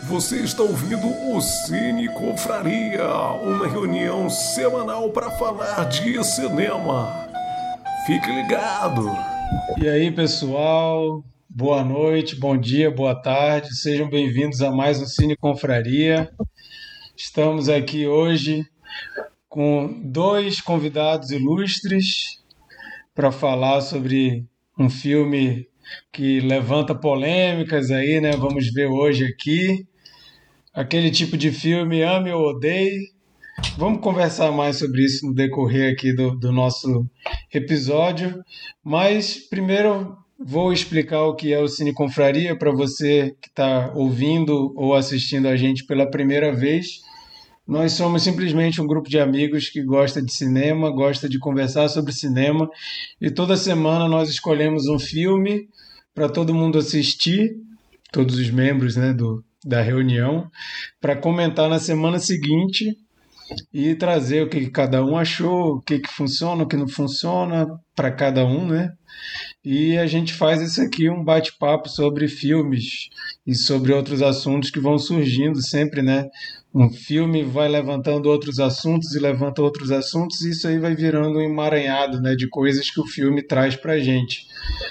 Você está ouvindo o Cine Confraria, uma reunião semanal para falar de cinema. Fique ligado! E aí, pessoal, boa noite, bom dia, boa tarde, sejam bem-vindos a mais um Cine Confraria. Estamos aqui hoje com dois convidados ilustres para falar sobre um filme que levanta polêmicas aí, né? Vamos ver hoje aqui. Aquele tipo de filme, ame ou odeie. Vamos conversar mais sobre isso no decorrer aqui do nosso episódio, mas primeiro vou explicar o que é o Cine Confraria para você que está ouvindo ou assistindo a gente pela primeira vez. Nós somos simplesmente um grupo de amigos que gosta de cinema, gosta de conversar sobre cinema, e toda semana nós escolhemos um filme para todo mundo assistir, todos os membros, né, da reunião, para comentar na semana seguinte e trazer o que cada um achou, o que funciona, o que não funciona para cada um, né? E a gente faz isso aqui, um bate-papo sobre filmes e sobre outros assuntos que vão surgindo sempre, né? Um filme vai levantando outros assuntos e levanta outros assuntos, e isso aí vai virando um emaranhado, né, de coisas que o filme traz para a gente.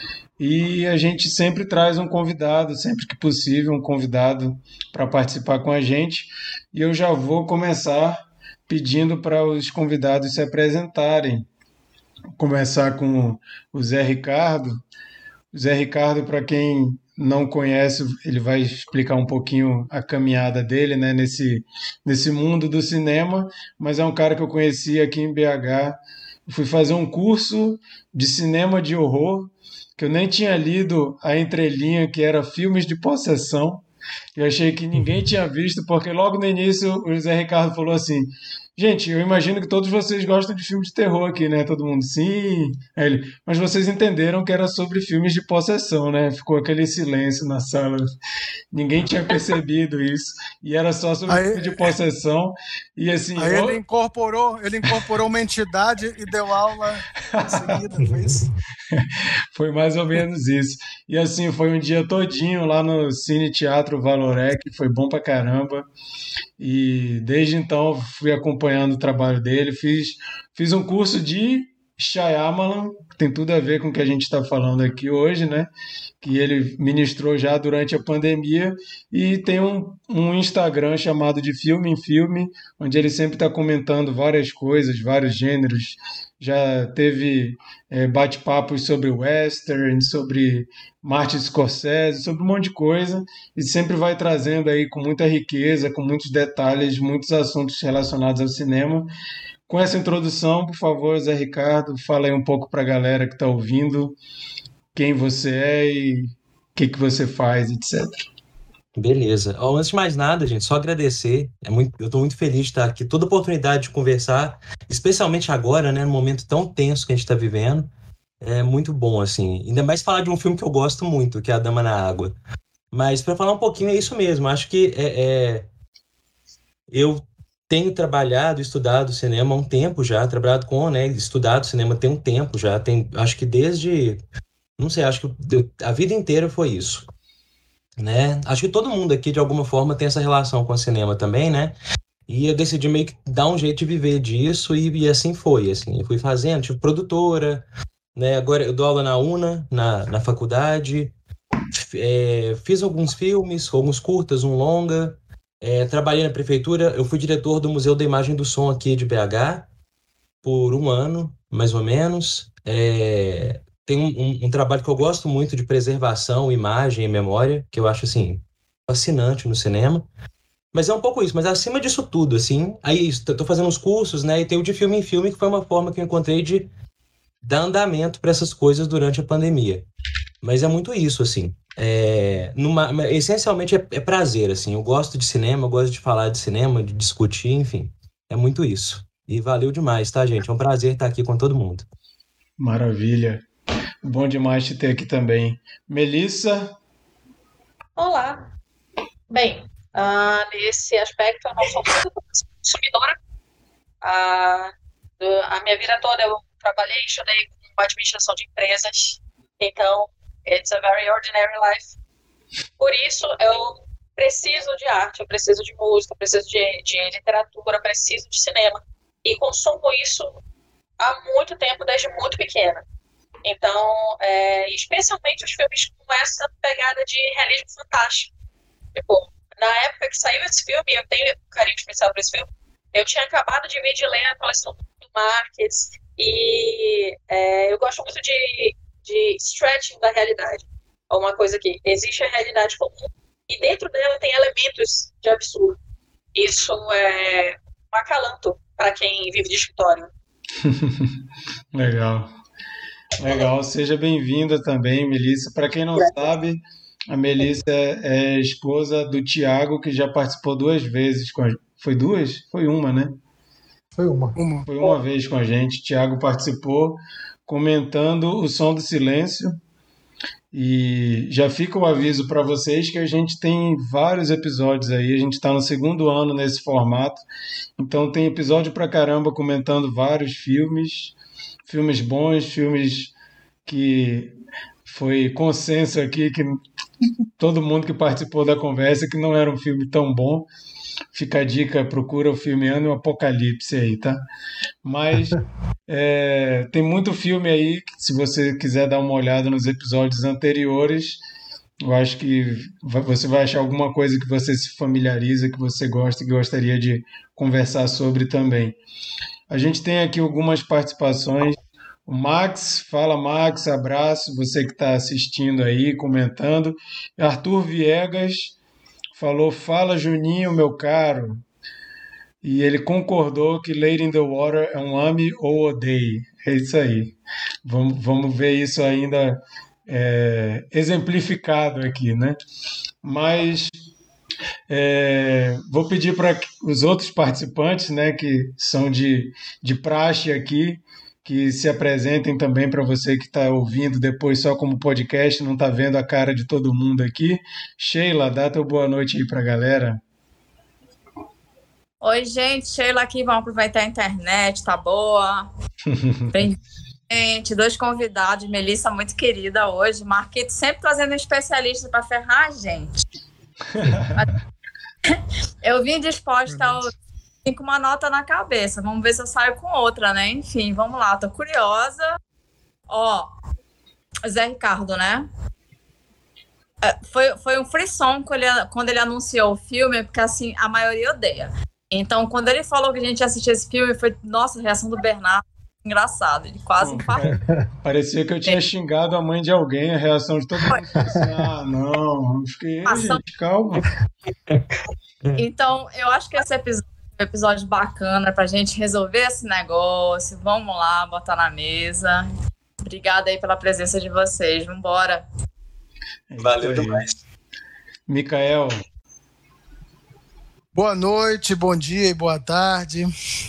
E a gente sempre traz um convidado, sempre que possível, um convidado para participar com a gente. E eu já vou começar pedindo para os convidados se apresentarem. Vou começar com o Zé Ricardo. O Zé Ricardo, para quem não conhece, ele vai explicar um pouquinho a caminhada dele, né, nesse mundo do cinema, mas é um cara que eu conheci aqui em BH. Eu fui fazer um curso de cinema de horror, que eu nem tinha lido a entrelinha, que era filmes de possessão. Eu achei que ninguém tinha visto, porque logo no início o Zé Ricardo falou assim: gente, eu imagino que todos vocês gostam de filme de terror aqui, né? Todo mundo, sim. Aí ele, mas vocês entenderam que era sobre filmes de possessão, né? Ficou aquele silêncio na sala. Ninguém tinha percebido isso. E era só sobre filme de Aí, possessão. E assim, aí ele incorporou uma entidade e deu aula em seguida, foi isso? foi mais ou menos isso. E assim, foi um dia todinho lá no Cine Teatro Valorec, foi bom pra caramba. E desde então fui acompanhando o trabalho dele, fiz um curso de Shyamalan, que tem tudo a ver com o que a gente está falando aqui hoje, né? Que ele ministrou já durante a pandemia, e tem um Instagram chamado de Filme em Filme, onde ele sempre está comentando várias coisas, vários gêneros. Já teve bate-papos sobre western, sobre Martin Scorsese, sobre um monte de coisa, e sempre vai trazendo aí com muita riqueza, com muitos detalhes, muitos assuntos relacionados ao cinema. Com essa introdução, por favor, Zé Ricardo, fala aí um pouco para a galera que está ouvindo quem você é e o que você faz, etc. Beleza. Ó, antes de mais nada, gente, só agradecer. Eu estou muito feliz de estar aqui. Toda oportunidade de conversar, especialmente agora, né, no momento tão tenso que a gente está vivendo, é muito bom, assim. Ainda mais falar de um filme que eu gosto muito, que é A Dama na Água. Mas para falar um pouquinho, é isso mesmo. Acho que eu tenho trabalhado, estudado cinema há um tempo já, trabalhado com, né, estudado cinema tem um tempo já. Acho que desde, não sei, acho que a vida inteira foi isso. Né? Acho que todo mundo aqui, de alguma forma, tem essa relação com o cinema também, né? E eu decidi meio que dar um jeito de viver disso, e assim foi, assim. Eu fui fazendo, tipo, produtora, né? Agora eu dou aula na UNA, na faculdade. Fiz alguns filmes, alguns curtas, um longa. Trabalhei na prefeitura, eu fui diretor do Museu da Imagem e do Som aqui de BH por um ano, mais ou menos. Tem um trabalho que eu gosto muito de preservação, imagem e memória, que eu acho, assim, fascinante no cinema. Mas é um pouco isso, mas acima disso tudo, assim, aí estou fazendo uns cursos, né, e tem o de filme em filme, que foi uma forma que eu encontrei de dar andamento para essas coisas durante a pandemia. Mas é muito isso, assim. Essencialmente é prazer, assim. Eu gosto de cinema, eu gosto de falar de cinema, de discutir, enfim. É muito isso. E valeu demais, tá, gente? É um prazer estar aqui com todo mundo. Maravilha. Bom demais te ter aqui também. Melissa? Olá. Bem, nesse aspecto eu não sou muito consumidora. Ah, a minha vida toda eu trabalhei e estudei com administração de empresas. Então, it's a very ordinary life. Por isso, eu preciso de arte, eu preciso de música, eu preciso de literatura, eu preciso de cinema. E consumo isso há muito tempo, desde muito pequena. Então, especialmente os filmes com essa pegada de realismo fantástico. Tipo, na época que saiu esse filme, eu tenho um carinho especial por esse filme, eu tinha acabado de ler a coleção do Marques, e eu gosto muito de stretching da realidade. É uma coisa que existe a realidade comum, e dentro dela tem elementos de absurdo. Isso é um acalanto para quem vive de escritório. Legal. Legal, seja bem-vinda também, Melissa. Para quem não sabe, a Melissa é esposa do Tiago, que já participou 2 vezes com a gente. Foi 2? Foi uma, né? Foi uma. Foi uma vez com a gente. Tiago participou comentando O Som do Silêncio. E já fica o aviso para vocês que a gente tem vários episódios aí. A gente está no 2º ano nesse formato. Então tem episódio pra caramba comentando vários filmes. Filmes bons, filmes que foi consenso aqui que todo mundo que participou da conversa que não era um filme tão bom. Fica a dica, procura o filme Ano e o Apocalipse aí, tá? Mas tem muito filme aí, que se você quiser dar uma olhada nos episódios anteriores, eu acho que você vai achar alguma coisa que você se familiariza, que você gosta e gostaria de conversar sobre também. A gente tem aqui algumas participações. O Max, fala Max, abraço, você que está assistindo aí, comentando. Arthur Viegas falou, fala Juninho, meu caro. E ele concordou que Lady in the Water é um ame ou odeie. É isso aí. Vamos ver isso ainda exemplificado aqui, né? Mas vou pedir para os outros participantes, né, que são de praxe aqui, que se apresentem também para você que está ouvindo depois só como podcast, não está vendo a cara de todo mundo aqui. Sheila, dá teu boa noite aí para a galera. Oi, gente, Sheila aqui, vamos aproveitar a internet, tá boa? Bem, gente, 2 convidados, Melissa muito querida hoje, Marquito sempre trazendo um especialista para ferrar a gente. Eu vim disposta com uma nota na cabeça, vamos ver se eu saio com outra, né? Enfim, vamos lá, tô curiosa. Ó, Zé Ricardo, né? Foi um frisson quando ele anunciou o filme, porque assim, a maioria odeia. Então, quando ele falou que a gente ia assistir esse filme, foi, nossa, a reação do Bernardo, engraçado, ele quase infartou. Parecia que eu tinha xingado a mãe de alguém, a reação de todo mundo foi assim, não, fiquei, gente, calma. Então, eu acho que esse episódio é um episódio bacana pra gente resolver esse negócio, vamos lá, botar na mesa. Obrigada aí pela presença de vocês, vambora. Valeu demais. Micael. Boa noite, bom dia e boa tarde.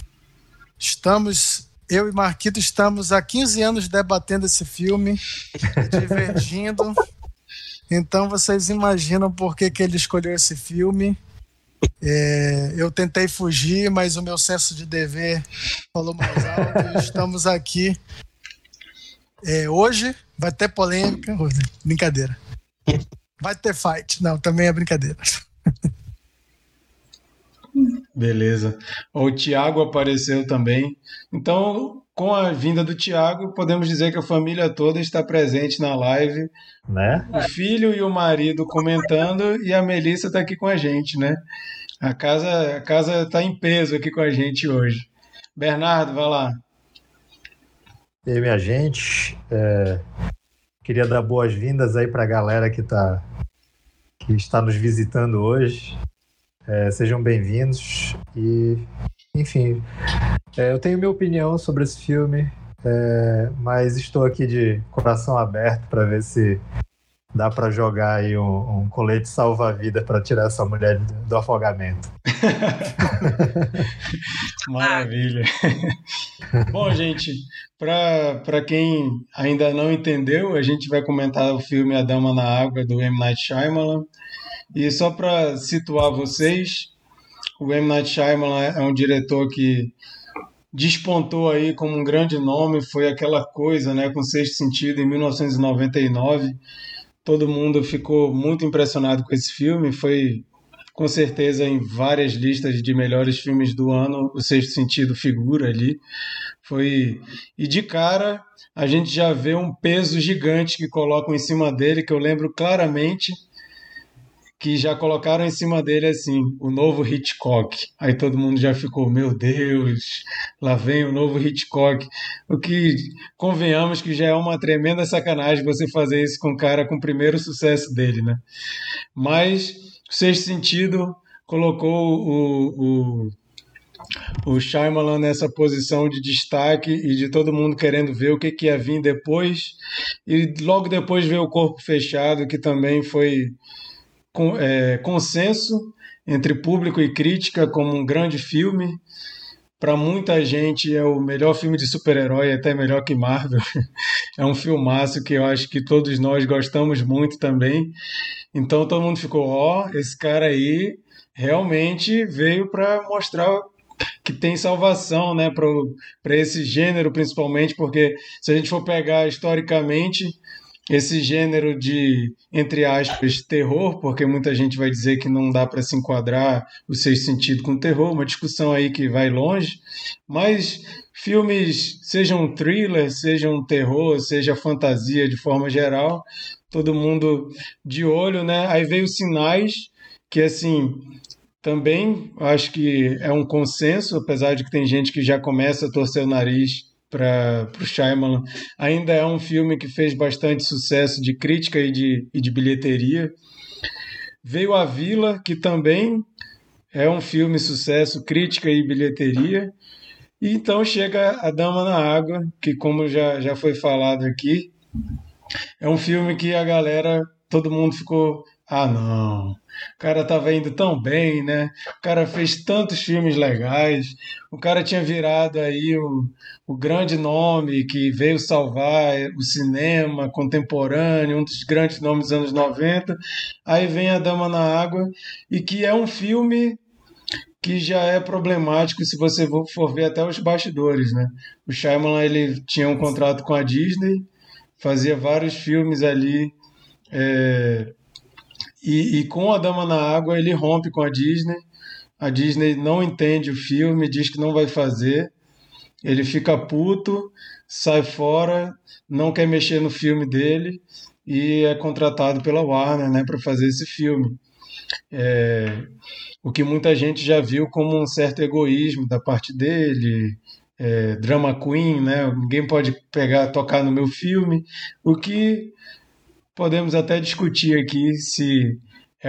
Eu e Marquito estamos há 15 anos debatendo esse filme, divergindo. Então vocês imaginam por que ele escolheu esse filme. Eu tentei fugir, mas o meu senso de dever falou mais alto. Estamos aqui. Hoje vai ter polêmica. Brincadeira. Vai ter fight. Não, também é brincadeira. Beleza. O Tiago apareceu também. Então, com a vinda do Tiago, podemos dizer que a família toda está presente na live. Né? O filho e o marido comentando e a Melissa está aqui com a gente, né? A casa está em peso aqui com a gente hoje. Bernardo, vai lá. E aí, minha gente, queria dar boas-vindas aí para a galera que está nos visitando hoje. Sejam bem-vindos e, enfim, eu tenho minha opinião sobre esse filme, mas estou aqui de coração aberto para ver se dá para jogar aí um colete salva-vida para tirar essa mulher do afogamento. Maravilha. Bom, gente, para quem ainda não entendeu, a gente vai comentar o filme A Dama na Água, do M. Night Shyamalan. E só para situar vocês, o M. Night Shyamalan é um diretor que despontou aí como um grande nome, foi aquela coisa, né, com Sexto Sentido em 1999. Todo mundo ficou muito impressionado com esse filme, foi com certeza em várias listas de melhores filmes do ano, O Sexto Sentido figura ali. E de cara a gente já vê um peso gigante que colocam em cima dele, que eu lembro claramente que já colocaram em cima dele assim, o novo Hitchcock. Aí todo mundo já ficou, meu Deus, lá vem o novo Hitchcock. O que, convenhamos que já é uma tremenda sacanagem você fazer isso com o cara com o primeiro sucesso dele, né? Mas o Sexto Sentido colocou o Shyamalan nessa posição de destaque e de todo mundo querendo ver o que ia vir depois. E logo depois veio O Corpo Fechado, que também foi consenso entre público e crítica como um grande filme. Para muita gente é o melhor filme de super-herói, até melhor que Marvel. É um filmaço que eu acho que todos nós gostamos muito também. Então todo mundo ficou, esse cara aí realmente veio para mostrar que tem salvação, né, para esse gênero principalmente, porque se a gente for pegar historicamente esse gênero de, entre aspas, terror, porque muita gente vai dizer que não dá para se enquadrar o Sexto Sentido com terror, uma discussão aí que vai longe, mas filmes, sejam thriller, sejam terror, seja fantasia de forma geral, todo mundo de olho, né? Aí veio Sinais, que assim, também acho que é um consenso, apesar de que tem gente que já começa a torcer o nariz para o Shyamalan. Ainda é um filme que fez bastante sucesso de crítica e de bilheteria. Veio A Vila, que também é um filme sucesso, crítica e bilheteria. E então chega A Dama na Água, que como já foi falado aqui, é um filme que a galera, todo mundo ficou, não, o cara estava indo tão bem, né? O cara fez tantos filmes legais, o cara tinha virado aí o grande nome que veio salvar o cinema contemporâneo, um dos grandes nomes dos anos 90. Aí vem A Dama na Água, e que é um filme que já é problemático se você for ver até os bastidores, né? O Shyamalan, ele tinha um contrato com a Disney, fazia vários filmes ali, e com A Dama na Água ele rompe com a Disney não entende o filme, diz que não vai fazer, ele fica puto, sai fora, não quer mexer no filme dele e é contratado pela Warner, né, para fazer esse filme. O que muita gente já viu como um certo egoísmo da parte dele, drama queen, né? Ninguém pode tocar no meu filme, o que podemos até discutir aqui se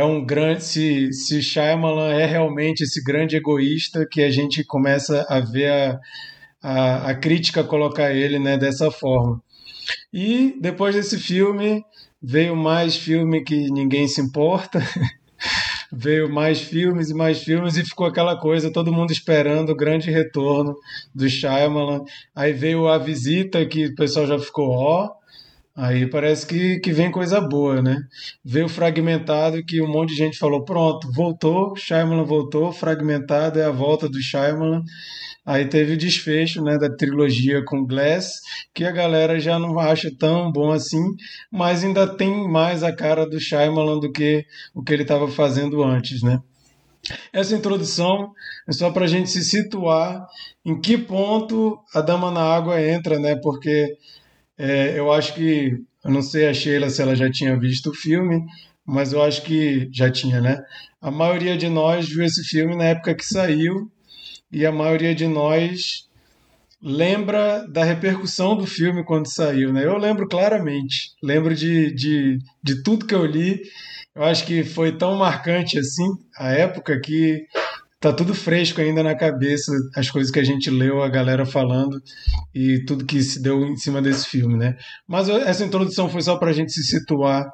se Shyamalan é realmente esse grande egoísta que a gente começa a ver a crítica colocar ele, né, dessa forma. E depois desse filme veio mais filme que ninguém se importa. Veio mais filmes e ficou aquela coisa, todo mundo esperando o grande retorno do Shyamalan. Aí veio A Visita, que o pessoal já ficou, aí parece que vem coisa boa, né? Veio Fragmentado, que um monte de gente falou, pronto, voltou, Shyamalan voltou, Fragmentado é a volta do Shyamalan. Aí teve o desfecho, né, da trilogia com Glass, que a galera já não acha tão bom assim, mas ainda tem mais a cara do Shyamalan do que o que ele estava fazendo antes, né? Essa introdução é só para a gente se situar em que ponto A Dama na Água entra, né? Porque eu acho que, eu não sei a Sheila se ela já tinha visto o filme, mas eu acho que já tinha, né? A maioria de nós viu esse filme na época que saiu, e a maioria de nós lembra da repercussão do filme quando saiu, né? Eu lembro claramente, lembro de tudo que eu li. Eu acho que foi tão marcante assim a época que tá tudo fresco ainda na cabeça, as coisas que a gente leu, a galera falando e tudo que se deu em cima desse filme, né? Mas essa introdução foi só para a gente se situar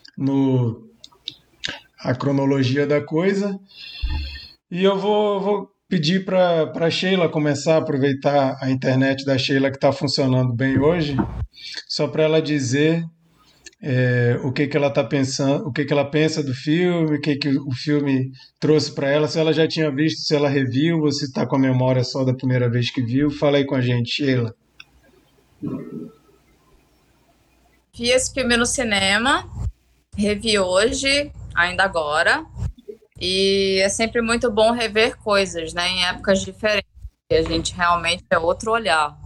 a cronologia da coisa. E eu vou pedir para a Sheila começar a aproveitar a internet da Sheila, que está funcionando bem hoje, só para ela dizer o que ela está pensando, o que ela pensa do filme, o que o filme trouxe para ela, se ela já tinha visto, se ela reviu, ou se está com a memória só da primeira vez que viu. Fala aí com a gente, Sheila. Vi esse filme no cinema, revi hoje, ainda agora. E é sempre muito bom rever coisas, né, em épocas diferentes. A gente realmente é outro olhar.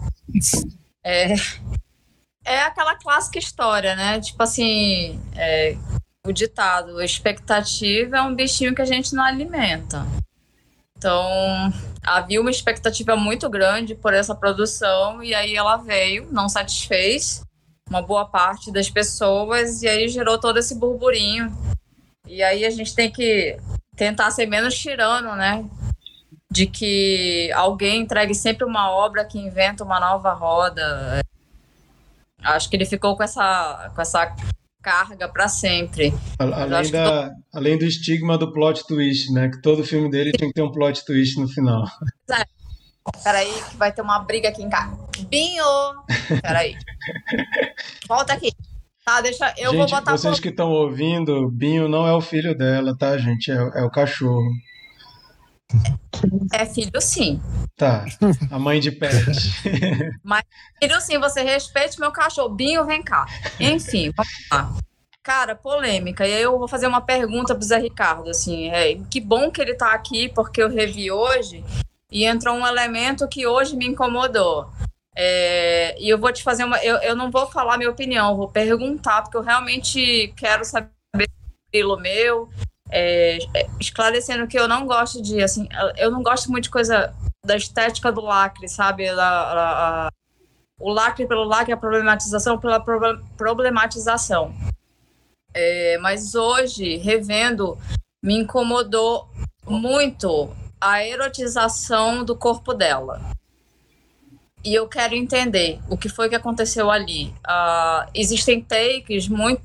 É aquela clássica história, né? Tipo assim, o ditado, a expectativa é um bichinho que a gente não alimenta. Então, havia uma expectativa muito grande por essa produção e aí ela veio, não satisfez uma boa parte das pessoas e aí gerou todo esse burburinho. E aí a gente tem que tentar ser menos tirano, né? De que alguém entregue sempre uma obra que inventa uma nova roda. Acho que ele ficou com essa carga para sempre. Além do estigma do plot twist, né? Que todo filme dele tinha que ter um plot twist no final. Peraí, que vai ter uma briga aqui em casa. Binho! Peraí. Volta aqui. Tá, deixa. Eu vou botar. Vocês que estão ouvindo, Binho não é o filho dela, tá, gente? É o cachorro. É filho, sim. Tá, a mãe de pet. Mas, filho, sim, você respeite meu cachorro. Binho, vem cá. Enfim, vamos lá. Cara, polêmica. E aí eu vou fazer uma pergunta pro Zé Ricardo, assim. Que bom que ele tá aqui, porque eu revi hoje e entrou um elemento que hoje me incomodou. E eu vou te fazer eu não vou falar minha opinião, vou perguntar, porque eu realmente quero saber o meu. Esclarecendo que eu não gosto de, assim, eu não gosto muito de coisa da estética do lacre, sabe? O lacre pelo lacre, a problematização pela problematização. Mas hoje, revendo, me incomodou muito a erotização do corpo dela. E eu quero entender o que foi que aconteceu ali. Existem takes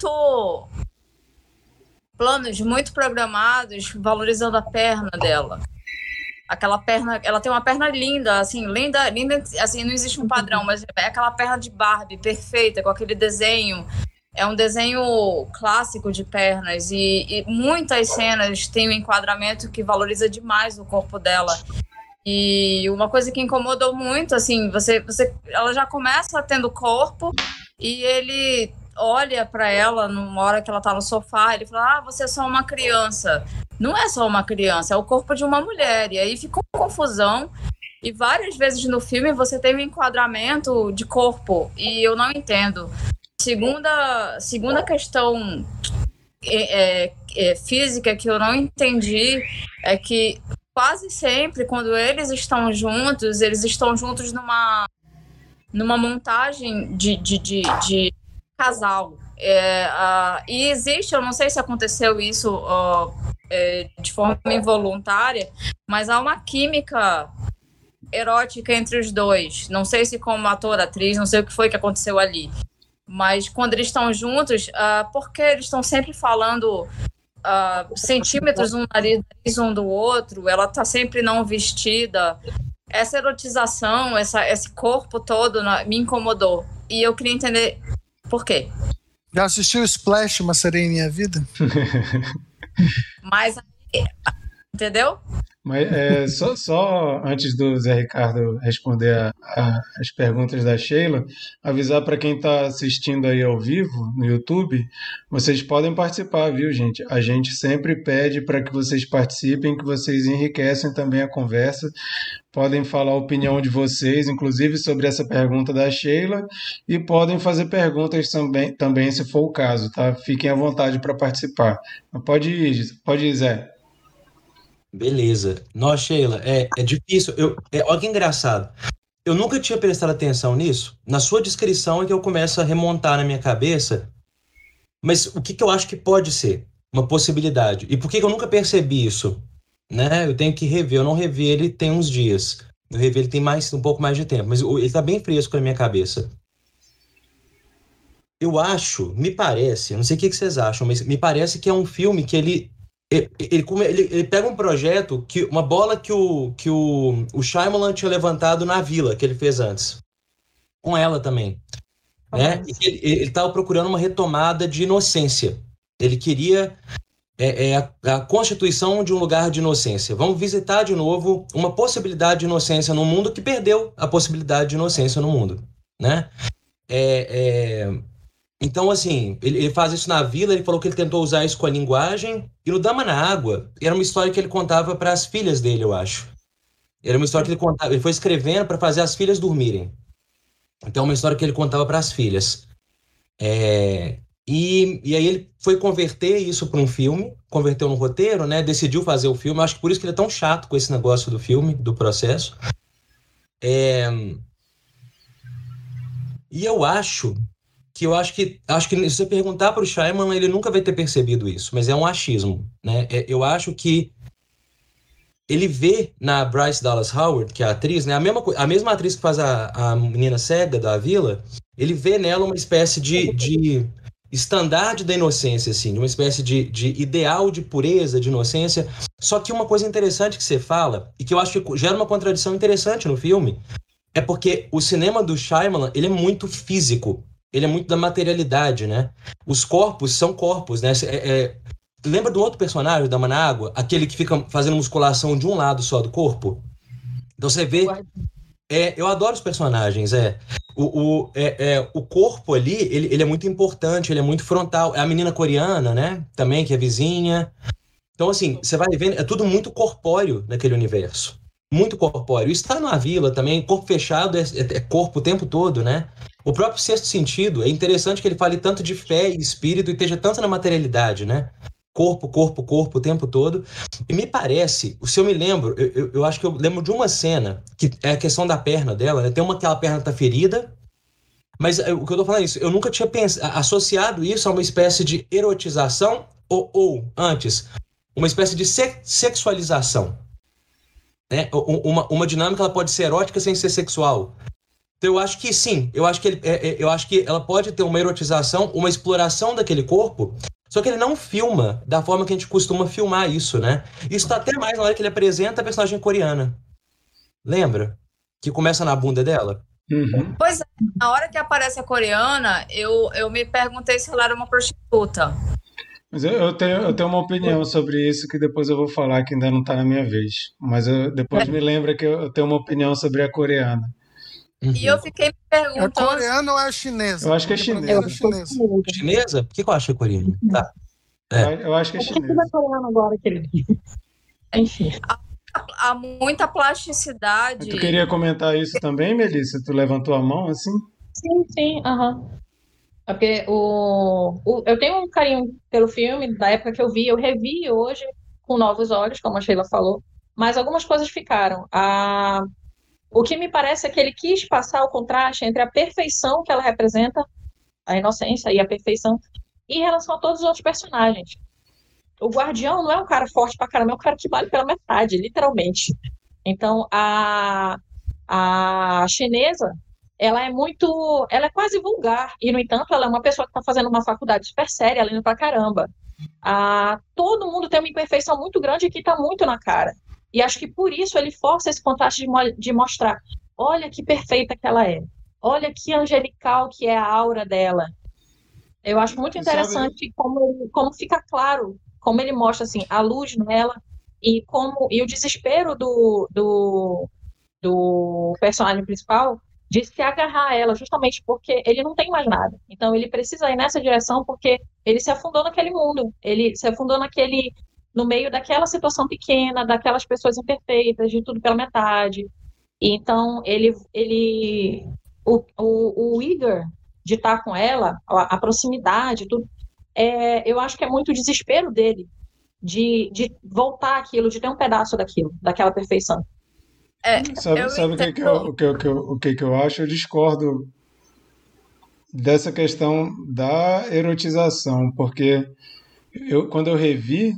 planos muito programados valorizando a perna dela. Aquela perna, ela tem uma perna linda, assim, linda, assim, não existe um padrão, mas é aquela perna de Barbie, perfeita, com aquele desenho. É um desenho clássico de pernas e muitas cenas têm um enquadramento que valoriza demais o corpo dela. E uma coisa que incomodou muito, assim, ela já começa tendo corpo e ele olha para ela numa hora que ela tá no sofá, ele fala, você é só uma criança. Não é só uma criança, é o corpo de uma mulher. E aí fica uma confusão. E várias vezes no filme você tem um enquadramento de corpo e eu não entendo. Segunda questão física que eu não entendi é que quase sempre, quando eles estão juntos numa montagem de casal. E existe, eu não sei se aconteceu isso de forma involuntária, mas há uma química erótica entre os dois. Não sei se como ator, atriz, não sei o que foi que aconteceu ali. Mas quando eles estão juntos, porque eles estão sempre falando centímetros um nariz um do outro, ela está sempre não vestida. Essa erotização, esse corpo todo me incomodou. E eu queria entender por quê. Já assistiu Splash, Uma Sereia em Minha Vida? Mas, entendeu? Mas só antes do Zé Ricardo responder as perguntas da Sheila, avisar para quem está assistindo aí ao vivo no YouTube, vocês podem participar, viu, gente? A gente sempre pede para que vocês participem, que vocês enriquecem também a conversa, podem falar a opinião de vocês, inclusive sobre essa pergunta da Sheila, e podem fazer perguntas também se for o caso, tá? Fiquem à vontade para participar. Pode ir, Zé. Beleza. Nossa, Sheila, é difícil. Olha que engraçado. Eu nunca tinha prestado atenção nisso. Na sua descrição é que eu começo a remontar na minha cabeça. Mas o que eu acho que pode ser uma possibilidade? E por que eu nunca percebi isso? Né? Eu tenho que rever. Eu não revi ele tem uns dias. Eu revi ele tem um pouco mais de tempo. Mas ele está bem fresco na minha cabeça. Eu acho, me parece, não sei o que vocês acham, mas me parece que é um filme que ele pega um projeto, uma bola que o Shyamalan tinha levantado na Vila, que ele fez antes. Com ela também. Né? E ele estava procurando uma retomada de inocência. Ele queria a constituição de um lugar de inocência. Vamos visitar de novo uma possibilidade de inocência no mundo que perdeu a possibilidade de inocência no mundo. Né? Então, assim, ele faz isso na Vila, ele falou que ele tentou usar isso com a linguagem, e no Dama na Água, era uma história que ele contava para as filhas dele, eu acho. Era uma história que ele contava, ele foi escrevendo para fazer as filhas dormirem. Então, é uma história que ele contava para as filhas. E aí ele foi converter isso para um filme, converteu no roteiro, né? Decidiu fazer o filme. Eu acho que por isso que ele é tão chato com esse negócio do filme, do processo. E eu acho que se você perguntar para o Shyamalan, ele nunca vai ter percebido isso, mas é um achismo, né? Eu acho que ele vê na Bryce Dallas Howard, que é a atriz, né? A mesma atriz que faz a menina cega da Vila, ele vê nela uma espécie de estandarte da inocência, assim, uma espécie de ideal de pureza, de inocência. Só que uma coisa interessante que você fala, e que eu acho que gera uma contradição interessante no filme, é porque o cinema do Shyamalan, ele é muito físico, ele é muito da materialidade, né? Os corpos são corpos, né? Lembra do outro personagem da Manágua? Aquele que fica fazendo musculação de um lado só do corpo? Então você vê... eu adoro os personagens, o corpo ali, ele é muito importante, ele é muito frontal. É a menina coreana, né? Também, que é vizinha. Então, assim, você vai vendo, é tudo muito corpóreo naquele universo. Muito corpóreo. Isso tá na Vila também, corpo fechado é corpo o tempo todo, né? O próprio Sexto Sentido, é interessante que ele fale tanto de fé e espírito e esteja tanto na materialidade, né? Corpo, corpo, corpo o tempo todo. E me parece, se eu me lembro, eu acho que eu lembro de uma cena, que é a questão da perna dela, né? Tem aquela perna tá ferida, mas o que eu tô falando é isso, eu nunca tinha associado isso a uma espécie de erotização ou antes, uma espécie de sexualização. Né? Uma dinâmica, ela pode ser erótica sem ser sexual. Então eu acho que sim, eu acho que ela pode ter uma erotização, uma exploração daquele corpo, só que ele não filma da forma que a gente costuma filmar isso, né? Isso tá até mais na hora que ele apresenta a personagem coreana. Lembra? Que começa na bunda dela. Uhum. Pois é, na hora que aparece a coreana, eu me perguntei se ela era uma prostituta. Mas eu tenho uma opinião sobre isso que depois eu vou falar, que ainda não está na minha vez. Mas depois me lembra que eu tenho uma opinião sobre a coreana. E eu fiquei me É perguntando... coreana ou é chinesa? Eu acho que é Porque pra mim chinesa. era chinesa. Chinesa? Por que eu acho que é coreana? Tá. Eu acho que é Por que tudo chinesa. é coreano agora, querido? Enfim. Há muita plasticidade. Tu queria comentar isso também, Melissa? Tu levantou a mão assim? Sim, aham. É porque eu tenho um carinho pelo filme, da época que eu revi hoje com novos olhos, como a Sheila falou, mas algumas coisas ficaram. O que me parece é que ele quis passar o contraste entre a perfeição que ela representa, a inocência e a perfeição, em relação a todos os outros personagens. O Guardião não é um cara forte pra caramba, é um cara que vale pela metade, literalmente. Então, a chinesa, ela é quase vulgar, e, no entanto, ela é uma pessoa que está fazendo uma faculdade super séria, lendo pra caramba. Todo mundo tem uma imperfeição muito grande que está muito na cara. E acho que por isso ele força esse contraste de mostrar, olha que perfeita que ela é, olha que angelical que é a aura dela. Eu acho muito interessante como fica claro, como ele mostra assim, a luz nela e o desespero do personagem principal de se agarrar a ela, justamente porque ele não tem mais nada. Então ele precisa ir nessa direção porque ele se afundou naquele mundo, ele se afundou no meio daquela situação pequena, daquelas pessoas imperfeitas, de tudo pela metade. E então o Igor de estar com ela, a proximidade, tudo, eu acho que é muito o desespero dele de voltar aquilo, de ter um pedaço daquilo, daquela perfeição. Sabe o que eu acho? Eu discordo dessa questão da erotização, porque quando eu revi,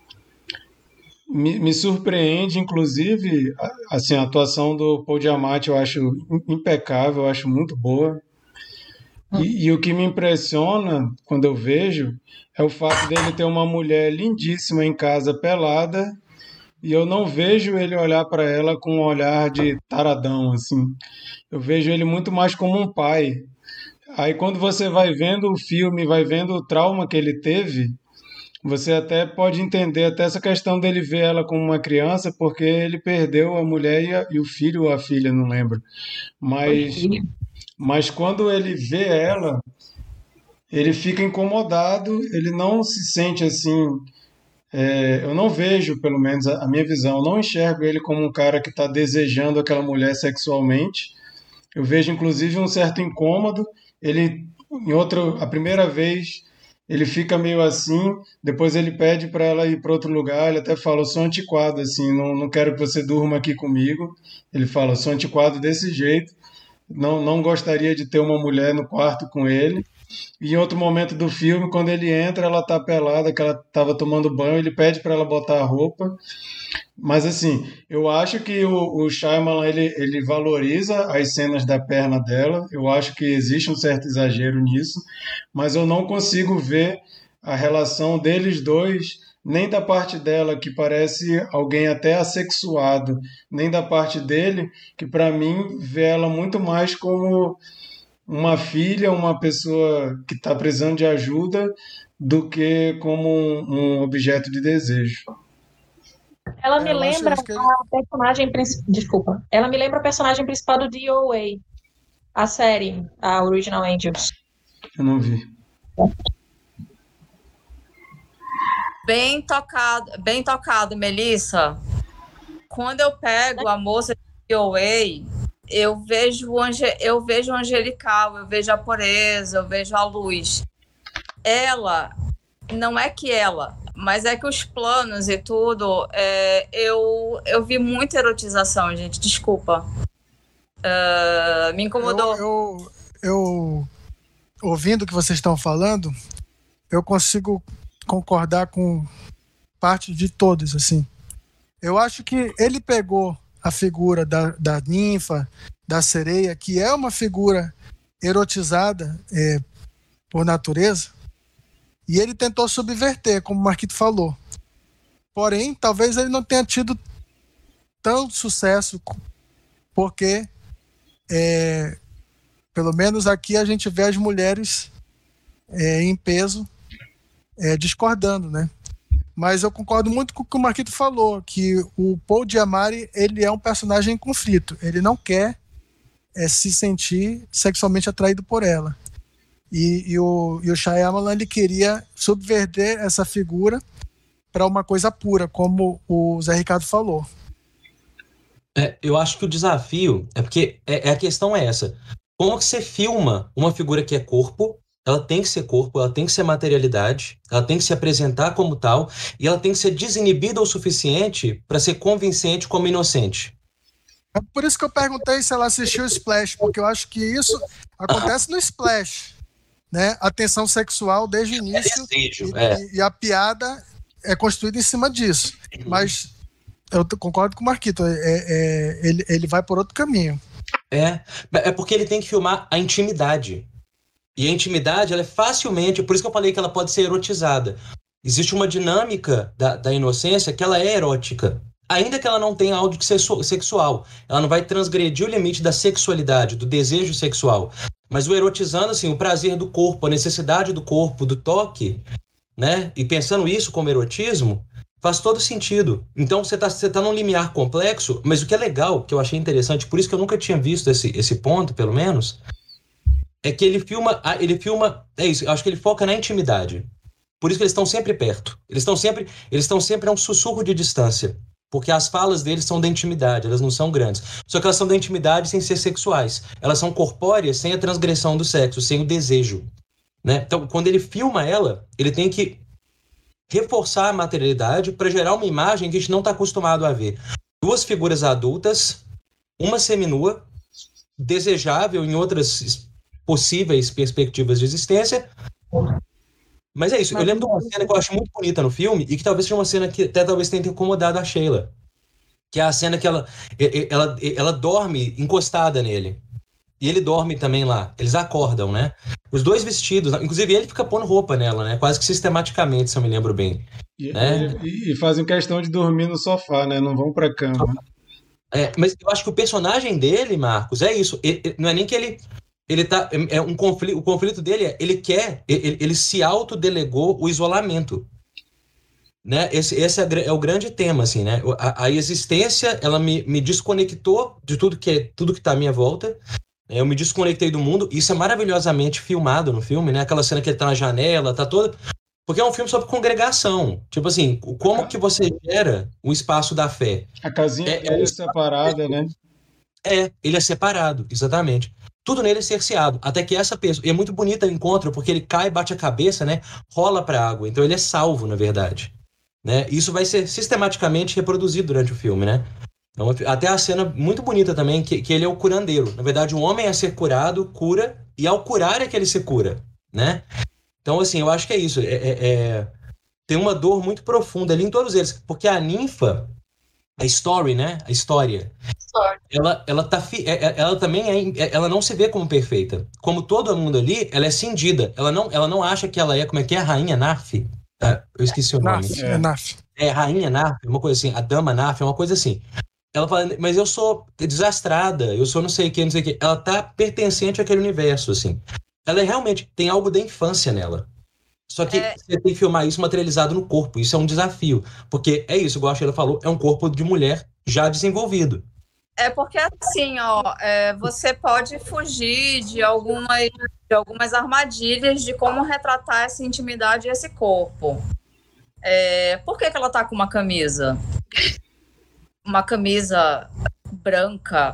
me surpreende, inclusive, assim, a atuação do Paul Giamatti eu acho impecável, eu acho muito boa. E o que me impressiona quando eu vejo é o fato dele ter uma mulher lindíssima em casa pelada e eu não vejo ele olhar para ela com um olhar de taradão, assim. Eu vejo ele muito mais como um pai. Aí quando você vai vendo o filme, vai vendo o trauma que ele teve, você até pode entender até essa questão dele ver ela como uma criança, porque ele perdeu a mulher e o filho ou a filha, não lembro. Mas quando ele vê ela, ele fica incomodado, ele não se sente assim. Eu não vejo, pelo menos a minha visão, eu não enxergo ele como um cara que está desejando aquela mulher sexualmente. Eu vejo, inclusive, um certo incômodo. Ele, a primeira vez, ele fica meio assim, depois ele pede para ela ir para outro lugar, ele até fala, eu sou antiquado, assim, não quero que você durma aqui comigo. Ele fala, eu sou antiquado desse jeito, não gostaria de ter uma mulher no quarto com ele. E em outro momento do filme, quando ele entra, ela tá pelada, que ela estava tomando banho, ele pede para ela botar a roupa. Mas assim, eu acho que o Shyamalan ele valoriza as cenas da perna dela. Eu acho que existe um certo exagero nisso, mas eu não consigo ver a relação deles dois, nem da parte dela, que parece alguém até assexuado, nem da parte dele, que para mim vê ela muito mais como uma filha, uma pessoa que está precisando de ajuda, do que como um objeto de desejo. Ela me lembra a personagem Desculpa. Ela me lembra a personagem principal do DOA, a série, a Original Angels. Eu não vi. Bem tocado, Melissa. Quando eu pego a moça de DOA, eu vejo o angelical, eu vejo a pureza, eu vejo a luz. Ela, não é que ela, mas é que os planos e tudo, eu vi muita erotização, gente, desculpa. Me incomodou. Eu ouvindo o que vocês estão falando, eu consigo concordar com parte de todos, assim. Eu acho que ele pegou a figura da ninfa, da sereia, que é uma figura erotizada por natureza, e ele tentou subverter, como o Marquito falou. Porém, talvez ele não tenha tido tanto sucesso, porque, pelo menos aqui, a gente vê as mulheres em peso discordando, né? Mas eu concordo muito com o que o Marquito falou, que o Paul Giamatti, ele é um personagem em conflito. Ele não quer se sentir sexualmente atraído por ela. E o Shyamalan, ele queria subverter essa figura para uma coisa pura, como o Zé Ricardo falou. Eu acho que o desafio é porque a questão é essa. Como que você filma uma figura que é corpo? Ela tem que ser corpo, ela tem que ser materialidade, ela tem que se apresentar como tal, e ela tem que ser desinibida o suficiente para ser convincente como inocente. É por isso que eu perguntei se ela assistiu o Splash, porque eu acho que isso acontece no Splash, né? A tensão sexual desde o início, e a piada é construída em cima disso. Mas eu concordo com o Marquito, ele vai por outro caminho. É porque ele tem que filmar a intimidade. E a intimidade, ela é facilmente... Por isso que eu falei que ela pode ser erotizada. Existe uma dinâmica da inocência que ela é erótica. Ainda que ela não tenha algo de sexual. Ela não vai transgredir o limite da sexualidade, do desejo sexual. Mas o erotizando, assim, o prazer do corpo, a necessidade do corpo, do toque, né? E pensando isso como erotismo, faz todo sentido. Então você tá num limiar complexo, mas o que é legal, que eu achei interessante, por isso que eu nunca tinha visto esse ponto, pelo menos... É que ele filma, é isso, eu acho que ele foca na intimidade. Por isso que eles estão sempre perto. Eles estão sempre a um sussurro de distância. Porque as falas deles são da intimidade, elas não são grandes. Só que elas são da intimidade sem ser sexuais. Elas são corpóreas sem a transgressão do sexo, sem o desejo. Né? Então, quando ele filma ela, ele tem que reforçar a materialidade para gerar uma imagem que a gente não está acostumado a ver. Duas figuras adultas, uma seminua, desejável em outras possíveis perspectivas de existência. Mas é isso. Eu lembro de uma cena que eu acho muito bonita no filme e que talvez seja uma cena que até talvez tenha incomodado a Sheila. Que é a cena que ela dorme encostada nele. E ele dorme também lá. Eles acordam, né? Os dois vestidos. Inclusive ele fica pondo roupa nela, né? Quase que sistematicamente, se eu me lembro bem. E fazem questão de dormir no sofá, né? Não vão pra cama. Mas eu acho que o personagem dele, Marcos, é isso. Não é nem que ele tá... o conflito dele é... Ele se autodelegou o isolamento. Né? Esse é o grande tema, assim, né? A existência, ela me desconectou de tudo que tá à minha volta, Eu me desconectei do mundo. Isso é maravilhosamente filmado no filme, né? Aquela cena que ele tá na janela, tá toda... Porque é um filme sobre congregação. Tipo assim, como que você gera o espaço da fé? A casinha dele é separada, né? Ele é separado, exatamente. Tudo nele é cerceado. Até que essa pessoa... E é muito bonito o encontro, porque ele cai, bate a cabeça, né? Rola pra água. Então ele é salvo, na verdade. Né? Isso vai ser sistematicamente reproduzido durante o filme, né? Então, até a cena muito bonita também, que ele é o curandeiro. Na verdade, o homem a ser curado, cura, e ao curar é que ele se cura, né? Então, assim, eu acho que é isso. Tem uma dor muito profunda ali em todos eles. Porque a ninfa, a story, né? A história. Ela também ela não se vê como perfeita. Como todo mundo ali, ela é cindida. Ela não acha que ela é, como é que é? A rainha Narf? Eu esqueci o nome. Narf. Rainha Narf, uma coisa assim. A dama Narf, uma coisa assim. Ela fala, mas eu sou desastrada, eu sou não sei o que, não sei o que. Ela tá pertencente àquele universo, assim. Ela realmente tem algo da infância nela. Só que você tem que filmar isso materializado no corpo. Isso é um desafio. Porque é isso, igual a Sheila falou, é um corpo de mulher já desenvolvido. É porque assim, você pode fugir de algumas armadilhas de como retratar essa intimidade e esse corpo. Por que ela tá com uma camisa? Uma camisa branca,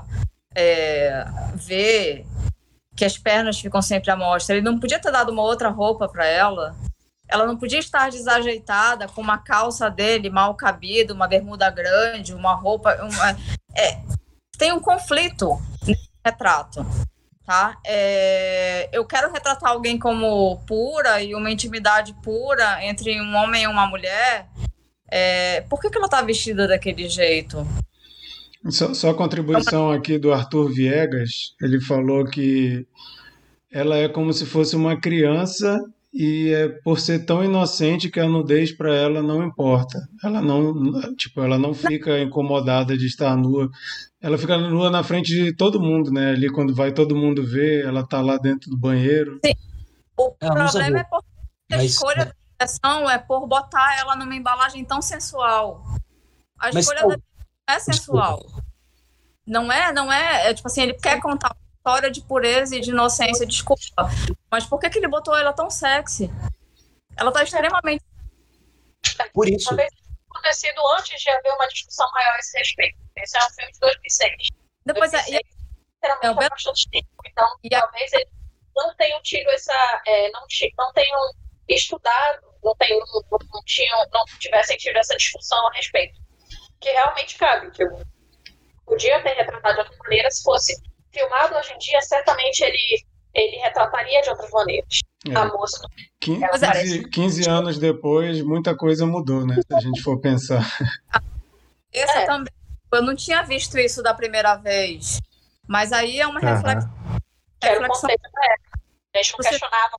vê que as pernas ficam sempre à mostra. Ele não podia ter dado uma outra roupa para ela. Ela não podia estar desajeitada com uma calça dele mal cabida, uma bermuda grande, uma roupa... Tem um conflito nesse retrato, tá? Eu quero retratar alguém como pura e uma intimidade pura entre um homem e uma mulher. Por que ela está vestida daquele jeito? Só a contribuição aqui do Arthur Viegas, ele falou que ela é como se fosse uma criança e por ser tão inocente que a nudez para ela não importa. Ela não fica incomodada de estar nua. Ela fica nua na frente de todo mundo, né? Ali quando vai todo mundo ver, ela tá lá dentro do banheiro. Sim. O problema é porque a escolha da direção é por botar ela numa embalagem tão sensual. A escolha da direção é sensual. Não é tipo assim, ele quer contar uma história de pureza e de inocência, desculpa. Mas por que ele botou ela tão sexy? Ela tá extremamente... Por isso. Talvez tenha acontecido antes de haver uma discussão maior a esse respeito. Esse é um filme de 2006. Depois 2006, literalmente há bastante tempo. Então, talvez eles não tenham tido não tenham estudado, não tivessem tido essa discussão a respeito. Que realmente cabe, que eu podia ter retratado de outra maneira. Se fosse filmado hoje em dia, certamente ele retrataria de outras maneiras. A moça. 15 anos depois, muita coisa mudou, né? Se a gente for pensar. Essa também. Eu não tinha visto isso da primeira vez. Mas aí é uma reflexão. Era o conceito da época. A gente não questionava.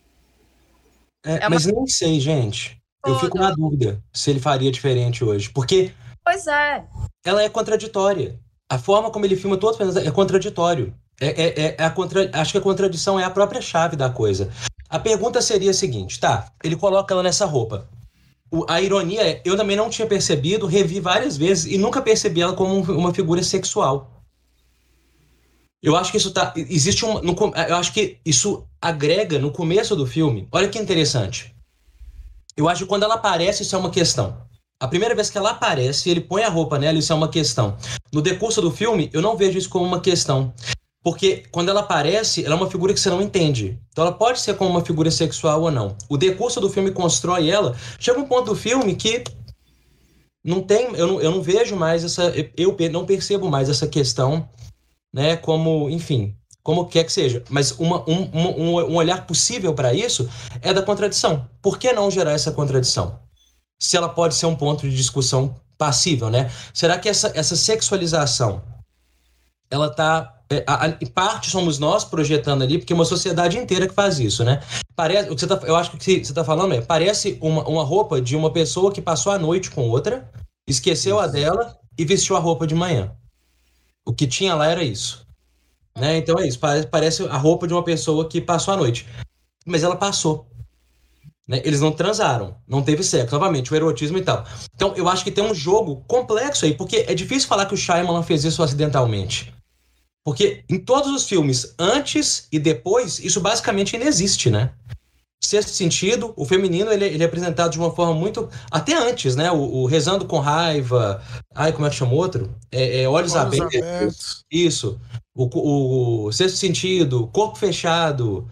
Mas nem sei, gente. Eu fico na dúvida se ele faria diferente hoje. Porque... Pois é. Ela é contraditória. A forma como ele filma todos é contraditório. Acho que a contradição é a própria chave da coisa. A pergunta seria a seguinte, ele coloca ela nessa roupa. A ironia é, eu também não tinha percebido, revi várias vezes e nunca percebi ela como uma figura sexual. Eu acho que isso eu acho que isso agrega no começo do filme. Olha que interessante. Eu acho que quando ela aparece, isso é uma questão. A primeira vez que ela aparece, ele põe a roupa nela, isso é uma questão. No decurso do filme, eu não vejo isso como uma questão. Porque quando ela aparece, ela é uma figura que você não entende. Então ela pode ser como uma figura sexual ou não. O decurso do filme constrói ela. Chega um ponto do filme que não tem, eu não vejo mais eu não percebo mais essa questão, né? Como, enfim, como quer que seja. Mas um olhar possível para isso é da contradição. Por que não gerar essa contradição? Se ela pode ser um ponto de discussão passível, né? Será que essa sexualização, ela tá... parte somos nós projetando ali, porque é uma sociedade inteira que faz isso, né? Eu acho que o que você tá falando parece uma roupa de uma pessoa que passou a noite com outra, esqueceu a dela e vestiu a roupa de manhã. O que tinha lá era isso. Né? Então é isso, parece a roupa de uma pessoa que passou a noite. Mas ela passou. Né? Eles não transaram, não teve sexo, novamente, o erotismo e tal. Então eu acho que tem um jogo complexo aí, porque é difícil falar que o Shyamalan fez isso acidentalmente. Porque em todos os filmes, antes e depois, isso basicamente ainda existe, né? Sexto Sentido, o feminino ele é apresentado de uma forma muito... Até antes, né? O Rezando com Raiva... Ai, como é que chama o outro? Olhos Abertos. Isso. O Sexto Sentido, Corpo Fechado,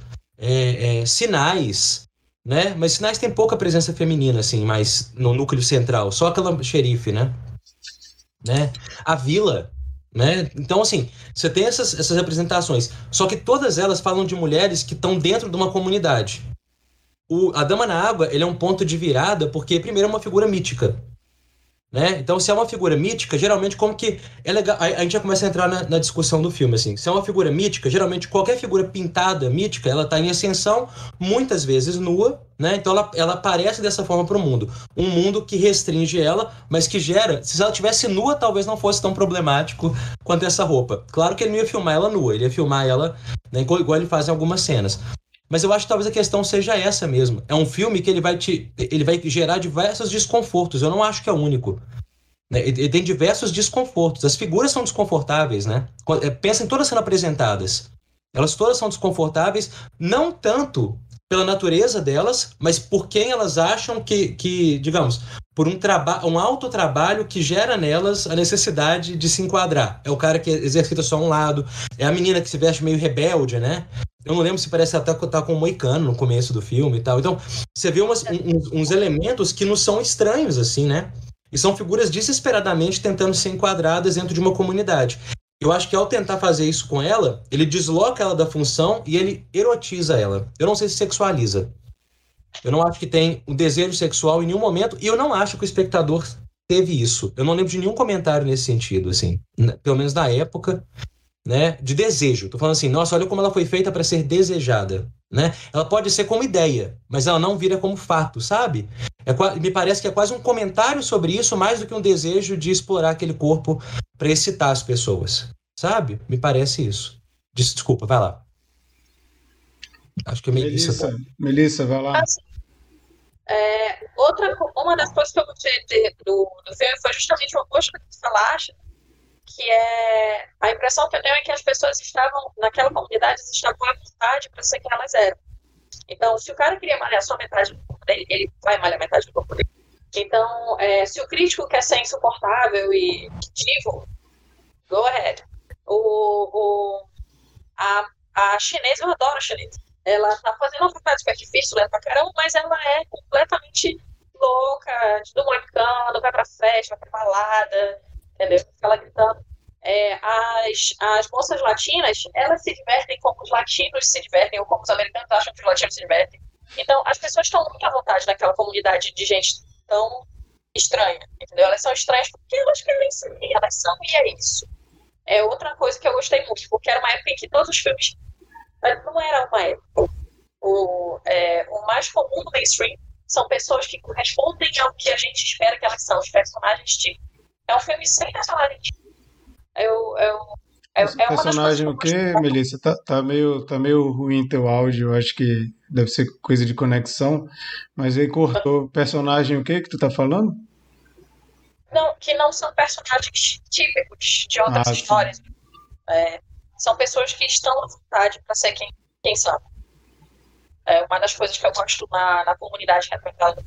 Sinais, né? Mas Sinais tem pouca presença feminina, assim, mas no núcleo central. Só aquela xerife, né? A Vila... Né? Então, assim, você tem essas representações. Só que todas elas falam de mulheres que estão dentro de uma comunidade. A Dama na Água, ele é um ponto de virada porque, primeiro, é uma figura mítica. Né? Então, se é uma figura mítica, geralmente, como que é legal... A gente já começa a entrar na discussão do filme, assim. Se é uma figura mítica, geralmente, qualquer figura pintada, mítica, ela está em ascensão, muitas vezes nua, né? Então, ela aparece dessa forma para o mundo. Um mundo que restringe ela, mas que gera... Se ela tivesse nua, talvez não fosse tão problemático quanto essa roupa. Claro que ele não ia filmar ela nua, ele ia filmar ela, né, igual ele faz em algumas cenas. Mas eu acho que talvez a questão seja essa mesmo. É um filme que ele vai gerar diversos desconfortos. Eu não acho que é o único. Ele tem diversos desconfortos. As figuras são desconfortáveis, né? Pensa em todas sendo apresentadas. Elas todas são desconfortáveis, não tanto pela natureza delas, mas por quem elas acham que digamos, por um autotrabalho que gera nelas a necessidade de se enquadrar. É o cara que exercita só um lado, é a menina que se veste meio rebelde, né? Eu não lembro se parece até que tá com um moicano no começo do filme e tal. Então, você vê uns elementos que nos são estranhos, assim, né? E são figuras desesperadamente tentando ser enquadradas dentro de uma comunidade. Eu acho que ao tentar fazer isso com ela, ele desloca ela da função e ele erotiza ela. Eu não sei se sexualiza. Eu não acho que tem um desejo sexual em nenhum momento, e eu não acho que o espectador teve isso. Eu não lembro de nenhum comentário nesse sentido, assim. Pelo menos na época, né, de desejo. Tô falando assim, nossa, olha como ela foi feita para ser desejada, né? Ela pode ser como ideia, mas ela não vira como fato, sabe? Me parece que é quase um comentário sobre isso, mais do que um desejo de explorar aquele corpo para excitar as pessoas, sabe? Me parece isso. Desculpa, vai lá. Acho que a Melissa, vai lá. Assim, uma das coisas que eu gostei do filme foi justamente o oposto que tu falaste, que é a impressão que eu tenho é que as pessoas naquela comunidade, estavam à vontade para ser quem elas eram. Então, se o cara queria malhar só metade do corpo dele, ele vai malhar metade do corpo dele. Então, se o crítico quer ser insuportável e divo, go ahead. A chinesa, eu adoro a chinesa. Ela tá fazendo uma faculdade super difícil, lenta pra caramba, mas ela é completamente louca, de dominicano, vai pra festa, vai pra balada, entendeu? Ela gritando. As moças latinas, elas se divertem como os latinos se divertem, ou como os americanos acham que os latinos se divertem. Então, as pessoas estão muito à vontade naquela comunidade de gente tão estranha, entendeu? Elas são estranhas porque elas querem ser quem elas são, e é isso. É outra coisa que eu gostei muito, porque era uma época em que todos os filmes... Não era uma época. O mais comum no mainstream são pessoas que correspondem ao que a gente espera que elas são, os personagens tipo. É um filme sem personagem tipo. Personagem o quê, Melissa? Tá meio ruim teu áudio, eu acho que deve ser coisa de conexão, mas aí cortou. Personagem o quê que tu tá falando? Não, que não são personagens típicos de outras histórias. São pessoas que estão à vontade para ser quem são. É uma das coisas que eu gosto na comunidade retratada.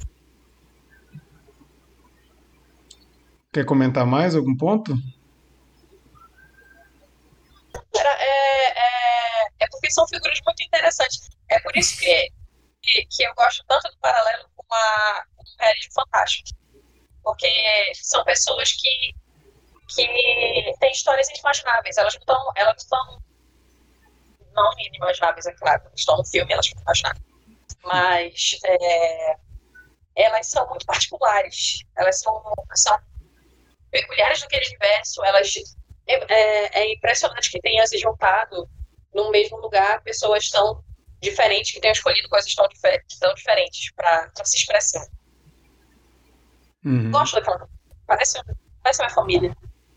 Quer comentar mais algum ponto? É porque são figuras muito interessantes. É por isso que eu gosto tanto do paralelo com o realismo fantástico. Porque são pessoas que têm histórias inimagináveis. Elas não estão não inimagináveis, é claro. Estão no filme, elas são inimagináveis. Mas elas são muito particulares. Elas são peculiares naquele universo. É impressionante que tenha se juntado no mesmo lugar pessoas tão diferentes, que tenham escolhido coisas tão diferentes para se expressar. Uhum. Gosto daquela. Parece minha família.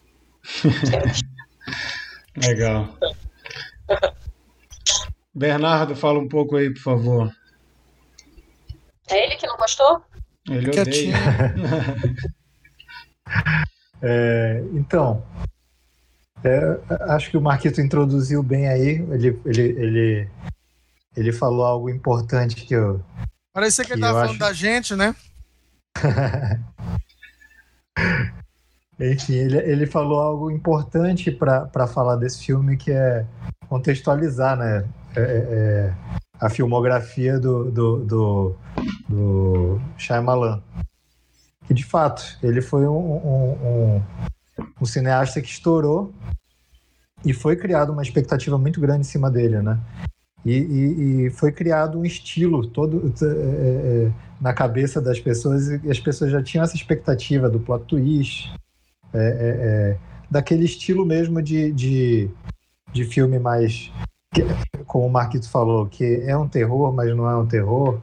Legal. Bernardo, fala um pouco aí, por favor. É ele que não gostou? Ele odeia. Então, Acho que o Marquito introduziu bem aí. Ele falou algo importante que eu. Parecia que ele estava falando da gente, né? Enfim, ele falou algo importante para falar desse filme, que é contextualizar, né? A filmografia do Shyamalan. Que, de fato, ele foi um cineasta que estourou e foi criada uma expectativa muito grande em cima dele, né? E foi criado um estilo todo na cabeça das pessoas, e as pessoas já tinham essa expectativa do plot twist, daquele estilo mesmo de filme mais, como o Marquito falou, que é um terror, mas não é um terror.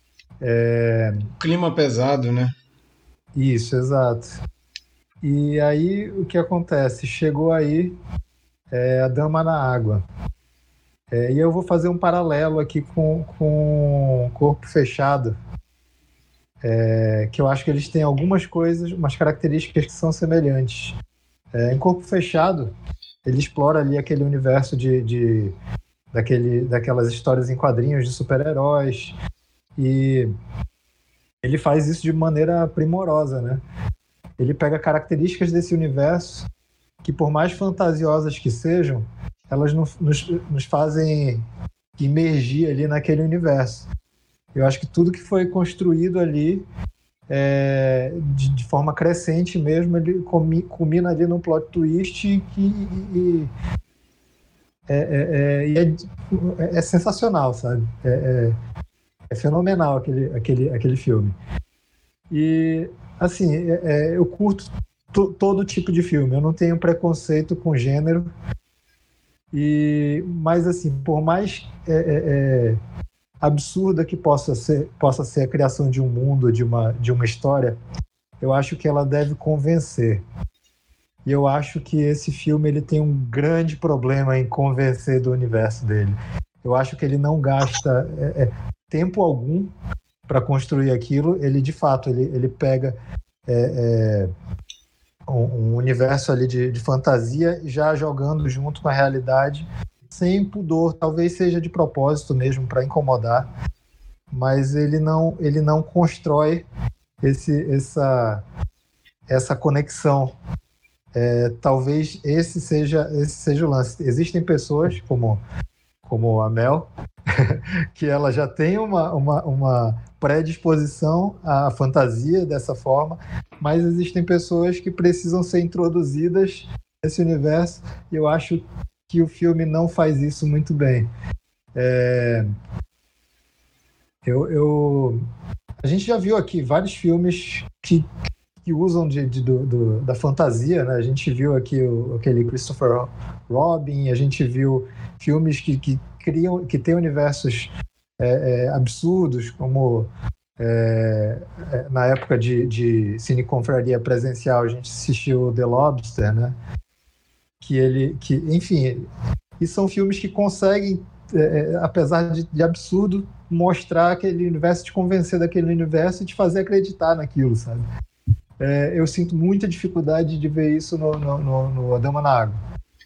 Clima pesado, né? Isso, exato. E aí, o que acontece? Chegou aí A Dama na Água. E eu vou fazer um paralelo aqui com Corpo Fechado, que eu acho que eles têm algumas coisas, umas características que são semelhantes. Em Corpo Fechado, ele explora ali aquele universo daquelas histórias em quadrinhos de super-heróis, e ele faz isso de maneira primorosa, né? Ele pega características desse universo que, por mais fantasiosas que sejam, elas nos fazem imergir ali naquele universo. Eu acho que tudo que foi construído ali, de forma crescente mesmo, ele culmina ali num plot twist que é sensacional, sabe? É fenomenal aquele filme. E, assim, eu curto todo tipo de filme. Eu não tenho preconceito com gênero. Mas, assim, por mais absurda que possa ser a criação de um mundo, de uma história, eu acho que ela deve convencer. E eu acho que esse filme ele tem um grande problema em convencer do universo dele. Eu acho que ele não gasta tempo algum para construir aquilo. Ele, de fato, ele pega um universo ali de fantasia, já jogando junto com a realidade, sem pudor. Talvez seja de propósito mesmo, para incomodar, mas ele não constrói essa conexão. Talvez esse seja o lance. Existem pessoas como a Mel que ela já tem uma predisposição à fantasia dessa forma, mas existem pessoas que precisam ser introduzidas nesse universo, e eu acho que o filme não faz isso muito bem. A gente já viu aqui vários filmes que usam da fantasia, né? A gente viu aqui aquele Christopher Robin, a gente viu filmes que têm universos absurdos, como na época de cineconfraria presencial a gente assistiu The Lobster, né? Enfim, e são filmes que conseguem, apesar de absurdo, mostrar aquele universo, te convencer daquele universo e te fazer acreditar naquilo, sabe? Eu sinto muita dificuldade de ver isso no A Dama na Água.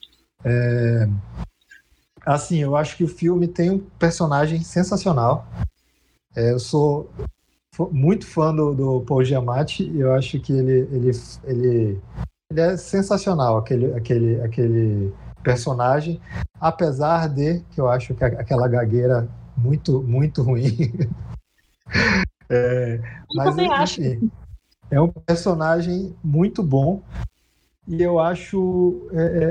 Assim, eu acho que o filme tem um personagem sensacional. Eu sou muito fã do Paul Giamatti, e eu acho que ele é sensacional, aquele personagem, apesar de que eu acho que aquela gagueira muito, muito ruim. Mas, enfim, é um personagem muito bom, e eu acho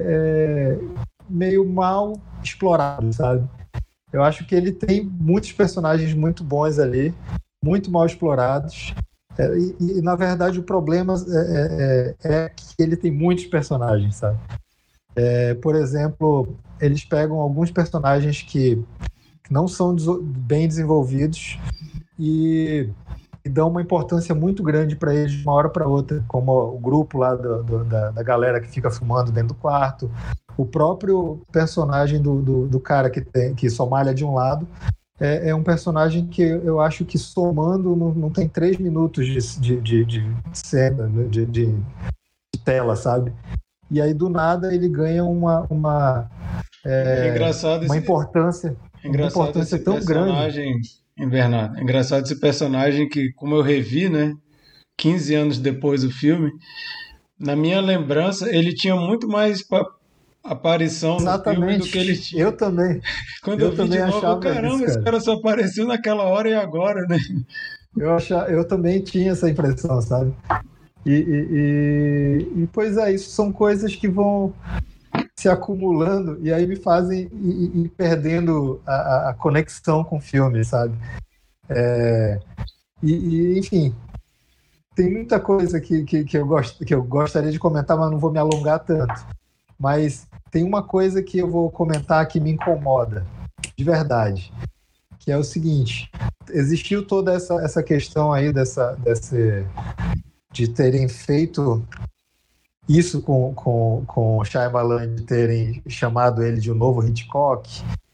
meio mal explorado, sabe? Eu acho que ele tem muitos personagens muito bons ali, muito mal explorados, e na verdade o problema é que ele tem muitos personagens, sabe? Por exemplo, eles pegam alguns personagens que não são bem desenvolvidos e dão uma importância muito grande para eles de uma hora para outra, como o grupo lá da galera que fica fumando dentro do quarto, o próprio personagem do cara que só malha de um lado, é um personagem que eu acho que, somando, não tem 3 minutos de cena, de tela, sabe? e aí do nada ele ganha uma importância tão grande. Bernardo, é engraçado esse personagem que, como eu revi, né, 15 anos depois do filme, na minha lembrança ele tinha muito mais aparição no filme do que ele tinha. Eu também. Quando eu vi de novo, caramba, esse cara só apareceu naquela hora e agora, né? Eu também tinha essa impressão, sabe? E pois é, isso são coisas que vão se acumulando e aí me fazem ir perdendo a conexão com o filme, sabe? Enfim, tem muita coisa que eu gostaria de comentar, mas não vou me alongar tanto. Mas tem uma coisa que eu vou comentar que me incomoda, de verdade, que é o seguinte: existiu toda essa questão aí de terem feito isso com o Shyamalan, de terem chamado ele de um novo Hitchcock,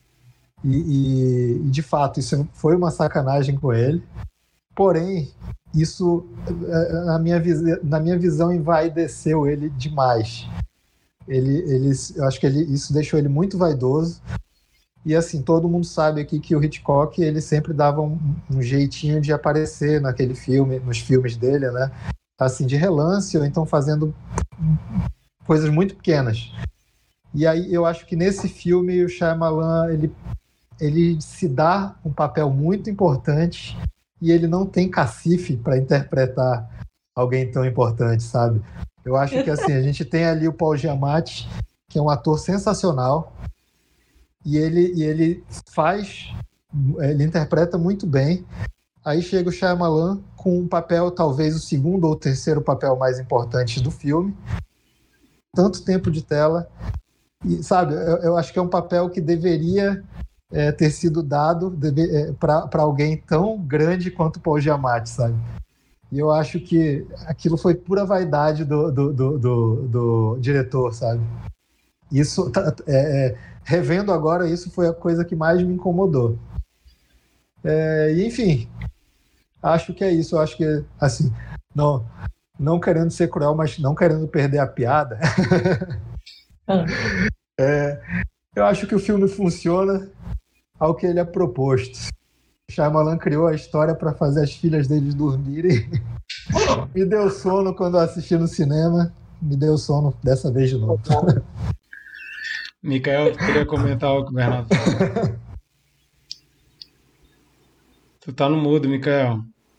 e de fato isso foi uma sacanagem com ele, porém isso na minha visão envaideceu ele demais. Eu acho que isso deixou ele muito vaidoso. E assim, todo mundo sabe aqui que o Hitchcock, ele sempre dava um jeitinho de aparecer naquele filme, nos filmes dele, né? Assim, de relance, ou então fazendo coisas muito pequenas. E aí eu acho que nesse filme o Shyamalan, ele se dá um papel muito importante e ele não tem cacife para interpretar alguém tão importante, sabe? Eu acho que assim, a gente tem ali o Paul Giamatti, que é um ator sensacional, e ele interpreta muito bem. Aí chega o Shyamalan com um papel, talvez o segundo ou terceiro papel mais importante do filme, tanto tempo de tela, e sabe, eu acho que é um papel que deveria ter sido dado para alguém tão grande quanto o Paul Giamatti, sabe? E eu acho que aquilo foi pura vaidade do diretor, sabe? Isso, revendo agora, isso foi a coisa que mais me incomodou. E, enfim, acho que é isso. Eu acho que, assim, não querendo ser cruel, mas não querendo perder a piada, eu acho que o filme funciona ao que ele é proposto. Shyamalan criou a história para fazer as filhas deles dormirem. Me deu sono quando eu assisti no cinema. Me deu sono dessa vez de novo. Micael, tu queria comentar o que o Bernardo falou? Tu tá no mudo, Micael.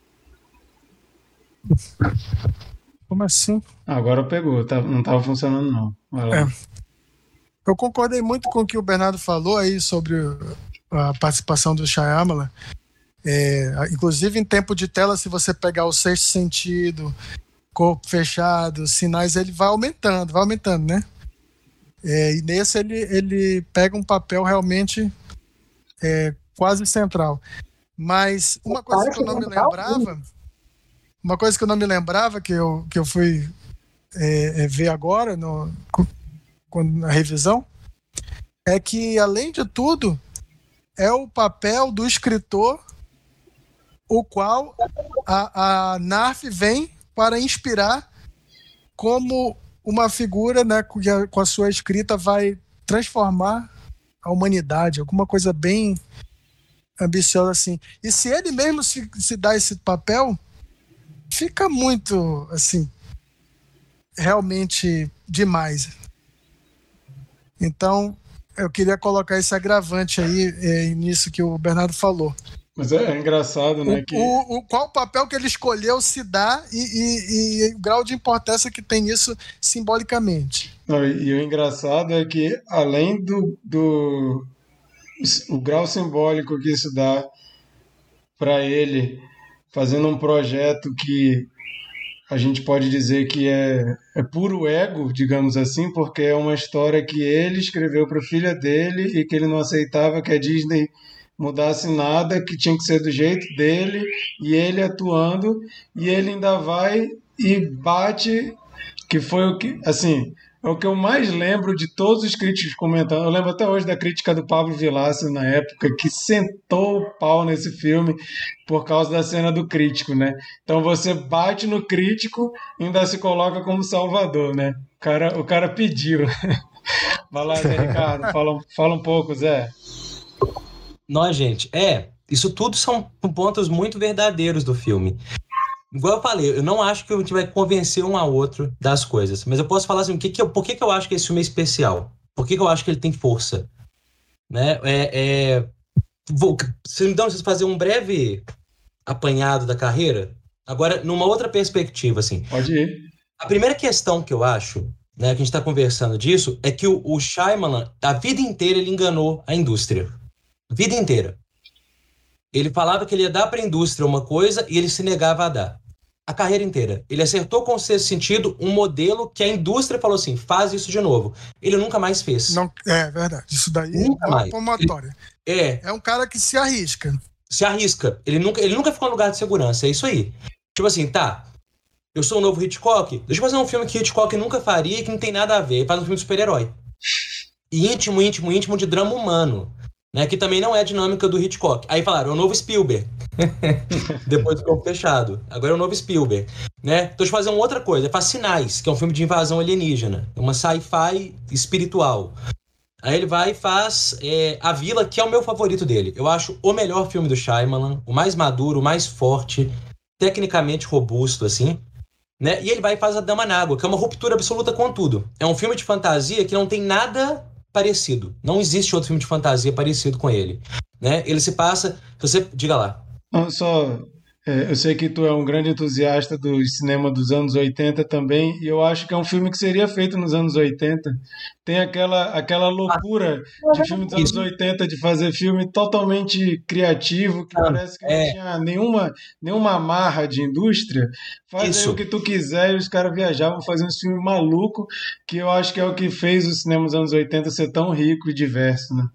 Como assim? Agora pegou, não tava funcionando não. Vai lá. Eu concordei muito com o que o Bernardo falou aí sobre a participação do Shyamalan. Inclusive em tempo de tela, se você pegar o Sexto Sentido, Corpo Fechado, Sinais, ele vai aumentando, né? E nesse ele pega um papel realmente quase central. Mas uma coisa que eu não me lembrava, que eu fui ver agora na revisão, é que, além de tudo, é o papel do escritor o qual a NARF vem para inspirar como uma figura, né, que com a sua escrita vai transformar a humanidade, alguma coisa bem ambiciosa assim. E se ele mesmo se dá esse papel, fica muito, assim, realmente demais. Então, eu queria colocar esse agravante aí nisso que o Bernardo falou. Mas é engraçado, né? Qual o papel que ele escolheu se dar e o grau de importância que tem isso simbolicamente. Não, e o engraçado é que, além o grau simbólico que isso dá para ele, fazendo um projeto que a gente pode dizer que é puro ego, digamos assim, porque é uma história que ele escreveu para a filha dele e que ele não aceitava que a Disney mudasse nada, que tinha que ser do jeito dele, e ele atuando, e ele ainda vai e bate que foi o que, assim, é o que eu mais lembro de todos os críticos comentando. Eu lembro até hoje da crítica do Pablo Vilaça na época, que sentou o pau nesse filme por causa da cena do crítico, né? Então você bate no crítico e ainda se coloca como salvador, né? O cara pediu. Vai lá, Zé Ricardo, fala um pouco, Zé. Nós, gente, isso tudo são pontos muito verdadeiros do filme. Igual eu falei, eu não acho que a gente vai convencer um ao outro das coisas, mas eu posso falar assim, por que eu acho que esse filme é especial? Por que eu acho que ele tem força? Né? Se me dão vocês fazer um breve apanhado da carreira, agora numa outra perspectiva, assim. Pode ir. A primeira questão que eu acho, né, que a gente está conversando disso, é que o Shyamalan, a vida inteira, ele enganou a indústria. A vida inteira. Ele falava que ele ia dar para a indústria uma coisa e ele se negava a dar. A carreira inteira. Ele acertou com o Sexto Sentido um modelo que a indústria falou assim, faz isso de novo. Ele nunca mais fez. Não, é verdade. Isso daí nunca é uma mais. palmatória. É um cara que se arrisca. Se arrisca. Ele nunca ficou no lugar de segurança. É isso aí. Tipo assim, tá. Eu sou o novo Hitchcock. Deixa eu fazer um filme que Hitchcock nunca faria e que não tem nada a ver. Ele faz um filme de super-herói. E íntimo de drama humano. Né, que também não é a dinâmica do Hitchcock. Aí falaram, é o novo Spielberg. Depois do Corpo Fechado. Agora é o novo Spielberg. Né? Então deixa eu fazer uma outra coisa. Faz Sinais, que é um filme de invasão alienígena. Uma sci-fi espiritual. Aí ele vai e faz A Vila, que é o meu favorito dele. Eu acho o melhor filme do Shyamalan. O mais maduro, o mais forte. Tecnicamente robusto, assim. Né? E ele vai e faz A Dama na Água, que é uma ruptura absoluta com tudo. É um filme de fantasia que não tem nada parecido. Não existe outro filme de fantasia parecido com ele. Né? Ele se passa... Diga lá. Não, eu sei que tu é um grande entusiasta do cinema dos anos 80 também, e eu acho que é um filme que seria feito nos anos 80. Tem aquela loucura de filme dos anos 80 de fazer filme totalmente criativo, que parece que não tinha nenhuma amarra de indústria. Faz aí o que tu quiser, e os caras viajavam fazendo esse filme maluco, que eu acho que é o que fez o cinema dos anos 80 ser tão rico e diverso, né?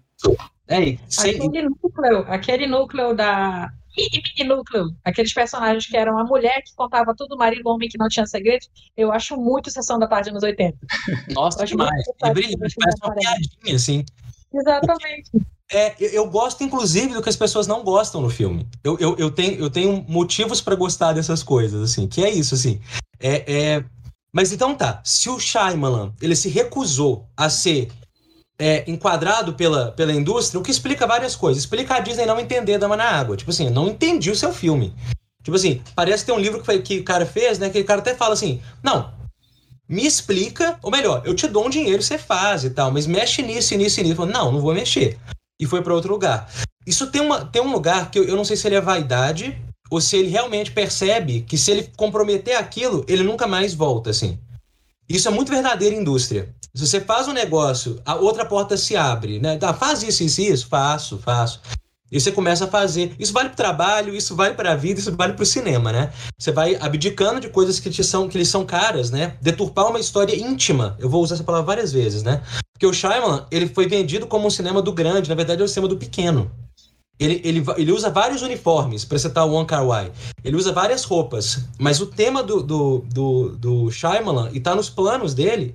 Aquele núcleo da... mini núcleo, aqueles personagens que eram a mulher que contava tudo, o marido, o homem que não tinha segredo, eu acho muito Sessão da Tarde nos 80. Nossa, demais. É brilhante, parece uma piadinha, assim. Exatamente. Eu gosto, inclusive, do que as pessoas não gostam no filme. Eu tenho motivos para gostar dessas coisas, assim, que é isso, assim. Mas então tá, se o Shyamalan, ele se recusou a ser enquadrado pela indústria, o que explica várias coisas. Explica a Disney não entender Dama na Água. Tipo assim, eu não entendi o seu filme. Tipo assim, parece que tem um livro que o cara fez, né? Que o cara até fala assim, não, me explica, ou melhor, eu te dou um dinheiro, você faz e tal, mas mexe nisso. Falei, não vou mexer. E foi para outro lugar. Isso tem um lugar que eu não sei se ele é vaidade ou se ele realmente percebe que se ele comprometer aquilo, ele nunca mais volta, assim. Isso é muito verdadeiro em indústria. Se você faz um negócio, a outra porta se abre, né? Faz isso, faço. E você começa a fazer. Isso vale para o trabalho, isso vale para a vida, isso vale para o cinema, né? Você vai abdicando de coisas que lhes são caras, né? Deturpar uma história íntima. Eu vou usar essa palavra várias vezes, né? Porque o Shyamalan, ele foi vendido como um cinema do grande, na verdade é o cinema do pequeno. Ele usa vários uniformes, para citar o Wong Kar-wai. Ele usa várias roupas, mas o tema do Shyamalan, e tá nos planos dele,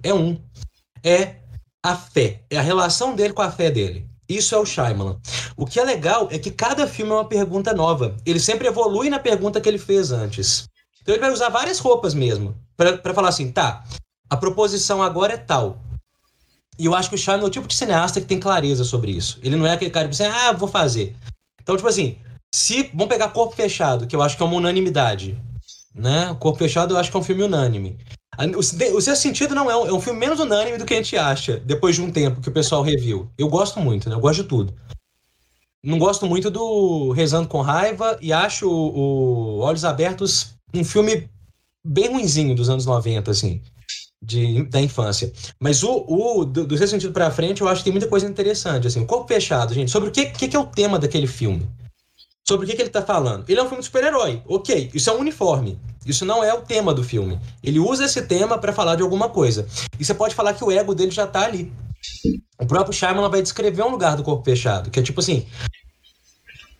é a fé. É a relação dele com a fé dele. Isso é o Shyamalan. O que é legal é que cada filme é uma pergunta nova. Ele sempre evolui na pergunta que ele fez antes. Então ele vai usar várias roupas mesmo, para falar assim, tá, a proposição agora é tal. E eu acho que o Shyamalan é o tipo de cineasta que tem clareza sobre isso. Ele não é aquele cara que pensa, vou fazer. Então, tipo assim, vamos pegar Corpo Fechado, que eu acho que é uma unanimidade, né? Corpo Fechado eu acho que é um filme unânime. O Sexto Sentido não é um filme menos unânime do que a gente acha, depois de um tempo que o pessoal reviu. Eu gosto muito, né? Eu gosto de tudo. Não gosto muito do Rezando com Raiva e acho o Olhos Abertos um filme bem ruinzinho dos anos 90, assim, da infância. Mas do Sexto Sentido pra frente, eu acho que tem muita coisa interessante, assim. O Corpo Fechado, gente, sobre o que é o tema daquele filme? Sobre o que ele tá falando? Ele é um filme de super-herói. Ok, isso é um uniforme. Isso não é o tema do filme. Ele usa esse tema pra falar de alguma coisa. E você pode falar que o ego dele já tá ali. O próprio Shyamalan vai descrever um lugar do Corpo Fechado, que é tipo assim...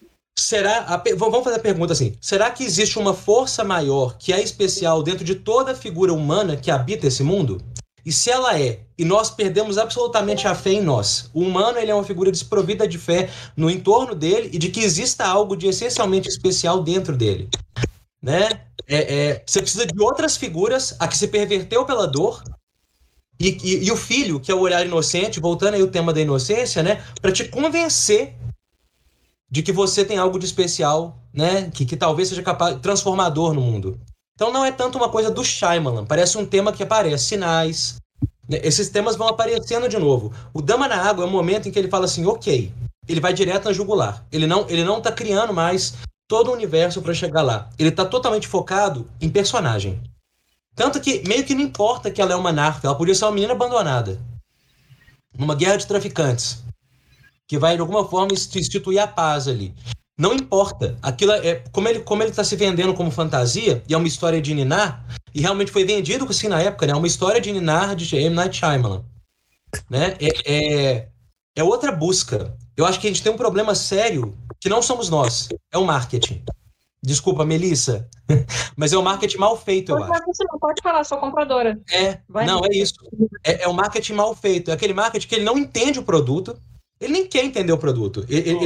Vamos fazer a pergunta assim: será que existe uma força maior que é especial dentro de toda figura humana que habita esse mundo? E se ela é, e nós perdemos absolutamente a fé em nós, o humano ele é uma figura desprovida de fé no entorno dele e de que exista algo de essencialmente especial dentro dele, né? Você precisa de outras figuras a que se perverteu pela dor e o filho, que é o olhar inocente, voltando aí ao tema da inocência, né? Para te convencer de que você tem algo de especial, né? Que talvez seja capaz, transformador no mundo. Então não é tanto uma coisa do Shyamalan, parece um tema que aparece, sinais. Esses temas vão aparecendo de novo. O Dama na Água é um momento em que ele fala assim, ok, ele vai direto na jugular. Ele não tá criando mais todo o universo para chegar lá. Ele tá totalmente focado em personagem. Tanto que meio que não importa que ela é uma narca, ela podia ser uma menina abandonada. Numa guerra de traficantes. Que vai de alguma forma instituir a paz ali. Não importa. Aquilo como ele está se vendendo como fantasia, e é uma história de Ninar, e realmente foi vendido assim na época, né? É uma história de Ninar de M. Night Shyamalan. Né? É outra busca. Eu acho que a gente tem um problema sério que não somos nós. É o marketing. Desculpa, Melissa. Mas é o marketing mal feito, eu acho. Você não pode falar, sou compradora. É isso. É o marketing mal feito. É aquele marketing que ele não entende o produto. Ele nem quer entender o produto.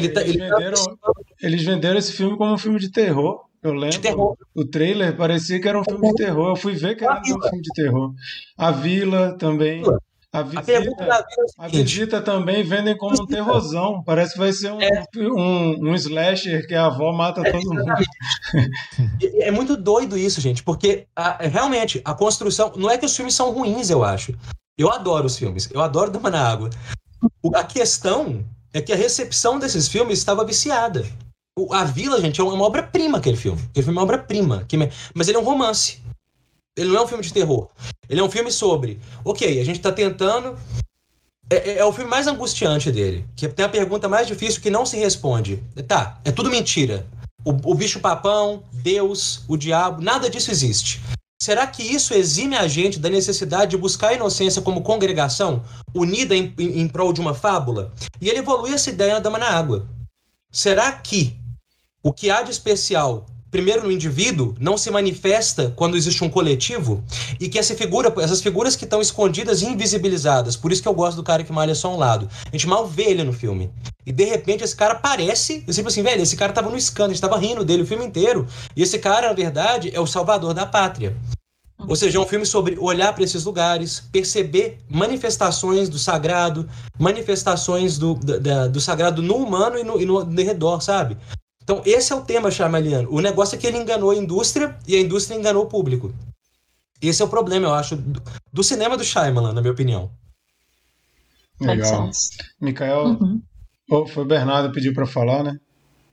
Eles venderam esse filme como um filme de terror. Eu lembro. O trailer parecia que era um filme de terror. Eu fui ver que era um filme de terror. A Vila também. A Visita também vendem como um terrorzão. Parece que vai ser um slasher que a avó mata todo mundo. É muito doido isso, gente. Porque realmente a construção... Não é que os filmes são ruins, eu acho. Eu adoro os filmes. Eu adoro Dama na Água. A questão é que a recepção desses filmes estava viciada. A Vila, gente, é uma obra-prima aquele filme. Aquele filme é uma obra-prima. Mas ele é um romance. Ele não é um filme de terror. Ele é um filme sobre... Ok, a gente tá tentando... É o filme mais angustiante dele. Que tem a pergunta mais difícil que não se responde. Tá, é tudo mentira. O bicho-papão, Deus, o diabo, nada disso existe. Será que isso exime a gente da necessidade de buscar a inocência como congregação, unida em prol de uma fábula? E ele evolui essa ideia na Dama na Água. Será que o que há de especial, primeiro no indivíduo, não se manifesta quando existe um coletivo? E que essas figuras que estão escondidas e invisibilizadas, por isso que eu gosto do cara que malha só um lado, a gente mal vê ele no filme. E de repente esse cara aparece, eu sempre assim, velho, esse cara tava no escândalo, a gente tava rindo dele o filme inteiro. E esse cara, na verdade, é o salvador da pátria. Ou seja, é um filme sobre olhar para esses lugares, perceber manifestações do sagrado, manifestações do sagrado no humano e no redor, sabe? Então, esse é o tema Shyamalan. O negócio é que ele enganou a indústria e a indústria enganou o público. Esse é o problema, eu acho, do cinema do Shyamalan, na minha opinião. Legal. Micael, foi o Bernardo que pediu para falar, né?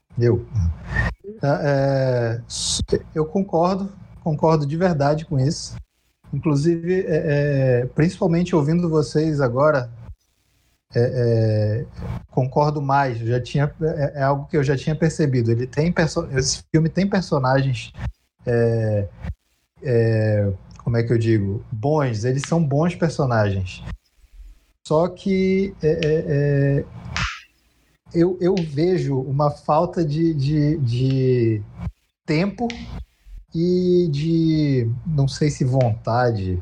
Eu concordo de verdade com isso. Inclusive, principalmente ouvindo vocês agora, concordo mais. É algo que eu já tinha percebido. Esse filme tem personagens, como é que eu digo? Bons. Eles são bons personagens. Só que eu vejo uma falta de tempo e de, não sei se vontade,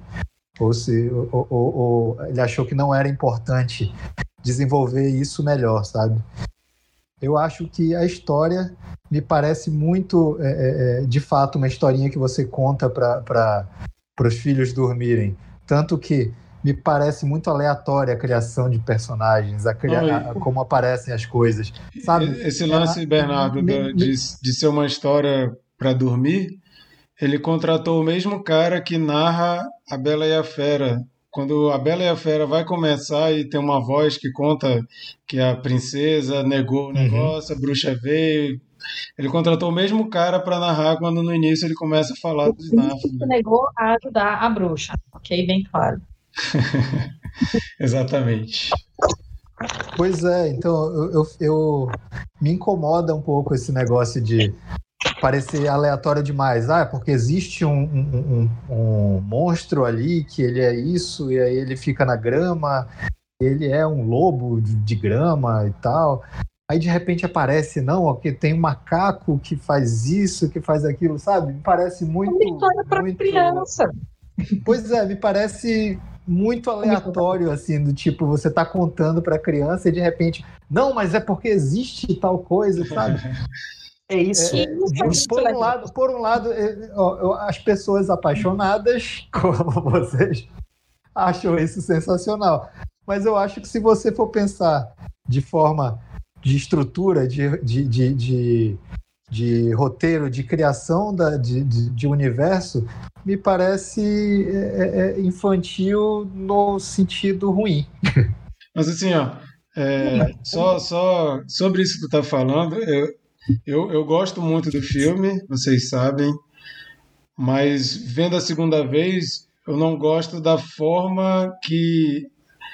ou ele achou que não era importante desenvolver isso melhor, sabe? Eu acho que a história me parece muito, de fato, uma historinha que você conta para os filhos dormirem. Tanto que me parece muito aleatória a criação de personagens, como aparecem as coisas, sabe? Esse lance, Bernardo, de ser uma história para dormir, ele contratou o mesmo cara que narra A Bela e a Fera. Quando A Bela e a Fera vai começar e tem uma voz que conta que a princesa negou o negócio, a bruxa veio. Ele contratou o mesmo cara para narrar quando no início ele começa a falar dos Náfugos. Ele negou a ajudar a bruxa, ok? Bem claro. Exatamente. Pois é, então eu me incomoda um pouco esse negócio de parecer aleatório demais. Porque existe um monstro ali que ele é isso, e aí ele fica na grama, ele é um lobo de grama e tal. aí de repente aparece, não, ó, que tem um macaco que faz isso, que faz aquilo, sabe? Me parece muito... Uma história para criança. Pois é, me parece muito aleatório, assim, do tipo, você tá contando pra criança e de repente, não, mas é porque existe tal coisa, sabe? É isso. Por um lado, as pessoas apaixonadas, como vocês, acham isso sensacional. Mas eu acho que se você for pensar de forma de estrutura, de roteiro, de criação de universo, me parece infantil no sentido ruim. Mas assim, ó, só sobre isso que tu tá falando, eu gosto muito do filme, vocês sabem, mas vendo a segunda vez, eu não gosto da forma que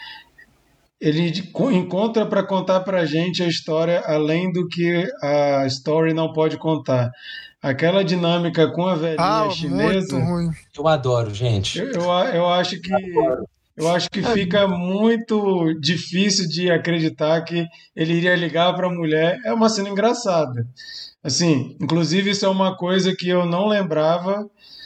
ele encontra para contar para a gente a história além do que a story não pode contar. Aquela dinâmica com a velhinha chinesa... Muito ruim. Eu adoro, gente. Eu acho que fica muito difícil de acreditar que ele iria ligar para a mulher. É uma cena engraçada. Assim, inclusive isso é uma coisa que eu não lembrava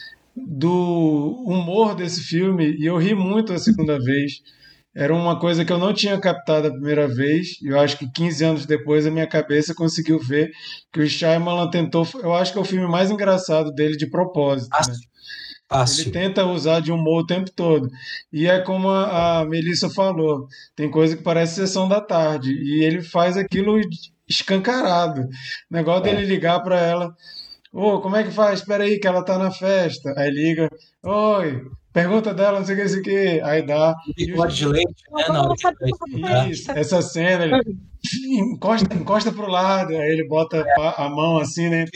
do humor desse filme e eu ri muito a segunda vez. Era uma coisa que eu não tinha captado a primeira vez, e eu acho que 15 anos depois a minha cabeça conseguiu ver que o Shyamalan tentou... Eu acho que é o filme mais engraçado dele de propósito, né? Ele tenta usar de humor o tempo todo. E é como a Melissa falou, tem coisa que parece Sessão da Tarde, e ele faz aquilo escancarado. O negócio dele ligar para ela, como é que faz? Espera aí que ela tá na festa. Aí liga, oi... Pergunta dela, não sei o que, aí dá. De leite, né? Isso, essa cena, ele encosta pro lado, aí ele bota a mão assim, né?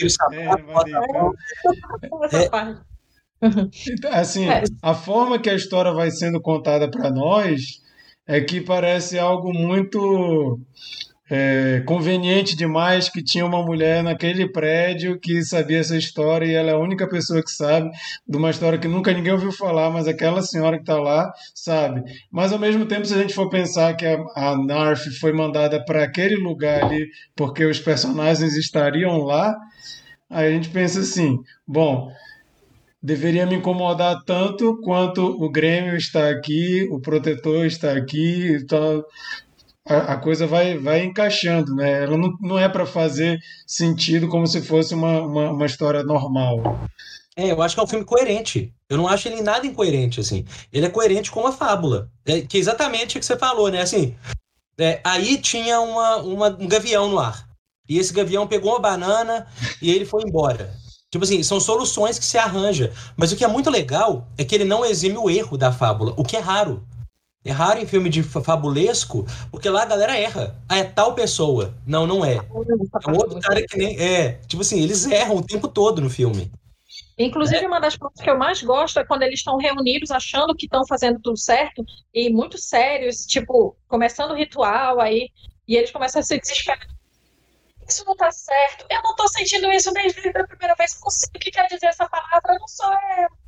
Então, assim, a forma que a história vai sendo contada para nós é que parece algo muito conveniente demais que tinha uma mulher naquele prédio que sabia essa história e ela é a única pessoa que sabe de uma história que nunca ninguém ouviu falar, mas aquela senhora que está lá sabe. Mas ao mesmo tempo, se a gente for pensar que a Narf foi mandada para aquele lugar ali porque os personagens estariam lá, aí a gente pensa assim, bom, deveria me incomodar tanto quanto o Grêmio está aqui, o Protetor está aqui, então... A coisa vai encaixando, né? Ela não é para fazer sentido como se fosse uma história normal. Eu acho que é um filme coerente. Eu não acho ele nada incoerente, assim. Ele é coerente com a fábula. Que é exatamente o que você falou, né? Assim, aí tinha um gavião no ar. E esse gavião pegou uma banana e ele foi embora. Tipo assim, são soluções que se arranja. Mas o que é muito legal é que ele não exime o erro da fábula, o que é raro. É raro em filme de fabulesco, porque lá a galera erra. É tal pessoa. Não é. É um outro cara que nem... tipo assim, eles erram o tempo todo no filme. Inclusive, uma das coisas que eu mais gosto é quando eles estão reunidos achando que estão fazendo tudo certo e muito sérios, tipo, começando o ritual aí, e eles começam a se desesperar. Isso não tá certo. Eu não tô sentindo isso desde a primeira vez. Não sei o que quer dizer essa palavra. Não sou eu.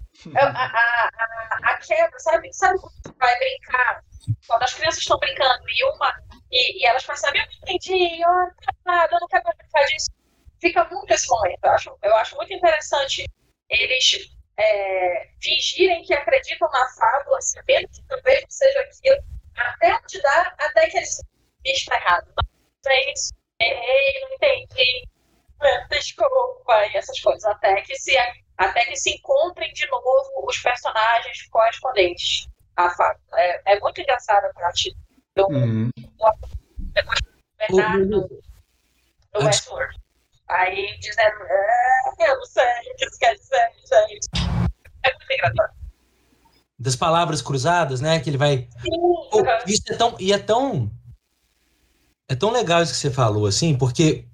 A quebra, sabe quando vai brincar? Quando as crianças estão brincando e elas percebem, eu não entendi, eu não quero mais brincar disso. Fica muito esse momento. Eu acho muito interessante eles fingirem que acreditam na fábula, sabendo que talvez não seja aquilo, até onde dá, até que eles está errado. Não é isso. Errei, não entendi. Desculpa, e essas coisas. Até que se encontrem de novo os personagens correspondentes à fábula. É muito engraçado a parte do Bernardo do Westworld. Aí dizendo, eu não sei o que isso quer dizer, gente. É muito engraçado. Das palavras cruzadas, né? Que ele vai. Isso é tão legal isso que você falou, assim, porque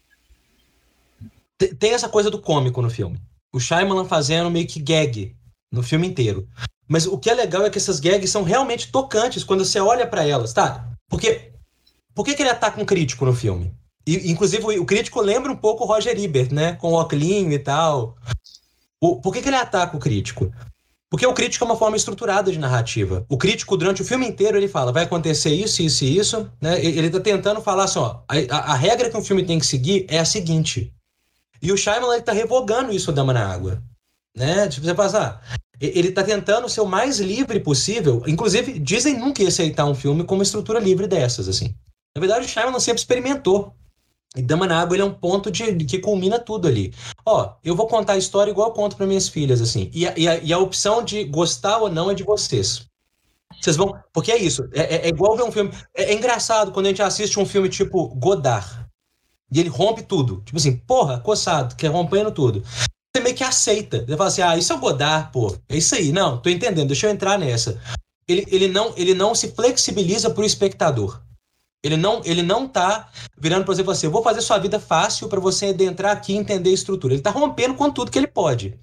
tem essa coisa do cômico no filme. O Shyamalan fazendo meio que gag no filme inteiro. Mas o que é legal é que essas gags são realmente tocantes quando você olha pra elas, tá? Porque por que ele ataca um crítico no filme? E, inclusive, o crítico lembra um pouco o Roger Ebert, né? Com o óculinho e tal. Por que ele ataca o crítico? Porque o crítico é uma forma estruturada de narrativa. O crítico, durante o filme inteiro, ele fala, vai acontecer isso, isso e isso, né? Ele tá tentando falar assim, ó, a regra que um filme tem que seguir é a seguinte. E o Shyamalan, ele tá revogando isso da Dama na Água, né? Tipo, você passa, ele tá tentando ser o mais livre possível. Inclusive, Disney nunca ia aceitar um filme com uma estrutura livre dessas, assim. Na verdade, o Shyamalan sempre experimentou. E Dama na Água, ele é um ponto que culmina tudo ali. Ó, eu vou contar a história igual eu conto para minhas filhas, assim. E a opção de gostar ou não é de vocês. Vocês vão... Porque é isso. É igual ver um filme... É engraçado quando a gente assiste um filme tipo Godard. E ele rompe tudo. Tipo assim, porra, coçado, que é rompendo tudo. Você meio que aceita. Você fala assim, isso é o Godard, pô. É isso aí. Não, tô entendendo. Deixa eu entrar nessa. Ele não se flexibiliza pro espectador. Ele não tá virando para você, vou fazer sua vida fácil para você adentrar aqui e entender a estrutura. Ele tá rompendo com tudo que ele pode.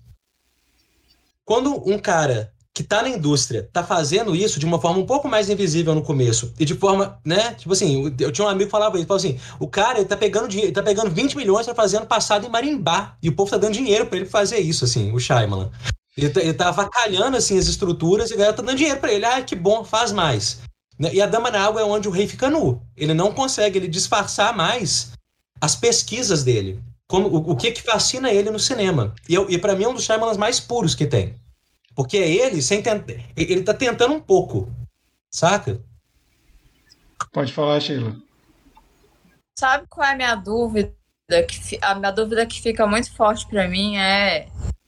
Quando um cara que tá na indústria tá fazendo isso de uma forma um pouco mais invisível no começo, e de forma, né, tipo assim, eu tinha um amigo que falava isso, assim, o cara, ele tá pegando dinheiro, ele tá pegando 20 milhões pra fazer ano passado em Marimbá, e o povo tá dando dinheiro para ele fazer isso, assim, o Shyamalan. Ele tá avacalhando, assim, as estruturas, e a galera tá dando dinheiro para ele, que bom, faz mais. E a Dama na Água é onde o rei fica nu. Ele não consegue disfarçar mais as pesquisas dele. O que fascina ele no cinema. E para mim é um dos Shyamalans mais puros que tem. Porque ele tá tentando um pouco. Saca? Pode falar, Sheila. Sabe qual é a minha dúvida? A minha dúvida que fica muito forte para mim é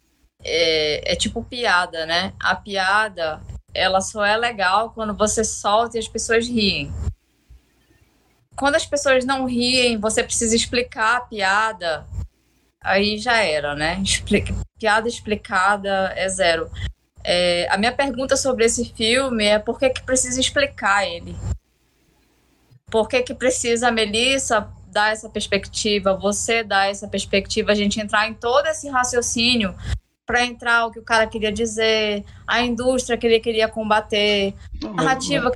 tipo piada, né? A piada... ela só é legal quando você solta e as pessoas riem. Quando as pessoas não riem, você precisa explicar a piada, aí já era, né? Piada explicada é zero. A minha pergunta sobre esse filme é por que precisa explicar ele? Por que precisa a Melissa dar essa perspectiva, você dar essa perspectiva, a gente entrar em todo esse raciocínio para entrar o que o cara queria dizer, a indústria que ele queria combater, a narrativa...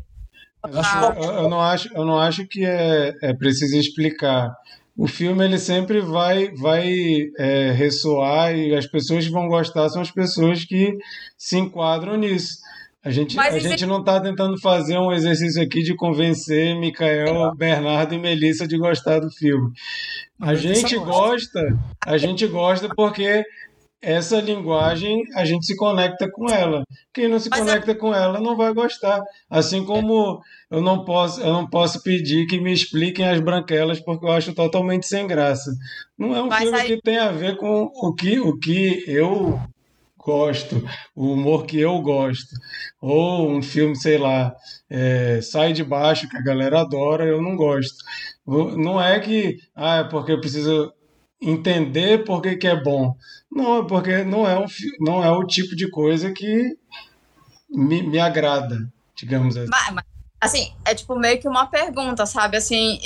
Eu não acho que é preciso explicar. O filme ele sempre vai ressoar e as pessoas que vão gostar são as pessoas que se enquadram nisso. A gente não está tentando fazer um exercício aqui de convencer Micael, Bernardo e Melissa de gostar do filme. A gente gosta porque essa linguagem a gente se conecta com ela. Quem não se conecta com ela não vai gostar. Assim como eu não posso pedir que me expliquem As Branquelas porque eu acho totalmente sem graça. Não é um filme que tem a ver com o que eu gosto, o humor que eu gosto. Ou um filme, sei lá, Sai de Baixo, que a galera adora, eu não gosto. Não é que é porque eu preciso entender por que é bom. Não, é porque não é o tipo de coisa que me agrada, digamos assim. Mas, assim, é tipo meio que uma pergunta, sabe? Assim,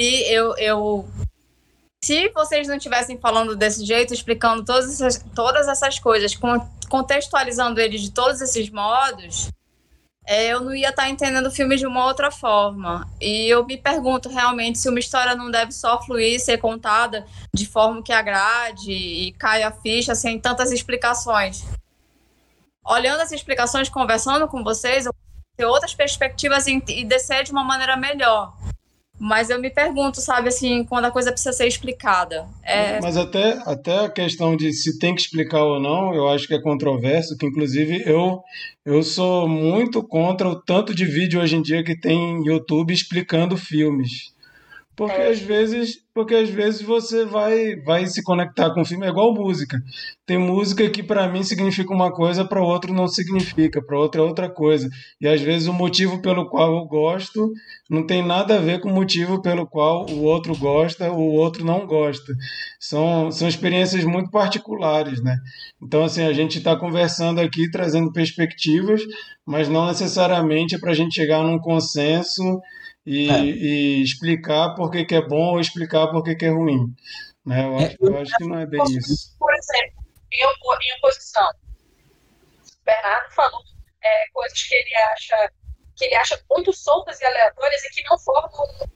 se vocês não estivessem falando desse jeito, explicando todas essas coisas, contextualizando ele de todos esses modos, eu não ia estar entendendo o filme de uma outra forma. E eu me pergunto realmente se uma história não deve só fluir, ser contada de forma que agrade e caia a ficha sem tantas explicações. Olhando as explicações, conversando com vocês, eu vou ter outras perspectivas e descer de uma maneira melhor. Mas eu me pergunto, sabe, assim, quando a coisa precisa ser explicada. Mas até a questão de se tem que explicar ou não, eu acho que é controverso, que inclusive eu sou muito contra o tanto de vídeo hoje em dia que tem em YouTube explicando filmes. Porque às vezes você vai se conectar com o filme, é igual música. Tem música que para mim significa uma coisa, para o outro não significa, para outro é outra coisa. E às vezes o motivo pelo qual eu gosto não tem nada a ver com o motivo pelo qual o outro gosta ou o outro não gosta. São experiências muito particulares, né? Então, assim, a gente está conversando aqui, trazendo perspectivas, mas não necessariamente é para a gente chegar num consenso e explicar por que é bom ou explicar por que é ruim. Né? Eu acho que não é bem isso. Por exemplo, em oposição, o Bernardo falou coisas que ele acha muito soltas e aleatórias e que não formam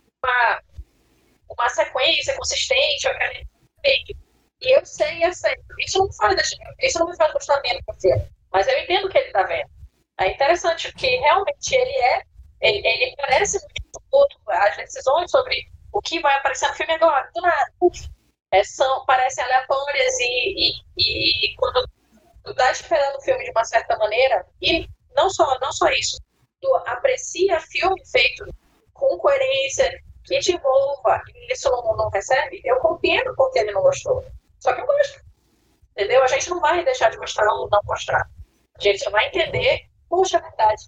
uma sequência consistente. E eu sei, isso não me faz gostar menos do filme. Mas eu entendo o que ele está vendo. É interessante que realmente ele parece muito as decisões sobre o que vai aparecer no filme agora, do nada. Parecem aleatórias e quando tu tá esperando o filme de uma certa maneira, e não só isso, tu aprecia filme feito com coerência, que te envolva, e isso não recebe, eu compreendo porque ele não gostou. Só que eu gosto. Entendeu? A gente não vai deixar de gostar ou não gostar. A gente só vai entender, puxa, é verdade.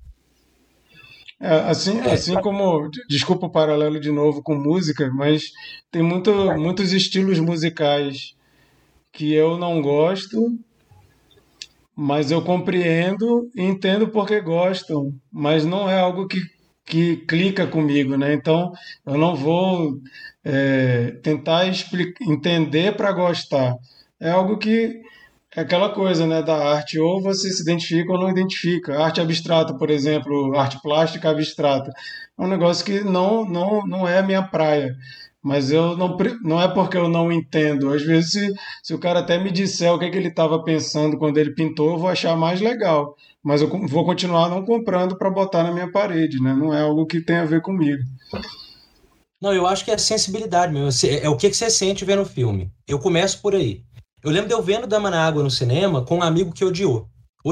Assim como, desculpa o paralelo de novo com música, mas tem muitos estilos musicais que eu não gosto, mas eu compreendo e entendo porque gostam, mas não é algo que clica comigo, né? Então eu não vou tentar entender para gostar. É algo que é aquela coisa, né, da arte, ou você se identifica ou não identifica. Arte abstrata, por exemplo, arte plástica abstrata, é um negócio que não é a minha praia. Mas eu não é porque eu não entendo. Às vezes, se o cara até me disser o que ele estava pensando quando ele pintou, eu vou achar mais legal. Mas eu vou continuar não comprando para botar na minha parede, né? Não é algo que tem a ver comigo. Não, eu acho que é sensibilidade mesmo. É o que você sente vendo o filme. Eu começo por aí. Eu lembro de eu vendo Dama na Água no cinema com um amigo que odiou.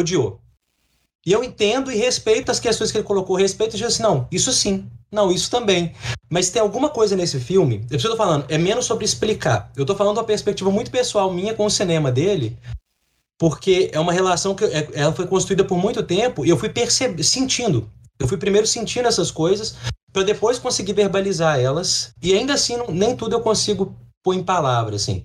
E eu entendo e respeito as questões que ele colocou. Respeito e digo assim, não, isso sim. Não, isso também. Mas tem alguma coisa nesse filme, eu estou falando, é menos sobre explicar. Eu estou falando de uma perspectiva muito pessoal minha com o cinema dele, porque é uma relação que ela foi construída por muito tempo e eu fui sentindo. Eu fui primeiro sentindo essas coisas para depois conseguir verbalizar elas. E ainda assim, nem tudo eu consigo pôr em palavras, assim.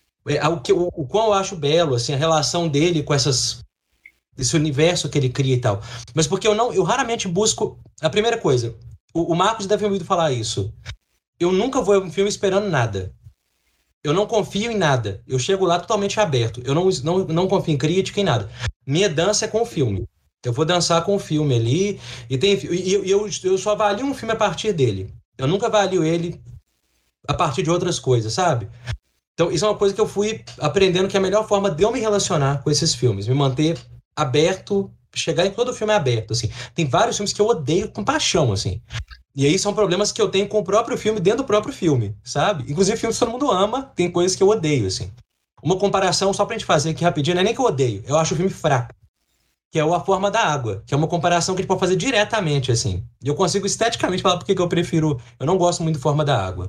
O quão eu acho belo, assim, a relação dele com esse universo que ele cria e tal. Mas porque eu raramente busco... A primeira coisa, o Marcos deve ter ouvido falar isso. Eu nunca vou a um filme esperando nada. Eu não confio em nada. Eu chego lá totalmente aberto. Eu não confio em crítica, em nada. Minha dança é com o filme. Eu vou dançar com o filme ali. E eu só avalio um filme a partir dele. Eu nunca avalio ele a partir de outras coisas, sabe? Então, isso é uma coisa que eu fui aprendendo que é a melhor forma de eu me relacionar com esses filmes. Me manter aberto, chegar em todo filme aberto, assim. Tem vários filmes que eu odeio com paixão, assim. E aí são problemas que eu tenho com o próprio filme, dentro do próprio filme, sabe? Inclusive filmes que todo mundo ama, tem coisas que eu odeio, assim. Uma comparação, só pra gente fazer aqui rapidinho, não é nem que eu odeio, eu acho o filme fraco. Que é A Forma da Água, que é uma comparação que a gente pode fazer diretamente, assim. E eu consigo esteticamente falar porque que eu prefiro... Eu não gosto muito de Forma da Água.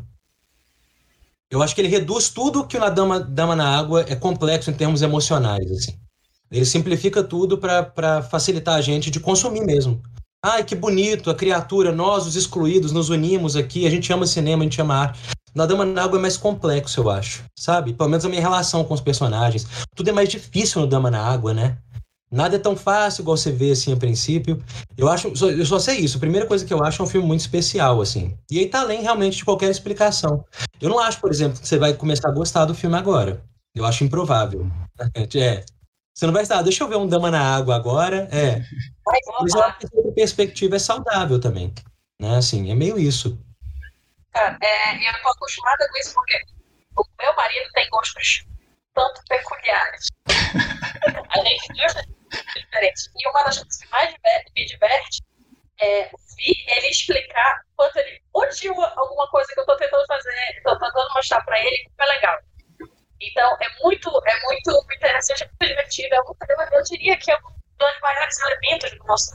Eu acho que ele reduz tudo que o Dama na Água é complexo em termos emocionais, assim. Ele simplifica tudo para facilitar a gente de consumir mesmo. Ai, que bonito, a criatura, nós, os excluídos, nos unimos aqui, a gente ama cinema, a gente ama arte. Na Dama na Água é mais complexo, eu acho, sabe? Pelo menos a minha relação com os personagens. Tudo é mais difícil no Dama na Água, né? Nada é tão fácil igual você vê, assim, a princípio. Eu só sei isso. A primeira coisa que eu acho é um filme muito especial, assim. E aí tá além, realmente, de qualquer explicação. Eu não acho, por exemplo, que você vai começar a gostar do filme agora. Eu acho improvável. Você não vai estar, deixa eu ver um Dama na Água agora. Mas eu acho que essa perspectiva é saudável também. Né? Assim, é meio isso. Cara, eu tô acostumada com isso porque o meu marido tem gostos tanto peculiares. A gente gosta de diferentes. E uma das coisas que mais me diverte é ouvir ele explicar quanto ele odiou alguma coisa que eu tô tentando fazer, tô tentando mostrar pra ele como é legal. Então, é muito interessante, é muito divertido. Eu diria que é um dos maiores elementos do nosso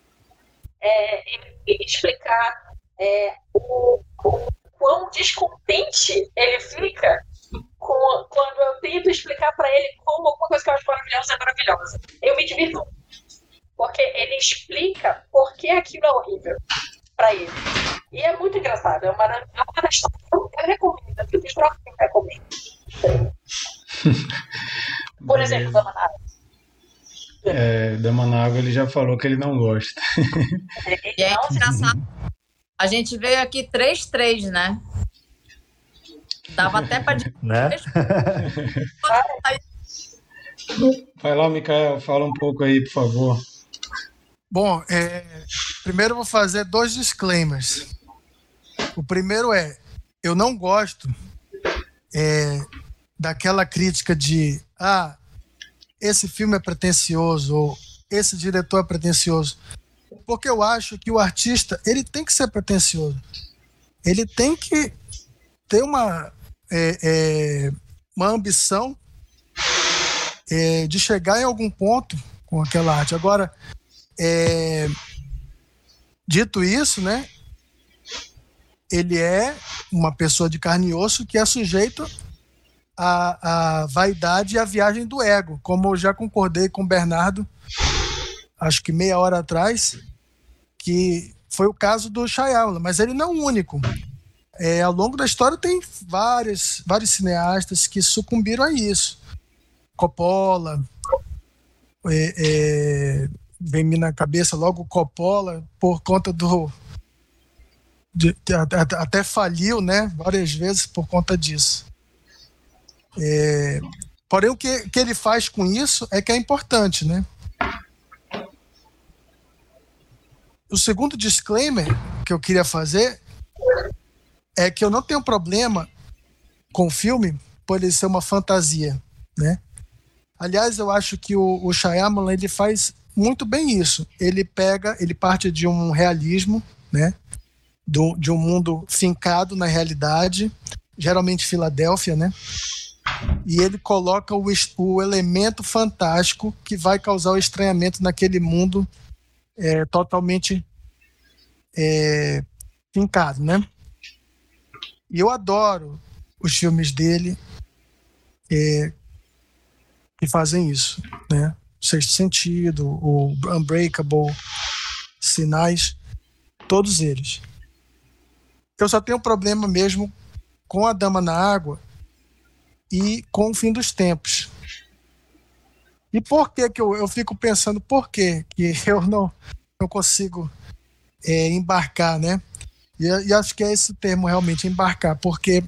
explicar o quão descontente ele fica quando eu tento explicar para ele como alguma coisa que eu acho maravilhosa é maravilhosa. Eu me divirto, porque ele explica por que aquilo é horrível para ele. E é muito engraçado, é uma das histórias que eu recomendo, eu recomendo. Por exemplo, Dama na Água. Dama na Água ele já falou que ele não gosta. Gente, engraçado. A gente veio aqui 3-3, né? Dava até para... Né? Vai lá, Micael, fala um pouco aí, por favor. Bom, primeiro eu vou fazer 2 disclaimers. O primeiro eu não gosto daquela crítica de esse filme é pretensioso, ou esse diretor é pretensioso? Porque eu acho que o artista, ele tem que ser pretensioso. Ele tem que ter uma ambição de chegar em algum ponto com aquela arte. Agora, dito isso, né, ele é uma pessoa de carne e osso que é sujeito à vaidade e à viagem do ego, como eu já concordei com o Bernardo, acho que meia hora atrás, que foi o caso do Shyamalan, mas ele não é o único. Ao longo da história tem vários cineastas que sucumbiram a isso. Coppola, vem-me na cabeça logo Coppola, por conta até faliu, né, várias vezes por conta disso. Porém, o que ele faz com isso é que é importante, né? O segundo disclaimer que eu queria fazer é que eu não tenho problema com o filme por ele ser uma fantasia, né? Aliás, eu acho que o Shyamalan, ele faz muito bem isso. Ele parte de um realismo, né? De um mundo fincado na realidade, geralmente Filadélfia, né? E ele coloca o elemento fantástico que vai causar o estranhamento naquele mundo totalmente fincado, né? E eu adoro os filmes dele que fazem isso, né? Sexto Sentido, o Unbreakable, Sinais, todos eles. Eu só tenho problema mesmo com A Dama na Água e com O Fim dos Tempos. E por que eu fico pensando por que eu não consigo embarcar, né? E acho que é esse o termo realmente, embarcar, porque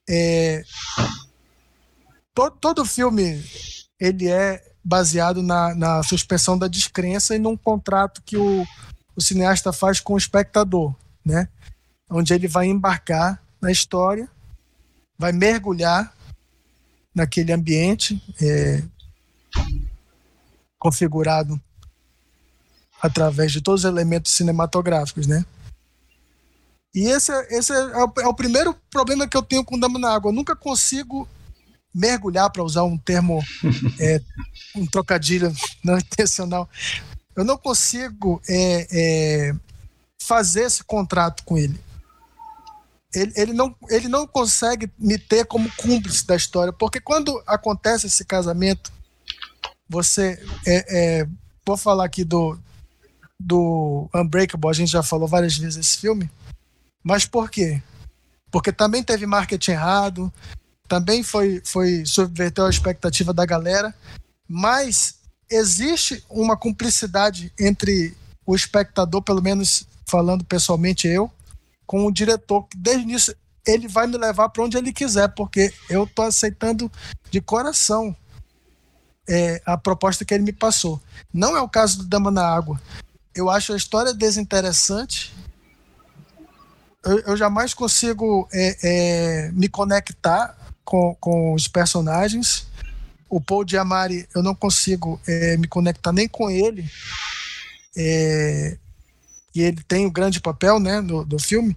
todo filme ele é baseado na suspensão da descrença e num contrato que o cineasta faz com o espectador, né? Onde ele vai embarcar na história, vai mergulhar naquele ambiente configurado através de todos os elementos cinematográficos, né? E esse é o primeiro problema que eu tenho com Dama na Água. Eu nunca consigo mergulhar, para usar um termo, um trocadilho não intencional. Eu não consigo fazer esse contrato com ele. Ele não consegue me ter como cúmplice da história, porque quando acontece esse casamento, vou falar aqui do Unbreakable, a gente já falou várias vezes esse filme, mas por quê? Porque também teve marketing errado, também subverteu a expectativa da galera, mas existe uma cumplicidade entre o espectador, pelo menos falando pessoalmente eu, com o diretor, que desde o início ele vai me levar para onde ele quiser, porque eu estou aceitando de coração a proposta que ele me passou. Não é o caso do Dama na Água. Eu acho a história desinteressante. Eu jamais consigo me conectar com os personagens. O Paul Giamatti, eu não consigo me conectar nem com ele. E ele tem um grande papel, né, do filme.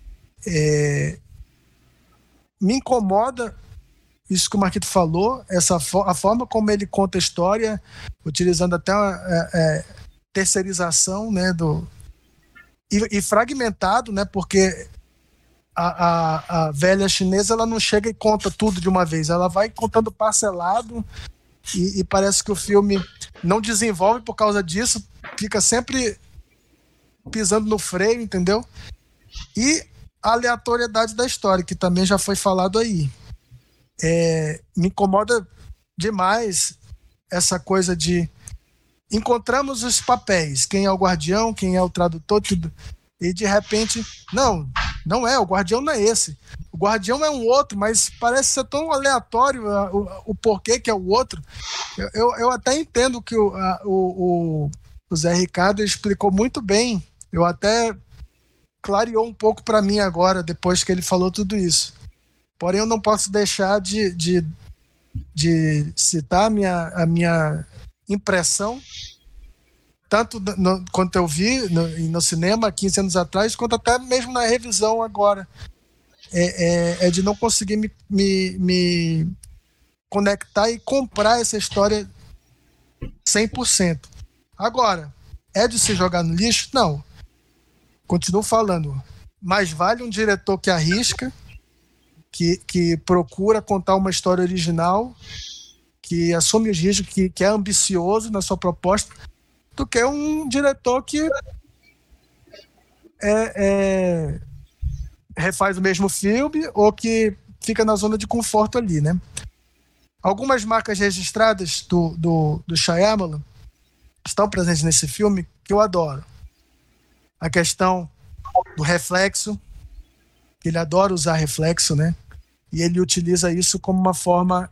Me incomoda isso que o Marquito falou, a forma como ele conta a história, utilizando até a terceirização, né, e fragmentado, né, porque a velha chinesa, ela não chega e conta tudo de uma vez, ela vai contando parcelado, e parece que o filme não desenvolve por causa disso, fica sempre pisando no freio, entendeu? E a aleatoriedade da história, que também já foi falado aí. Me incomoda demais essa coisa de encontramos os papéis, quem é o guardião, quem é o tradutor, tudo, e de repente, não é, o guardião não é esse, o guardião é um outro, mas parece ser tão aleatório o porquê que é o outro. Eu até entendo que o Zé Ricardo explicou muito bem, eu até clareou um pouco para mim agora, depois que ele falou tudo isso. Porém, eu não posso deixar de citar a minha impressão tanto quanto eu vi no cinema 15 anos atrás, quanto até mesmo na revisão agora. É de não conseguir me conectar e comprar essa história 100%. Agora, é de se jogar no lixo? Não. Continuo falando. Mais vale um diretor que arrisca, que procura contar uma história original, que assume os riscos, que é ambicioso na sua proposta, do que um diretor que refaz o mesmo filme ou que fica na zona de conforto ali, né? Algumas marcas registradas do Shyamalan estão presentes nesse filme que eu adoro. A questão do reflexo, que ele adora usar reflexo, né? E ele utiliza isso como uma forma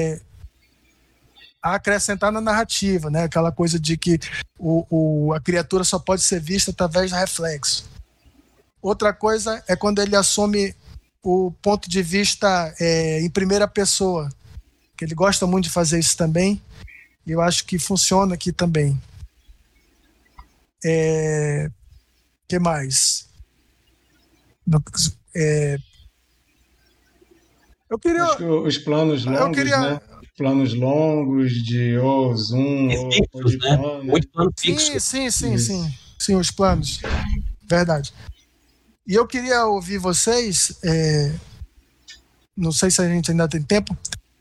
a acrescentar na narrativa, né? Aquela coisa de que a criatura só pode ser vista através do reflexo. Outra coisa é quando ele assume o ponto de vista em primeira pessoa, que ele gosta muito de fazer isso também, e eu acho que funciona aqui também. Que mais? Eu queria... Acho que os planos longos, né? Planos longos de zoom ou de né? plano. Muito plano fixo. Sim, os planos. Verdade. E eu queria ouvir vocês, não sei se a gente ainda tem tempo,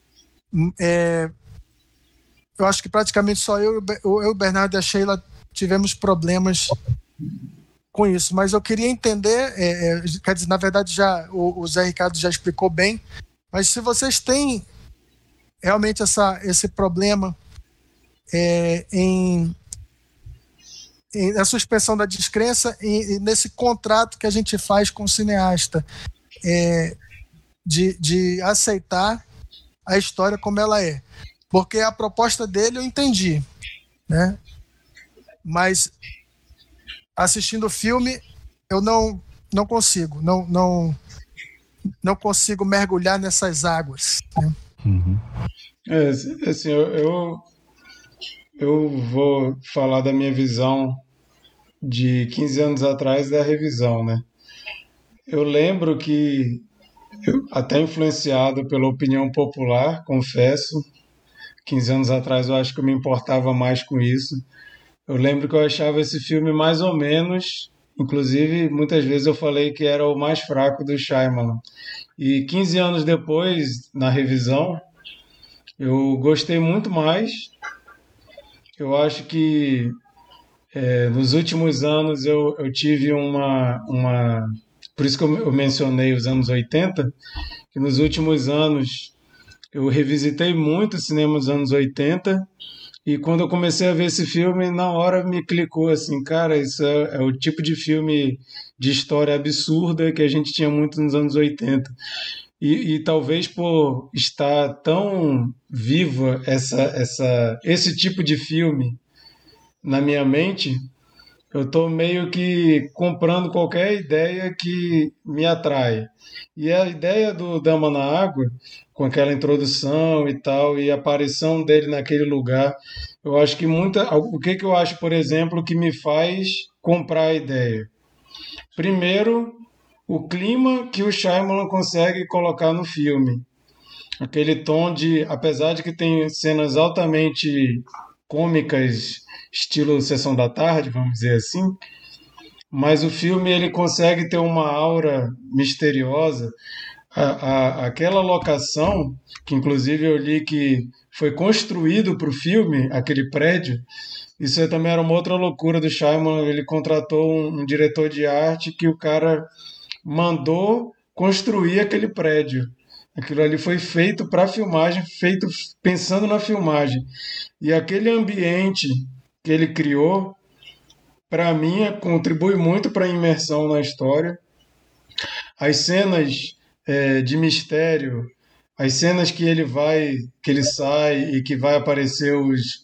eu acho que praticamente só eu, o Bernardo e a Sheila tivemos problemas com isso, mas eu queria entender, quer dizer, na verdade o Zé Ricardo já explicou bem, mas se vocês têm realmente esse problema na suspensão da descrença e nesse contrato que a gente faz com o cineasta, de aceitar a história como ela é. Porque a proposta dele eu entendi, né? Mas assistindo o filme eu não consigo, não consigo mergulhar nessas águas, né? Uhum. Assim, eu vou falar da minha visão de 15 anos atrás da revisão, né? Eu lembro que, até influenciado pela opinião popular, confesso, 15 anos atrás eu acho que eu me importava mais com isso. Eu lembro que eu achava esse filme mais ou menos, inclusive muitas vezes eu falei que era o mais fraco do Shyamalan. E 15 anos depois, na revisão, eu gostei muito mais. Eu acho que nos últimos anos eu tive uma... Por isso que eu mencionei os anos 80, que nos últimos anos eu revisitei muito o cinema dos anos 80, e quando eu comecei a ver esse filme, na hora me clicou assim, cara, isso é o tipo de filme de história absurda que a gente tinha muito nos anos 80. E talvez por estar tão viva esse tipo de filme na minha mente, eu estou meio que comprando qualquer ideia que me atrai. E a ideia do Dama na Água, com aquela introdução e tal, e a aparição dele naquele lugar, eu acho que o que eu acho, por exemplo, que me faz comprar a ideia? Primeiro, o clima que o Shyamalan consegue colocar no filme. Aquele tom apesar de que tem cenas altamente cômicas, estilo Sessão da Tarde, vamos dizer assim, mas o filme ele consegue ter uma aura misteriosa. Aquela locação, que inclusive eu li que foi construído para o filme, aquele prédio, isso também era uma outra loucura do Shyamalan. Ele contratou um diretor de arte que o cara mandou construir aquele prédio. Aquilo ali foi feito para filmagem, feito pensando na filmagem. E aquele ambiente que ele criou, para mim, contribui muito para a imersão na história. As cenas de mistério, as cenas que ele sai e que vai aparecer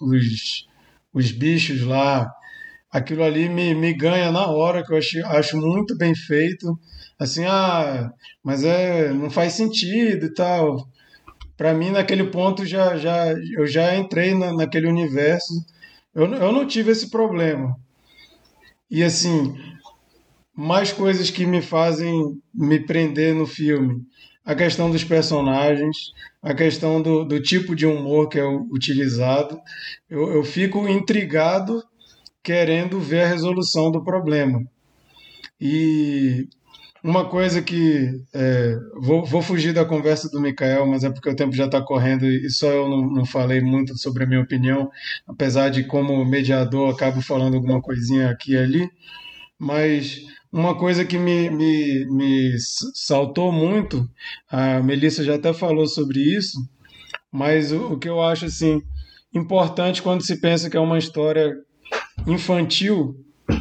os bichos lá, aquilo ali me ganha na hora, que eu acho muito bem feito. Assim, mas não faz sentido e tal. Para mim, naquele ponto, eu já entrei naquele universo Eu não tive esse problema. E assim, mais coisas que me fazem me prender no filme. A questão dos personagens, a questão do tipo de humor que é utilizado. Eu fico intrigado querendo ver a resolução do problema. E uma coisa que. Vou fugir da conversa do Mikael, mas é porque o tempo já está correndo e só eu não falei muito sobre a minha opinião, apesar de, como mediador, acabo falando alguma coisinha aqui e ali. Mas uma coisa que me saltou muito, a Melissa já até falou sobre isso, mas o que eu acho assim, importante quando se pensa que é uma história infantil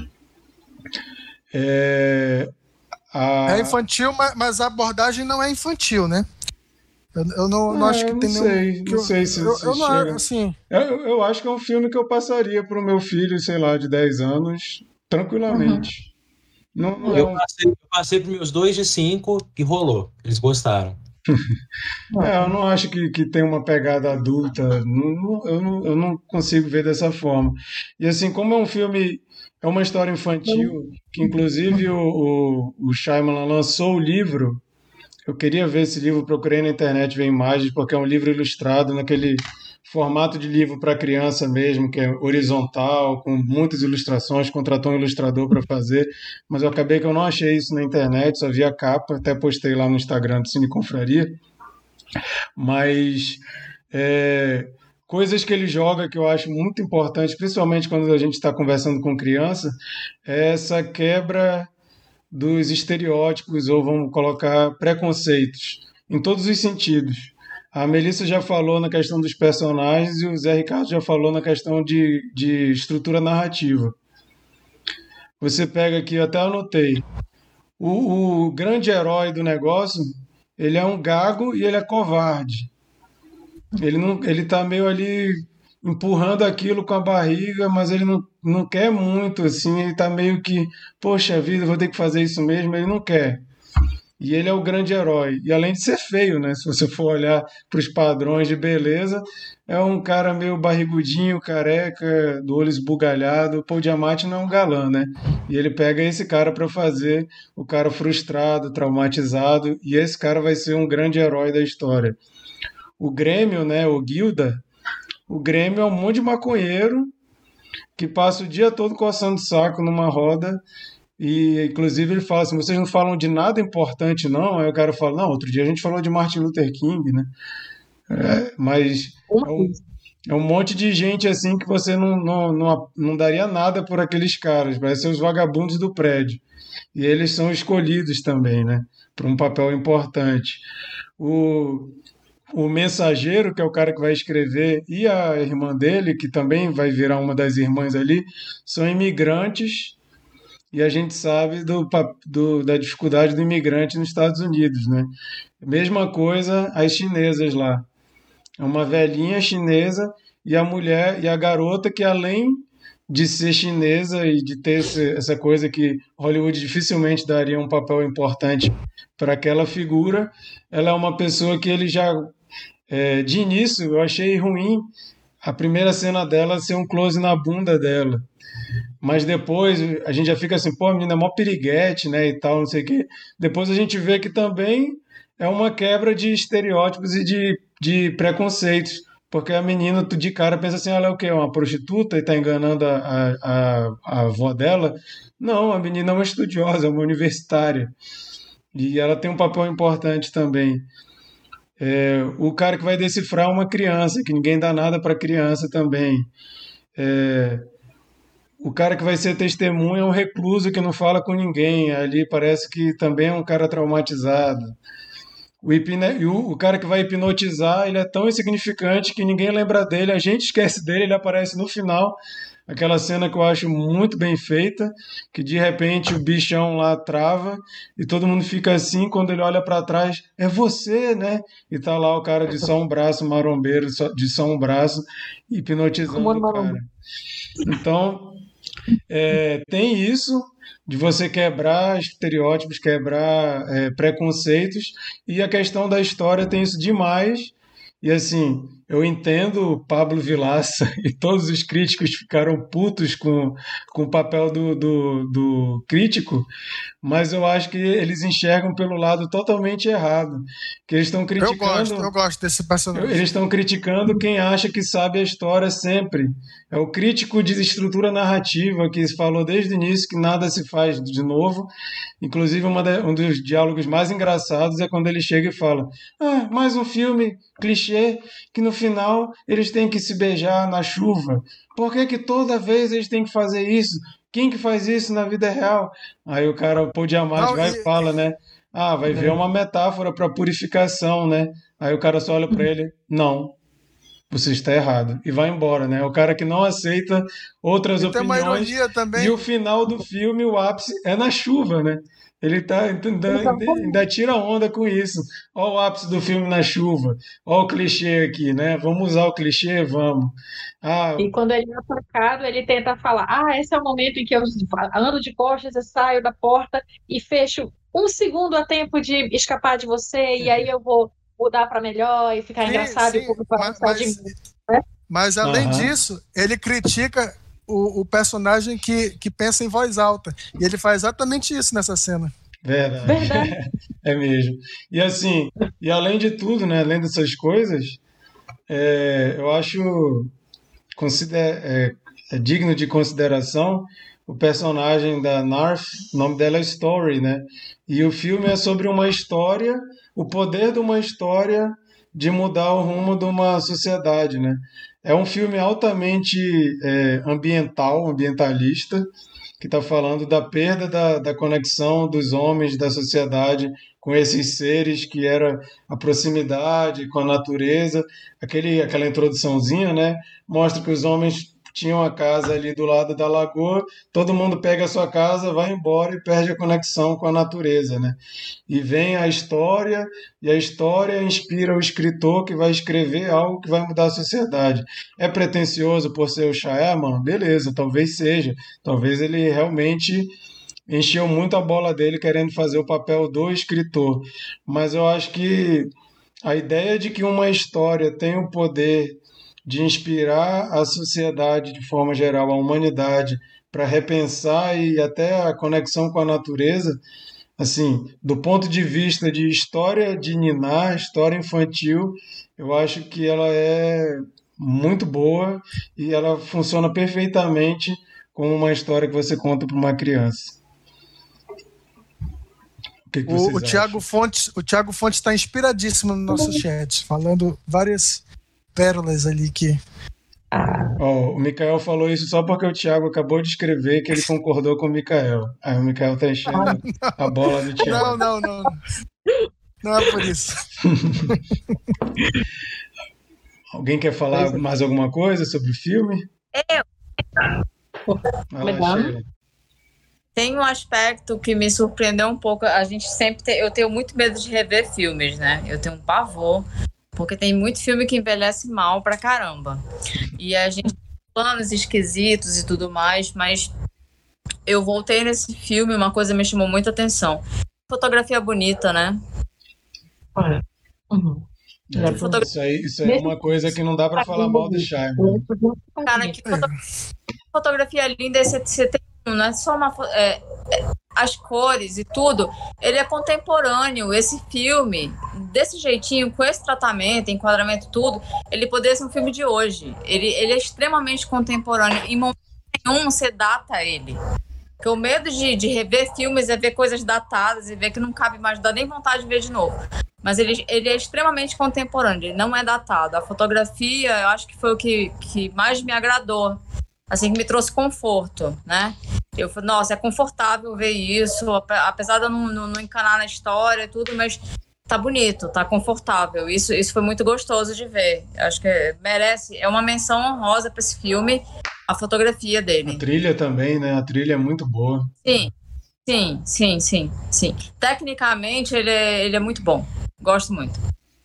é É a. infantil, mas a abordagem não é infantil, né? Eu não acho que Não tem sei, nenhum. não sei se Eu não, chega. assim, Eu acho que é um filme que eu passaria para o meu filho, sei lá, de 10 anos, tranquilamente. Não é Eu um. passei para meus 2 de 5 e rolou. Eles gostaram. Eu não acho que tem uma pegada adulta. Eu não consigo ver dessa forma. E assim, como é um filme, é uma história infantil, que inclusive o Shyamalan lançou o livro. Eu queria ver esse livro, procurei na internet ver imagens, porque é um livro ilustrado naquele formato de livro para criança mesmo, que é horizontal, com muitas ilustrações, contratou um ilustrador para fazer, mas eu acabei que eu não achei isso na internet, só vi a capa, até postei lá no Instagram do Cine Confraria, mas coisas que ele joga que eu acho muito importante, principalmente quando a gente está conversando com criança, é essa quebra dos estereótipos, ou vamos colocar preconceitos, em todos os sentidos. A Melissa já falou na questão dos personagens e o Zé Ricardo já falou na questão de estrutura narrativa. Você pega aqui, eu até anotei, o grande herói do negócio, ele é um gago e ele é covarde. Ele tá meio ali empurrando aquilo com a barriga, mas ele não quer muito, assim, ele tá meio que, poxa vida, vou ter que fazer isso mesmo, ele não quer. E ele é o grande herói. E além de ser feio, né? Se você for olhar para os padrões de beleza, é um cara meio barrigudinho, careca, do olho esbugalhado. O Paul Giamatti não é um galã, né? E ele pega esse cara para fazer o cara frustrado, traumatizado, e esse cara vai ser um grande herói da história. O Grêmio, né? O Grêmio é um monte de maconheiro que passa o dia todo coçando o saco numa roda. E, inclusive, ele fala assim: vocês não falam de nada importante, não? Aí o cara fala: não, outro dia a gente falou de Martin Luther King, né? Mas é um monte de gente assim que você não daria nada por aqueles caras, parece ser os vagabundos do prédio. E eles são escolhidos também, né? Para um papel importante. O, o mensageiro, que é o cara que vai escrever, e a irmã dele, que também vai virar uma das irmãs ali, são imigrantes. E a gente sabe da dificuldade do imigrante nos Estados Unidos, né? Mesma coisa as chinesas lá. É uma velhinha chinesa e a mulher e a garota que, além de ser chinesa e de ter essa coisa que Hollywood dificilmente daria um papel importante para aquela figura, ela é uma pessoa que ele já, de início, eu achei ruim a primeira cena dela ser um close na bunda dela. Mas depois a gente já fica assim, pô, a menina é mó piriguete, né, e tal, não sei o quê. Depois a gente vê que também é uma quebra de estereótipos e de preconceitos. Porque a menina, tu de cara, pensa assim, ela é o quê? Uma prostituta e tá enganando a avó dela? Não, a menina é uma estudiosa, é uma universitária. E ela tem um papel importante também. O cara que vai decifrar uma criança, que ninguém dá nada para criança também. O cara que vai ser testemunha é um recluso que não fala com ninguém. Ali parece que também é um cara traumatizado. O cara que vai hipnotizar, ele é tão insignificante que ninguém lembra dele, a gente esquece dele, ele aparece no final. Aquela cena que eu acho muito bem feita, que de repente o bichão lá trava e todo mundo fica assim, quando ele olha para trás, é você, né? E tá lá o cara de só um braço, marombeiro, de só um braço, hipnotizando o cara. Então, tem isso de você quebrar estereótipos, quebrar preconceitos, e a questão da história tem isso demais. E assim, eu entendo o Pablo Vilaça e todos os críticos ficaram putos com o papel do crítico, mas eu acho que eles enxergam pelo lado totalmente errado, que eles estão criticando. Eu gosto desse personagem. Eles estão criticando quem acha que sabe a história sempre. É o crítico de estrutura narrativa que falou desde o início que nada se faz de novo. Inclusive, um dos diálogos mais engraçados é quando ele chega e fala: mais um filme clichê que no final eles têm que se beijar na chuva. Por que toda vez eles têm que fazer isso? Quem que faz isso na vida real? Aí o cara, o Paul Giamatti, vai e fala, né? Vai ver uma metáfora para purificação, né? Aí o cara só olha para ele: não, você está errado. E vai embora, né? O cara que não aceita outras opiniões. Tem uma ironia também. E o final do filme, o ápice, é na chuva, né? Ele ainda tira onda com isso. Olha o ápice do filme na chuva. Olha o clichê aqui, né? Vamos usar o clichê? Vamos. E quando ele é atacado, ele tenta falar: esse é o momento em que eu ando de costas, eu saio da porta e fecho um segundo a tempo de escapar de você, e aí eu vou mudar para melhor e ficar engraçado e o público vai gostar de mim. Né? Mas além disso, ele critica o personagem que pensa em voz alta. E ele faz exatamente isso nessa cena. Verdade. É mesmo. E assim, e além de tudo, né, além dessas coisas, eu acho digno de consideração o personagem da Narf, o nome dela é Story, né? E o filme é sobre uma história, o poder de uma história de mudar o rumo de uma sociedade, né? É um filme altamente ambientalista, que está falando da perda da conexão dos homens, da sociedade, com esses seres que era a proximidade com a natureza. Aquela introduçãozinha, né? Mostra que os homens tinham a casa ali do lado da lagoa, todo mundo pega a sua casa, vai embora e perde a conexão com a natureza, né? E vem a história, e a história inspira o escritor que vai escrever algo que vai mudar a sociedade. É pretensioso por ser o Shyamalan? Beleza, talvez seja. Talvez ele realmente encheu muito a bola dele querendo fazer o papel do escritor. Mas eu acho que a ideia de que uma história tem o poder de inspirar a sociedade de forma geral, a humanidade, para repensar e até a conexão com a natureza, assim, do ponto de vista de história de ninar, história infantil, eu acho que ela é muito boa e ela funciona perfeitamente como uma história que você conta para uma criança. O Thiago Fontes está inspiradíssimo no nosso chat, falando várias pérolas ali que... O Mikael falou isso só porque o Thiago acabou de escrever que ele concordou com o Mikael. Aí o Mikael tá enchendo a bola do Thiago. Não. Não é por isso. Alguém quer falar mais alguma coisa sobre o filme? Tem um aspecto que me surpreendeu um pouco. Eu tenho muito medo de rever filmes, né? Eu tenho um pavor, porque tem muito filme que envelhece mal pra caramba. E a gente tem planos esquisitos e tudo mais, mas eu voltei nesse filme, uma coisa me chamou muita atenção. Fotografia bonita, né? Isso aí é uma coisa que não dá pra falar mal do Shyamalan. Cara, que fotografia linda, você tem, não é só as cores e tudo, ele é contemporâneo. Esse filme, desse jeitinho, com esse tratamento, enquadramento, tudo, ele poderia ser um filme de hoje. Ele é extremamente contemporâneo. Em momento nenhum você data ele. Porque o medo de rever filmes é ver coisas datadas e ver que não cabe mais, não dá nem vontade de ver de novo. Mas ele é extremamente contemporâneo, ele não é datado. A fotografia, eu acho que foi o que mais me agradou, assim, que me trouxe conforto, né? Eu falei, nossa, é confortável ver isso, apesar de eu não encanar na história e tudo, mas tá bonito, tá confortável. Isso foi muito gostoso de ver. Acho que merece, é uma menção honrosa para esse filme, a fotografia dele. A trilha também, né? A trilha é muito boa. Sim. Tecnicamente, ele é muito bom. Gosto muito.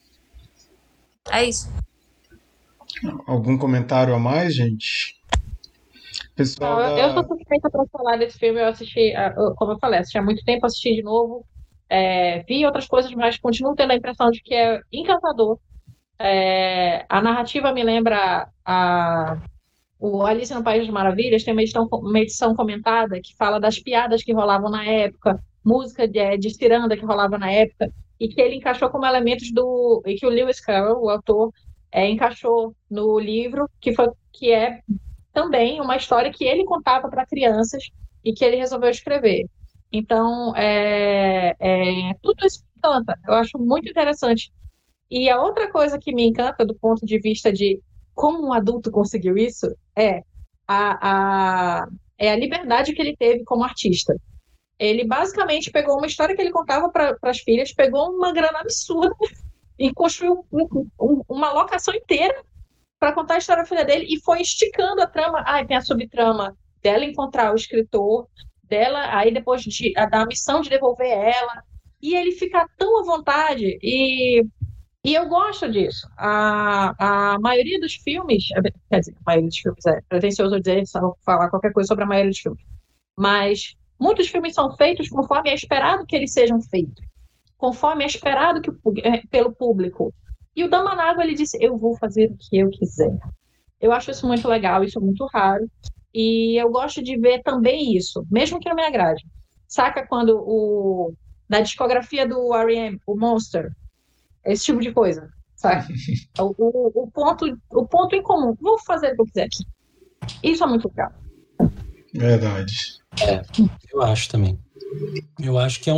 É isso. Algum comentário a mais, gente? Pessoal eu sou suspeita para falar desse filme. Eu assisti, como eu falei, assisti há muito tempo, assisti de novo. Vi outras coisas, mas continuo tendo a impressão de que é encantador. A narrativa me lembra o Alice no País das Maravilhas. Tem uma edição comentada que fala das piadas que rolavam na época, música de ciranda que rolava na época, e que ele encaixou como elementos e que o Lewis Carroll, o autor, encaixou no livro, que é também uma história que ele contava para crianças e que ele resolveu escrever. Então, tudo isso me encanta. Eu acho muito interessante. E a outra coisa que me encanta do ponto de vista de como um adulto conseguiu isso é a liberdade que ele teve como artista. Ele basicamente pegou uma história que ele contava para as filhas, pegou uma grana absurda e construiu uma locação inteira para contar a história da filha dele e foi esticando a trama. Tem a subtrama dela encontrar o escritor, dela, aí depois da missão de devolver ela, e ele fica tão à vontade, e eu gosto disso. A maioria dos filmes, quer dizer, a maioria dos filmes é pretencioso dizer, só falar qualquer coisa sobre a maioria dos filmes, mas muitos filmes são feitos conforme é esperado que eles sejam feitos, conforme é esperado pelo público. E o Damanago, ele disse, eu vou fazer o que eu quiser. Eu acho isso muito legal, isso é muito raro. E eu gosto de ver também isso, mesmo que não me agrade. Saca quando na discografia do R.E.M., o Monster, esse tipo de coisa, saca? O ponto em comum, vou fazer o que eu quiser aqui. Isso é muito legal. Verdade. Eu acho também. Eu acho que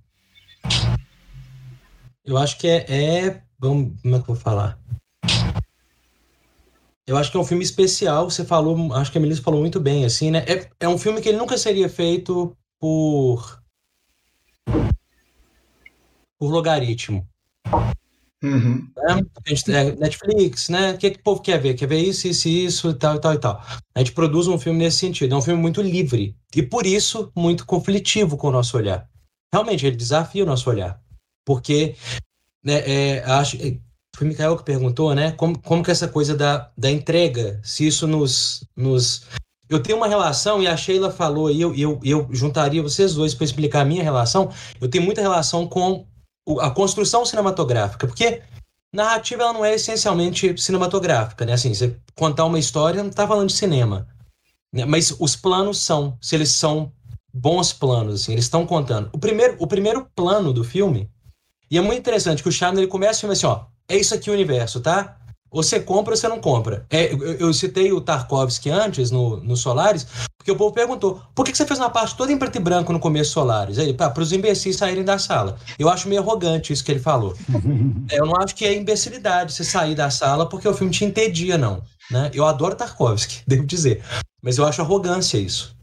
Eu acho que como é que eu vou falar? Eu acho que é um filme especial, você falou, acho que a Melissa falou muito bem, assim, né? É um filme que ele nunca seria feito por logaritmo. Uhum. Né? Netflix, né? O que o povo quer ver? Quer ver isso, e tal, e tal, e tal. A gente produz um filme nesse sentido. É um filme muito livre. E, por isso, muito conflitivo com o nosso olhar. Realmente, ele desafia o nosso olhar. Porque, né, acho... Foi o Mikael que perguntou, né? Como que essa coisa da entrega, se isso nos... Eu tenho uma relação, e a Sheila falou, e eu juntaria vocês dois para explicar a minha relação. Eu tenho muita relação com a construção cinematográfica, porque narrativa ela não é essencialmente cinematográfica, né? Assim, você contar uma história não está falando de cinema, né? Mas os planos são, se eles são bons planos, assim, eles estão contando. O primeiro plano do filme, e é muito interessante que o Shyamalan, ele começa o filme assim, ó, é isso aqui o universo, tá? Ou você compra ou você não compra. Eu citei o Tarkovsky antes, no Solaris, porque o povo perguntou, por que você fez uma parte toda em preto e branco no começo do Solaris? Ele, para os imbecis saírem da sala. Eu acho meio arrogante isso que ele falou. Eu não acho que é imbecilidade você sair da sala porque o filme te entedia, não. Né? Eu adoro Tarkovsky, devo dizer. Mas eu acho arrogância isso.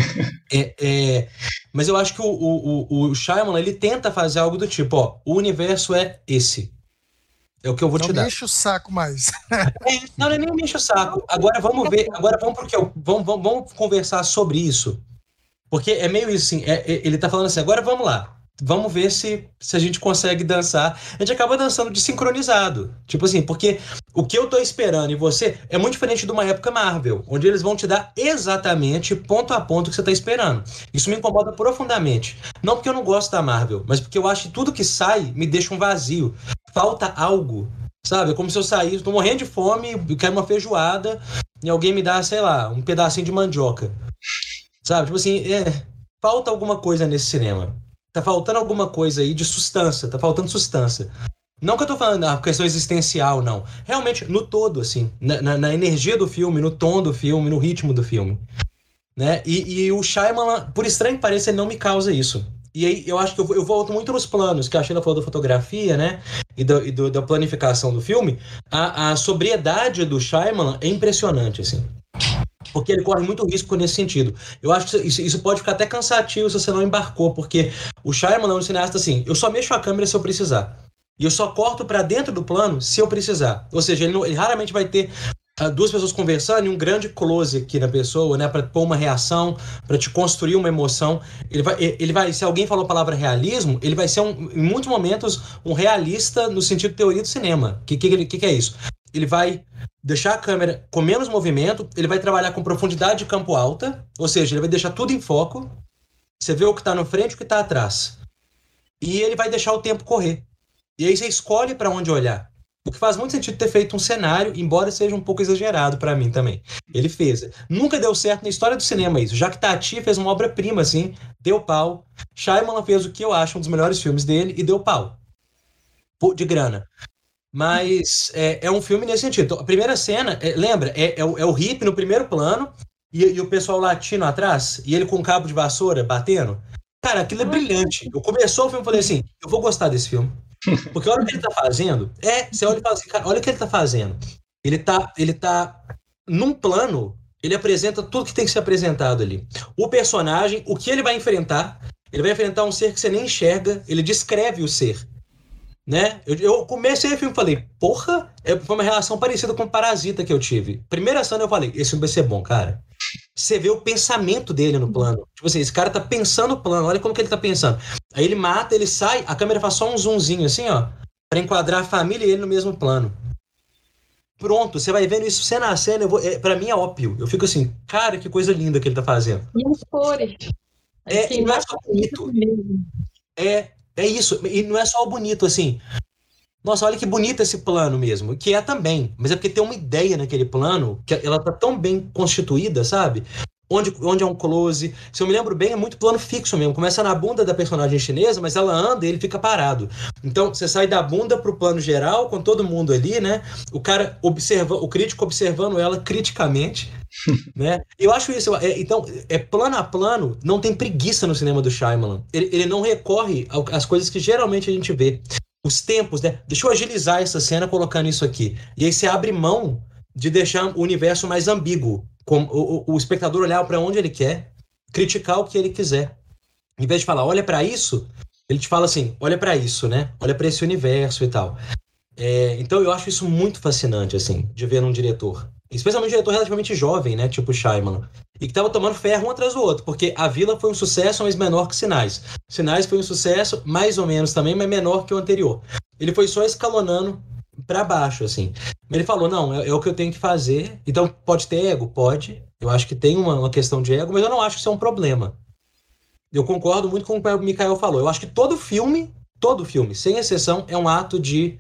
Mas eu acho que o Shyamalan, ele tenta fazer algo do tipo, ó, o universo é esse. É o que eu vou te dar. Não me enche o saco mais. Não, nem me enche o saco. Agora vamos ver. Agora vamos conversar sobre isso. Porque é meio isso assim. Ele tá falando assim, agora vamos lá. Vamos ver se a gente consegue dançar. A gente acaba dançando desincronizado. Tipo assim, porque o que eu tô esperando em você é muito diferente de uma época Marvel, onde eles vão te dar exatamente ponto a ponto o que você tá esperando. Isso me incomoda profundamente. Não porque eu não gosto da Marvel, mas porque eu acho que tudo que sai me deixa um vazio. Falta algo, sabe? É como se eu saísse, tô morrendo de fome, eu quero uma feijoada e alguém me dá, sei lá, um pedacinho de mandioca. Sabe? Tipo assim, falta alguma coisa nesse cinema. Tá faltando alguma coisa aí de substância, tá faltando substância. Não que eu tô falando da questão existencial, não. Realmente, no todo, assim, na energia do filme, no tom do filme, no ritmo do filme. Né? E o Shyamalan, por estranho que pareça, ele não me causa isso. E aí eu acho que eu volto muito nos planos, que a Sheila falou da fotografia, né? E da planificação do filme. A sobriedade do Shyamalan é impressionante, assim. Porque ele corre muito risco nesse sentido. Eu acho que isso pode ficar até cansativo se você não embarcou, porque o Shyamalan é um cineasta assim, eu só mexo a câmera se eu precisar. E eu só corto pra dentro do plano se eu precisar. Ou seja, ele raramente vai ter duas pessoas conversando e um grande close aqui na pessoa, né, para pôr uma reação, para te construir uma emoção. Ele vai, se alguém falou a palavra realismo, ele vai ser em muitos momentos um realista no sentido de teoria do cinema. Que é isso? Ele vai deixar a câmera com menos movimento, ele vai trabalhar com profundidade de campo alta, ou seja, ele vai deixar tudo em foco. Você vê o que está na frente e o que está atrás. E ele vai deixar o tempo correr. E aí você escolhe para onde olhar. O que faz muito sentido ter feito um cenário, embora seja um pouco exagerado pra mim também. Ele fez. Nunca deu certo na história do cinema isso. Jacques Tati fez uma obra-prima, assim, deu pau. Shyamalan fez o que eu acho um dos melhores filmes dele e deu pau. De grana. Mas é um filme nesse sentido. Então, a primeira cena, lembra? É o hippie no primeiro plano e o pessoal latino atrás, e ele com um cabo de vassoura batendo. Cara, aquilo é brilhante. Eu começou o filme e falei assim, eu vou gostar desse filme. Porque olha o que ele tá fazendo. Você olha e fala assim, cara, olha o que ele tá fazendo. Ele tá num plano, ele apresenta tudo que tem que ser apresentado ali. O personagem, o que ele vai enfrentar um ser que você nem enxerga, ele descreve o ser. Né? Eu comecei o filme e falei, porra, foi uma relação parecida com o Parasita que eu tive. Primeira cena eu falei, esse filme vai ser bom, cara. Você vê o pensamento dele no plano. Tipo assim, esse cara tá pensando o plano, olha como que ele tá pensando. Aí ele mata, ele sai, a câmera faz só um zoomzinho assim, ó, pra enquadrar a família e ele no mesmo plano. Pronto, você vai vendo isso cena a cena, pra mim é óbvio. Eu fico assim, cara, que coisa linda que ele tá fazendo. E as cores. E não é só bonito. É isso, e não é só o bonito, assim. Nossa, olha que bonito esse plano mesmo, que é também, mas é porque tem uma ideia naquele plano, que ela tá tão bem constituída, sabe? Onde é um close, se eu me lembro bem, é muito plano fixo mesmo, começa na bunda da personagem chinesa, mas ela anda e ele fica parado. Então, você sai da bunda pro plano geral, com todo mundo ali, né? O cara o crítico observando ela criticamente, né? Eu acho isso, então, plano a plano, não tem preguiça no cinema do Shyamalan. Ele não recorre às coisas que geralmente a gente vê. Os tempos, né? Deixa eu agilizar essa cena colocando isso aqui. E aí você abre mão de deixar o universo mais ambíguo. O espectador olhar para onde ele quer, criticar o que ele quiser. Em vez de falar, olha para isso, ele te fala assim, olha para isso, né? Olha para esse universo e tal. Então eu acho isso muito fascinante, assim, de ver num diretor. Especialmente um diretor relativamente jovem, né? Tipo Shyamalan. E que tava tomando ferro um atrás do outro. Porque A Vila foi um sucesso, mas menor que Sinais. Sinais foi um sucesso, mais ou menos também, mas menor que o anterior. Ele foi só escalonando pra baixo, assim. Mas ele falou, não, é o que eu tenho que fazer. Então, pode ter ego? Pode. Eu acho que tem uma questão de ego, mas eu não acho que isso é um problema. Eu concordo muito com o que o Mikael falou. Eu acho que todo filme, sem exceção, é um ato de...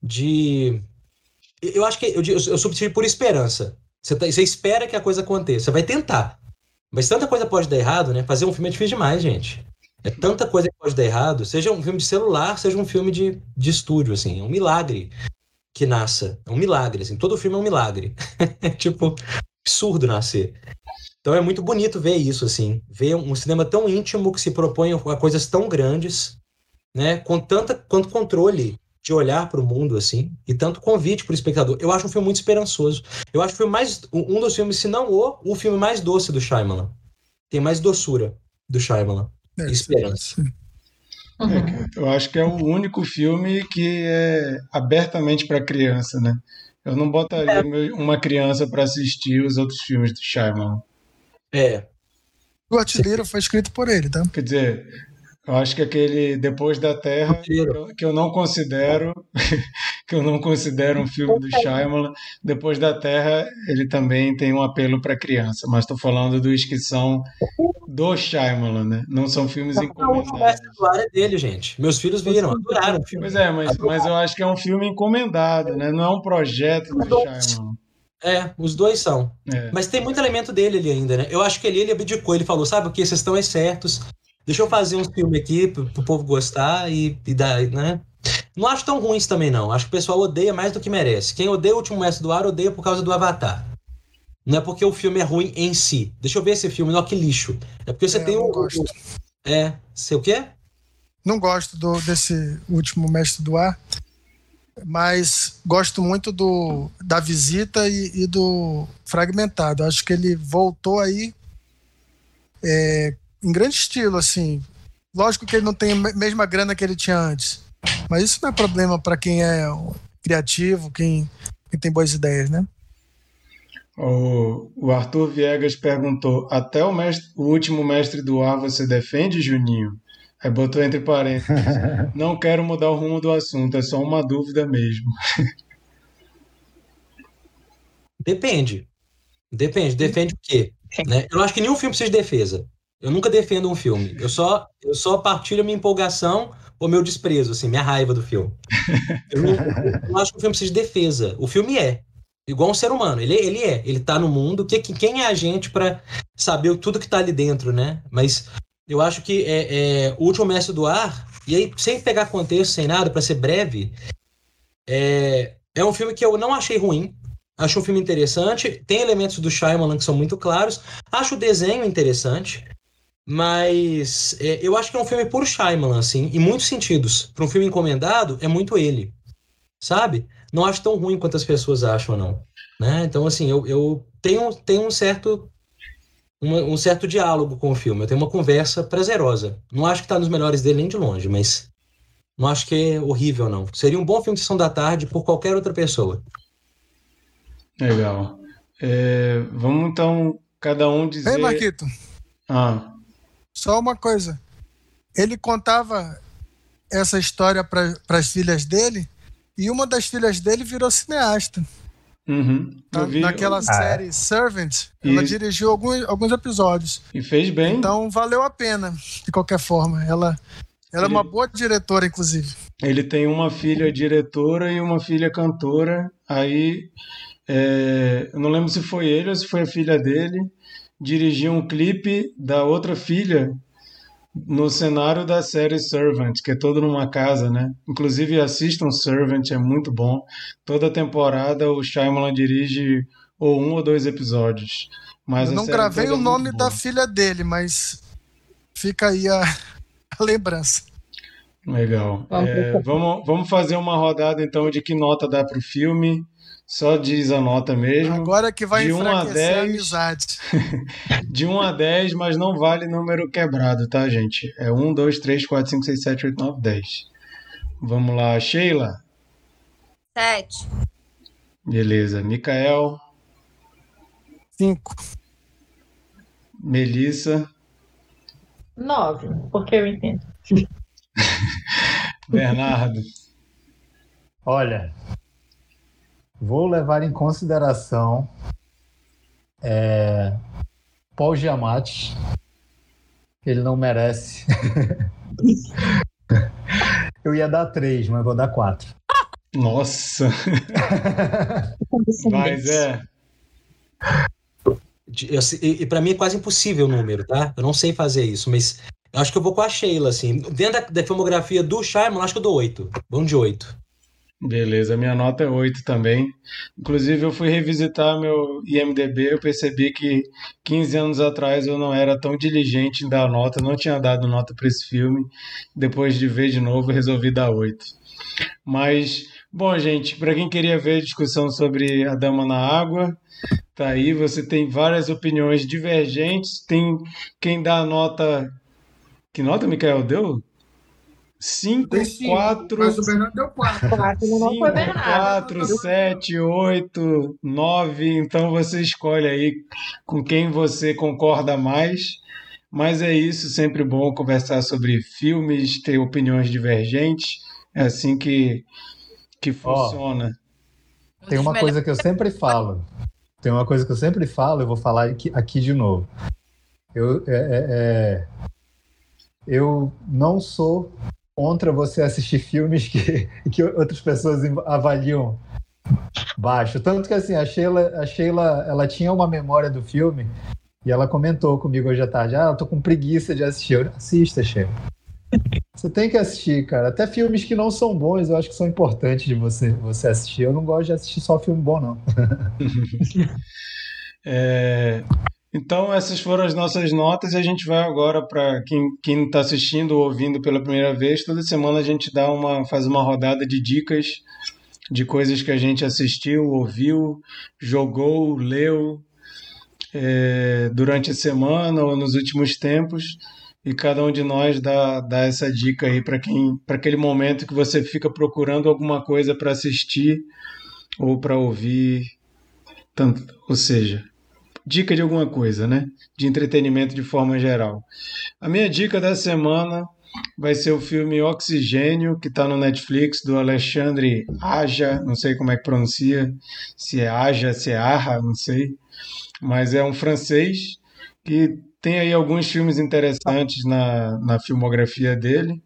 Eu acho que eu substituí por esperança. Você espera que a coisa aconteça. Você vai tentar. Mas tanta coisa pode dar errado, né? Fazer um filme é difícil demais, gente. É tanta coisa que pode dar errado. Seja um filme de celular, seja um filme de estúdio, assim. É um milagre que nasça. É um milagre, assim. Todo filme é um milagre. É tipo, absurdo nascer. Então é muito bonito ver isso, assim. Ver um cinema tão íntimo que se propõe a coisas tão grandes, né? Com tanto controle de olhar para o mundo, assim, e tanto convite para o espectador. Eu acho um filme muito esperançoso. Eu acho um dos filmes, se não o filme mais doce do Shyamalan. Tem mais doçura do Shyamalan. Esperança. Eu acho que é o único filme que é abertamente para criança, né? Eu não botaria uma criança para assistir os outros filmes do Shyamalan. O Artilheiro foi escrito por ele, tá? Quer dizer, eu acho que aquele Depois da Terra, que eu não considero um filme do Shyamalan. Depois da Terra, ele também tem um apelo para criança, mas estou falando dos que são do Shyamalan, né? Não são filmes encomendados. A é dele, gente. Meus filhos viram, adoraram o filme. Pois é, mas eu acho que é um filme encomendado, né? Não é um projeto do Shyamalan. Os dois são. Mas tem muito elemento dele ali ainda, né? Eu acho que ele abdicou, ele falou, sabe o que? Vocês estão certos. Deixa eu fazer um filme aqui pro povo gostar e dar, né? Não acho tão ruins também, não. Acho que o pessoal odeia mais do que merece. Quem odeia o Último Mestre do Ar, odeia por causa do Avatar. Não é porque o filme é ruim em si. Deixa eu ver esse filme, não, que lixo. É porque você tem não gosto. Sei o quê? Não gosto desse Último Mestre do Ar, mas gosto muito da Visita e do Fragmentado. Acho que ele voltou aí em grande estilo, assim. Lógico que ele não tem a mesma grana que ele tinha antes, mas isso não é problema para quem é criativo, quem tem boas ideias, né? O Arthur Viegas perguntou: até o Último Mestre do Ar você defende, Juninho? Aí botou entre parênteses: não quero mudar o rumo do assunto, é só uma dúvida mesmo. Depende. Defende o quê? Né? Eu acho que nenhum filme precisa de defesa. Eu nunca defendo um filme. Eu só partilho a minha empolgação ou meu desprezo, assim, minha raiva do filme. Eu não acho que o filme precisa de defesa. O filme é. Igual um ser humano. Ele é. Ele tá no mundo. Quem é a gente pra saber tudo que tá ali dentro, né? Mas eu acho que O Último Mestre do Ar, e aí, sem pegar contexto, sem nada, pra ser breve, é um filme que eu não achei ruim. Acho um filme interessante. Tem elementos do Shyamalan que são muito claros. Acho o desenho interessante. Mas eu acho que é um filme puro Shyamalan, assim, em muitos sentidos. Para um filme encomendado, é muito ele, sabe? Não acho tão ruim quanto as pessoas acham, não. Né? Então, assim, eu tenho um certo diálogo com o filme. Eu tenho uma conversa prazerosa. Não acho que está nos melhores dele nem de longe, mas não acho que é horrível, não. Seria um bom filme de sessão da tarde por qualquer outra pessoa. Legal. Vamos então, cada um dizer... Ei, Marquito, Ah, só uma coisa. Ele contava essa história para as filhas dele e uma das filhas dele virou cineasta. eu vi. Naquela série Servant, ela Isso. dirigiu alguns episódios. E fez bem. Então valeu a pena, de qualquer forma. Ela é uma boa diretora, inclusive. Ele tem uma filha diretora e uma filha cantora. Aí, eu não lembro se foi ele ou se foi a filha dele. Dirigiu um clipe da outra filha no cenário da série Servant, que é todo numa casa, né? Inclusive assistam Servant, é muito bom. Toda temporada o Shyamalan dirige ou 1 ou 2 episódios. Mas Eu a não série gravei toda o é nome muito da boa. filha dele, mas fica aí a lembrança. Legal. Vamos Vamos fazer uma rodada então de que nota dá pro filme. Só diz a nota mesmo. Agora que vai De 1 a enfraquecer a 10. amizade. De 1 a 10, mas não vale número quebrado, tá, gente? É 1, 2, 3, 4, 5, 6, 7, 8, 9, 10. Vamos lá, Sheila. 7. Beleza. Mikael, 5. Melissa, 9, porque eu entendo. Bernardo. Olha, vou levar em consideração Paul Giamatti, que ele não merece. Eu ia dar 3, mas vou dar 4. Nossa. Mas E para mim é quase impossível o número, tá? Eu não sei fazer isso, mas eu acho que eu vou com a Sheila, assim. Dentro da filmografia do Shyamalan, acho que eu dou 8. Vamos de 8. Beleza, minha nota é 8 também. Inclusive, eu fui revisitar meu IMDb, eu percebi que 15 anos atrás eu não era tão diligente em dar nota, não tinha dado nota para esse filme. Depois de ver de novo, eu resolvi dar 8. Mas, bom, gente, para quem queria ver discussão sobre A Dama na Água, tá aí, você tem várias opiniões divergentes. Tem quem dá a nota... Que nota, Mikael, deu? 5, Dei 5, 4... mas o Bernardo deu 4. 4 não 5, foi Bernardo. 4, 7, 8, 9. Então você escolhe aí com quem você concorda mais. Mas é isso, sempre bom conversar sobre filmes, ter opiniões divergentes. É assim que funciona. Tem uma coisa que eu sempre falo. Eu vou falar aqui de novo. Eu não sou contra você assistir filmes que outras pessoas avaliam baixo. Tanto que assim, a Sheila, ela tinha uma memória do filme e ela comentou comigo hoje à tarde, eu tô com preguiça de assistir. Assista, Sheila. Você tem que assistir, cara. Até filmes que não são bons, eu acho que são importantes de você assistir. Eu não gosto de assistir só filme bom, não. Então, essas foram as nossas notas e a gente vai agora para quem está assistindo ou ouvindo pela primeira vez. Toda semana a gente faz uma rodada de dicas de coisas que a gente assistiu, ouviu, jogou, leu durante a semana ou nos últimos tempos. E cada um de nós dá essa dica aí para aquele momento que você fica procurando alguma coisa para assistir ou para ouvir. Ou seja, dica de alguma coisa, né? De entretenimento de forma geral. A minha dica da semana vai ser o filme Oxigênio, que está no Netflix, do Alexandre Aja, não sei como é que pronuncia, se é Aja, se é Arra, não sei. Mas é um francês que tem aí alguns filmes interessantes na filmografia dele.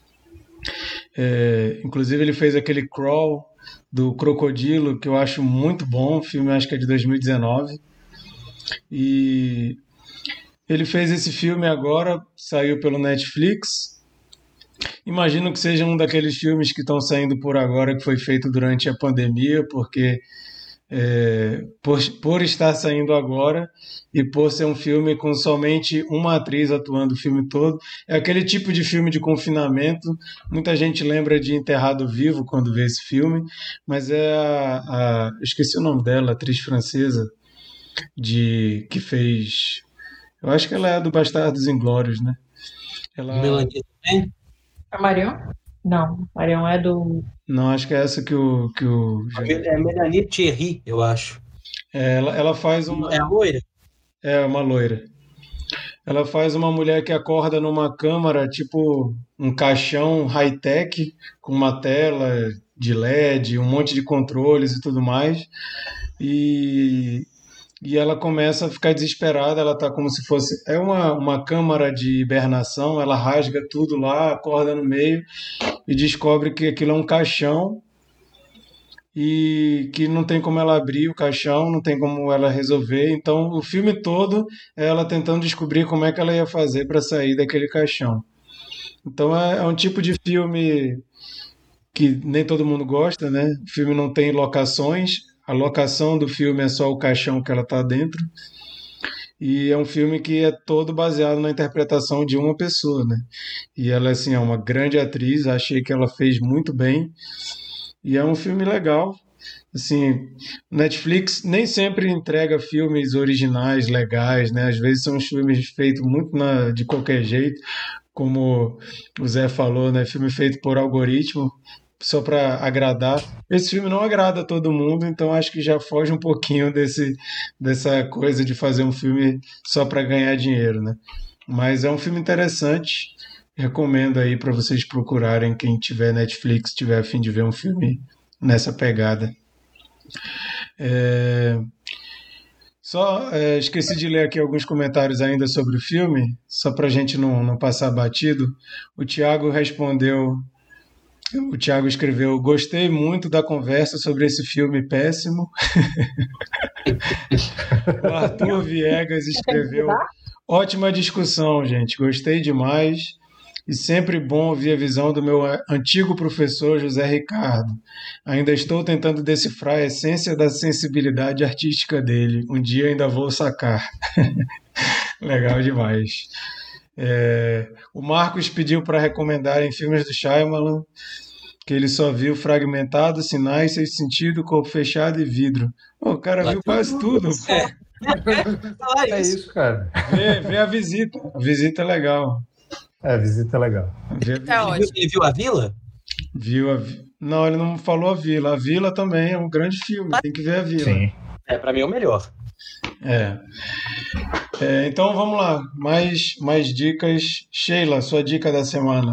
Inclusive ele fez aquele Crawl do Crocodilo, que eu acho muito bom, o filme acho que é de 2019. E ele fez esse filme agora, saiu pelo Netflix. Imagino que seja um daqueles filmes que estão saindo por agora, que foi feito durante a pandemia, porque por estar saindo agora e por ser um filme com somente uma atriz atuando o filme todo, é aquele tipo de filme de confinamento. Muita gente lembra de Enterrado Vivo quando vê esse filme, mas esqueci o nome dela, atriz francesa que fez, eu acho que ela é do Bastardos Inglórios, né? Melanie também? A Marion? Não, Marion é do... Não, acho que é essa que o... É Melanie Thierry, eu acho. Ela faz uma... É a loira? É, uma loira. Ela faz uma mulher que acorda numa câmara, tipo um caixão high-tech, com uma tela de LED, um monte de controles e tudo mais. E ela começa a ficar desesperada, ela tá como se fosse... É uma câmara de hibernação, ela rasga tudo lá, acorda no meio e descobre que aquilo é um caixão e que não tem como ela abrir o caixão, não tem como ela resolver. Então o filme todo é ela tentando descobrir como é que ela ia fazer para sair daquele caixão. Então é um tipo de filme que nem todo mundo gosta, né? O filme não tem locações, a locação do filme é só o caixão que ela está dentro. E é um filme que é todo baseado na interpretação de uma pessoa, né? E ela, assim, é uma grande atriz, achei que ela fez muito bem. E é um filme legal. Assim, Netflix nem sempre entrega filmes originais, legais, né? Às vezes são filmes feitos muito de qualquer jeito, como o Zé falou, né? Filme feito por algoritmo, só para agradar. Esse filme não agrada a todo mundo, então acho que já foge um pouquinho dessa coisa de fazer um filme só para ganhar dinheiro, né? Mas é um filme interessante, recomendo aí para vocês procurarem, quem tiver Netflix, tiver a fim de ver um filme nessa pegada. Esqueci de ler aqui alguns comentários ainda sobre o filme, só para a gente não passar batido. O Thiago escreveu: gostei muito da conversa sobre esse filme péssimo. O Arthur Viegas escreveu: ótima discussão, gente, gostei demais. E sempre bom ouvir a visão do meu antigo professor José Ricardo. Ainda estou tentando decifrar a essência da sensibilidade artística dele. Um dia ainda vou sacar. Legal demais. O Marcos pediu para recomendarem filmes do Shyamalan, que ele só viu Fragmentado, Sinais, Sexto Sentido, Corpo Fechado e Vidro. O cara viu quase tudo. É isso, cara. Vê a Visita. A Visita é legal. A Visita é legal. Ele viu A Vila? Não, ele não falou A Vila. A Vila também é um grande filme. Tem que ver A Vila. Sim. Pra mim é o melhor. Então vamos lá. Mais dicas. Sheila, sua dica da semana.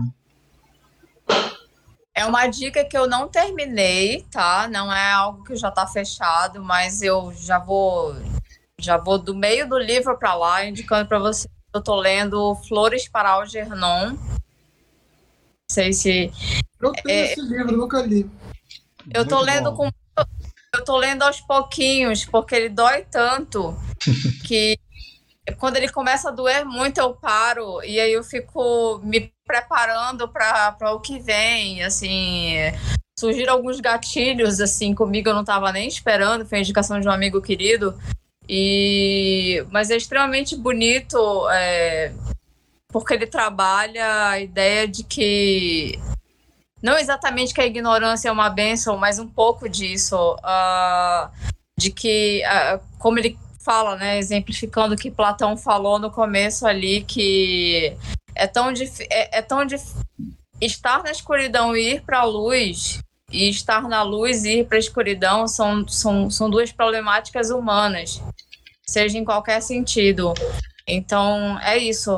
É uma dica que eu não terminei, tá? Não é algo que já tá fechado, mas eu já vou do meio do livro para lá, indicando para você. Eu tô lendo Flores para Algernon. Não sei se... Eu tenho esse livro, nunca li. Eu tô lendo aos pouquinhos, porque ele dói tanto que quando ele começa a doer muito, eu paro e aí eu fico me preparando para o que vem, assim... Surgiram alguns gatilhos, assim, comigo, eu não estava nem esperando, foi a indicação de um amigo querido. Mas é extremamente bonito, porque ele trabalha a ideia de que, não exatamente que a ignorância é uma bênção, mas um pouco disso, de que, como ele fala, né, exemplificando o que Platão falou no começo ali, que é tão difícil estar na escuridão e ir para a luz, e estar na luz e ir para a escuridão são duas problemáticas humanas, seja em qualquer sentido. Então, é isso.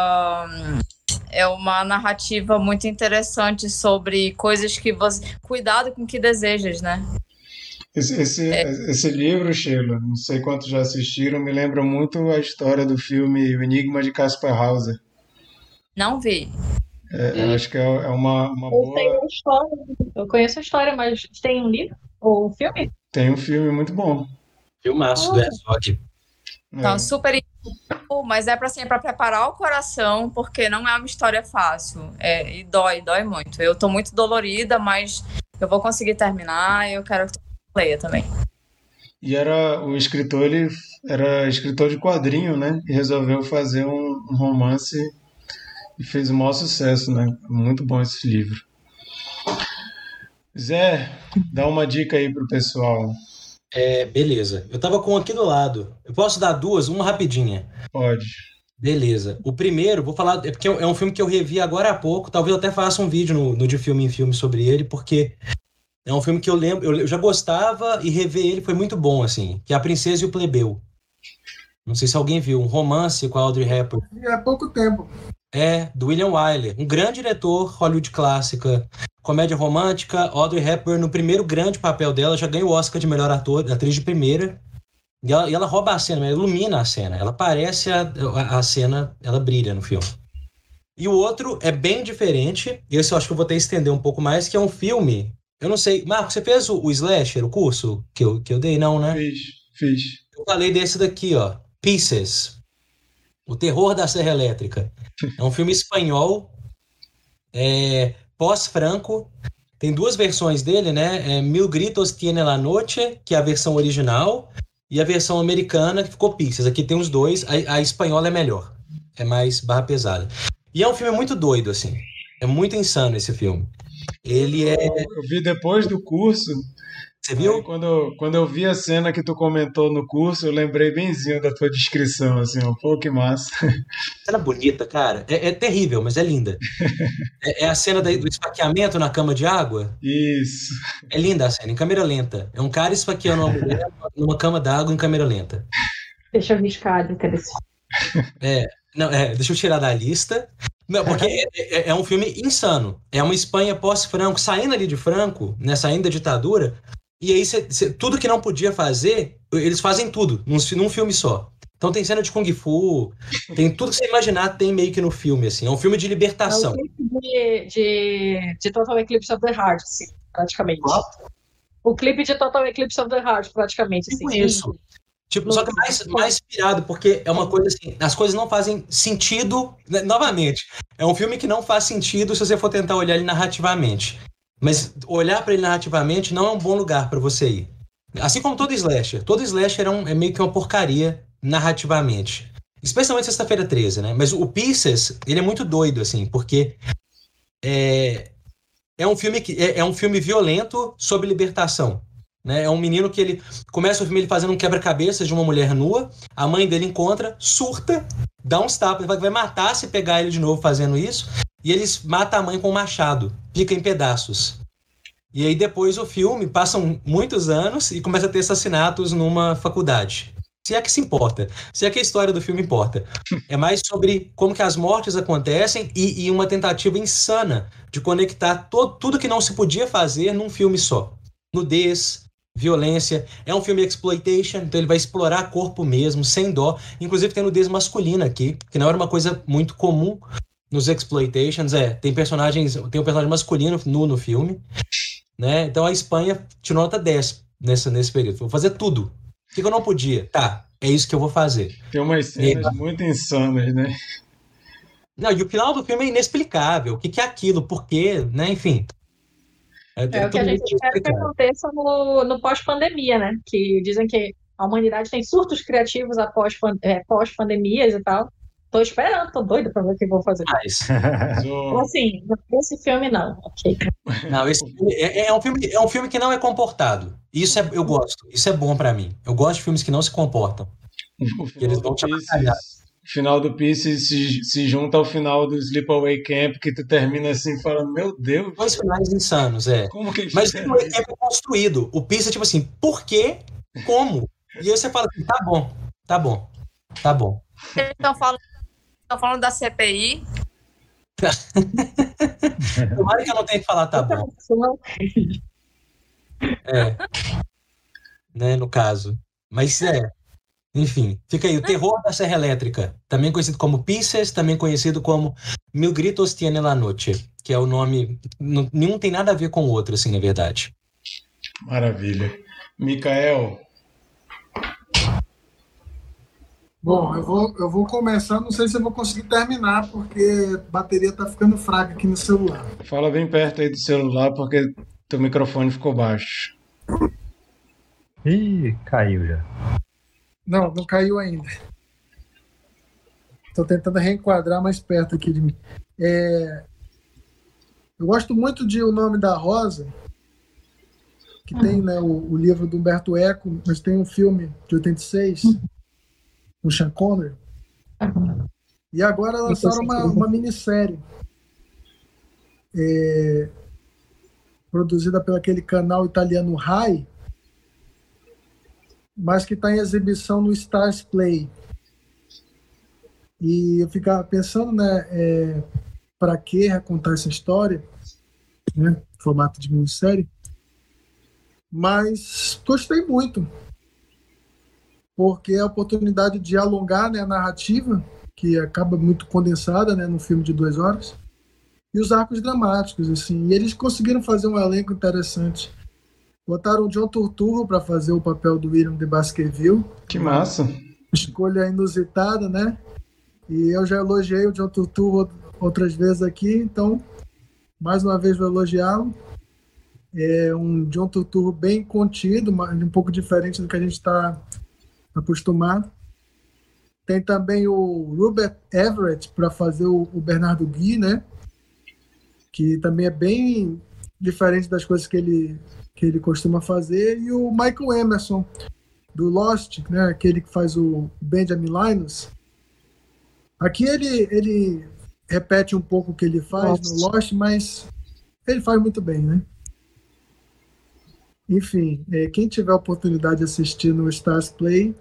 É uma narrativa muito interessante sobre coisas que você... Cuidado com o que desejas, né? Esse livro, Sheila, não sei quantos já assistiram, me lembra muito a história do filme O Enigma de Caspar Hauser. Não vi. Eu acho que é uma Eu boa. tenho a história, eu conheço a história, mas tem um livro ou um filme? Tem um filme muito bom. Filmaço do Herzog. Então, super. Mas é para preparar o coração, porque não é uma história fácil. E dói muito. Eu tô muito dolorida, mas eu vou conseguir terminar e eu quero que tu leia também. E o escritor, ele era escritor de quadrinho, né? E resolveu fazer um romance e fez o maior sucesso, né? Muito bom esse livro. Zé, dá uma dica aí pro pessoal. Beleza. Eu tava com um aqui do lado. Eu posso dar duas? Uma rapidinha. Pode. Beleza. O primeiro, vou falar, porque é um filme que eu revi agora há pouco. Talvez eu até faça um vídeo no De Filme em Filme sobre ele, porque é um filme que eu lembro, eu já gostava e rever ele foi muito bom, assim. Que é A Princesa e o Plebeu. Não sei se alguém viu. Um romance com a Audrey Hepburn. Há pouco tempo. Do William Wyler. Um grande diretor, Hollywood clássica. Comédia romântica, Audrey Hepburn, no primeiro grande papel dela, já ganhou o Oscar de melhor atriz de primeira. E ela rouba a cena, ela ilumina a cena. Ela parece a cena, ela brilha no filme. E o outro é bem diferente, esse eu acho que eu vou ter que estender um pouco mais, que é um filme, eu não sei, Marco, você fez o Slasher, o curso que eu dei? Não, né? Fiz. Eu falei desse daqui, ó, Pieces, O Terror da Serra Elétrica. É um filme espanhol, pós-Franco, tem duas versões dele, né? Mil Gritos Tiene la Noche, que é a versão original, e a versão americana, que ficou Pieces. Aqui tem os dois, a espanhola é melhor, é mais barra pesada. E é um filme muito doido, assim, é muito insano esse filme. Ele Eu vi depois do curso. Você viu? Aí, quando eu vi a cena que tu comentou no curso, eu lembrei benzinho da tua descrição, assim, ó. Pô, que massa. Cena bonita, cara. É terrível, mas é linda. É a cena do esfaqueamento na cama de água. Isso. É linda a cena, em câmera lenta. É um cara esfaqueando uma mulher numa cama d'água em câmera lenta. Deixa eu riscar a desse. Deixa eu tirar da lista. Não, porque é um filme insano. É uma Espanha pós-Franco, saindo ali de Franco, né, saindo da ditadura. E aí, tudo que não podia fazer, eles fazem tudo, num filme só. Então tem cena de Kung Fu, tem tudo que você imaginar, tem meio que no filme, assim. É um filme de libertação. É um clipe de Total Eclipse of the Heart, assim, praticamente. O clipe de Total Eclipse of the Heart, praticamente. Assim, isso. Só que mais inspirado, porque é uma coisa assim, as coisas não fazem sentido, né? Novamente, é um filme que não faz sentido se você for tentar olhar ele narrativamente. Mas olhar para ele narrativamente não é um bom lugar para você ir. Assim como todo slasher. Todo slasher é meio que uma porcaria narrativamente. Especialmente Sexta-feira 13, né? Mas o Pieces, ele é muito doido, assim, porque é um filme violento sobre libertação. Né? É um menino que ele começa o filme ele fazendo um quebra-cabeças de uma mulher nua, a mãe dele encontra, surta, dá uns tapas, vai matar se pegar ele de novo fazendo isso, e eles matam a mãe com um machado, pica em pedaços. E aí depois o filme, passam muitos anos e começa a ter assassinatos numa faculdade. Se é que se importa, se é que a história do filme importa. É mais sobre como que as mortes acontecem e uma tentativa insana de conectar tudo que não se podia fazer num filme só. Nudez, violência, é um filme exploitation, então ele vai explorar corpo mesmo, sem dó. Inclusive tem nudez masculina aqui, que não era uma coisa muito comum nos exploitations. Tem um personagem masculino nu no filme, né? Então a Espanha tirou nota 10 nesse período. Vou fazer tudo. O que eu não podia? Tá, é isso que eu vou fazer. Tem umas cenas muito insanas, né? Não, e o final do filme é inexplicável. O que é aquilo? Por quê? Né? Enfim. É o que a gente espera que aconteça no pós-pandemia, né? Que dizem que a humanidade tem surtos criativos após pós-pandemias e tal. Tô esperando, tô doida pra ver o que vou fazer. Então, assim, esse filme não. Okay. Não, esse filme é um filme que não é comportado. Isso eu gosto. Isso é bom pra mim. Eu gosto de filmes que não se comportam. Eles vão te atrapalhar. O final do Pieces se junta ao final do Sleepaway Camp, que tu termina assim, falando, meu Deus. Dois finais insanos, Como que mas o Sleepaway Camp é construído. O Pieces é tipo assim, por quê? Como? E aí você fala assim, tá bom. Vocês estão falando da CPI? Tomara que eu não tenha que falar tá bom. né, no caso. Mas enfim, fica aí, o terror da Serra Elétrica, também conhecido como Pieces, também conhecido como Mil Gritos Tiene la Noche, que é o nome, nenhum tem nada a ver com o outro, assim, na verdade. Maravilha. Mikael. Bom, eu vou começar, não sei se eu vou conseguir terminar, porque a bateria tá ficando fraca aqui no celular. Fala bem perto aí do celular, porque teu microfone ficou baixo. Ih, caiu já. Não caiu ainda. Estou tentando reenquadrar mais perto aqui de mim. Eu gosto muito de O Nome da Rosa, que tem, né, o livro do Humberto Eco, mas tem um filme de 86, com Sean Connery. E agora lançaram uma minissérie produzida pelo aquele canal italiano Rai, mas que está em exibição no Stars Play. E eu ficava pensando, né, para que recontar essa história, né, formato de minissérie, mas gostei muito, porque é a oportunidade de alongar, né, a narrativa, que acaba muito condensada, né, num filme de 2 horas, e os arcos dramáticos, assim, e eles conseguiram fazer um elenco interessante. Botaram o John Turturro para fazer o papel do William de Baskerville. Que massa! Escolha inusitada, né? E eu já elogiei o John Turturro outras vezes aqui, então, mais uma vez vou elogiá-lo. É um John Turturro bem contido, um pouco diferente do que a gente está acostumado. Tem também o Rupert Everett para fazer o Bernardo Guy, né? Que também é bem diferente das coisas que ele costuma fazer, e o Michael Emerson, do Lost, né, aquele que faz o Benjamin Linus. Aqui ele repete um pouco o que ele faz no Lost, mas ele faz muito bem, né? Enfim, quem tiver a oportunidade de assistir no Stars Play,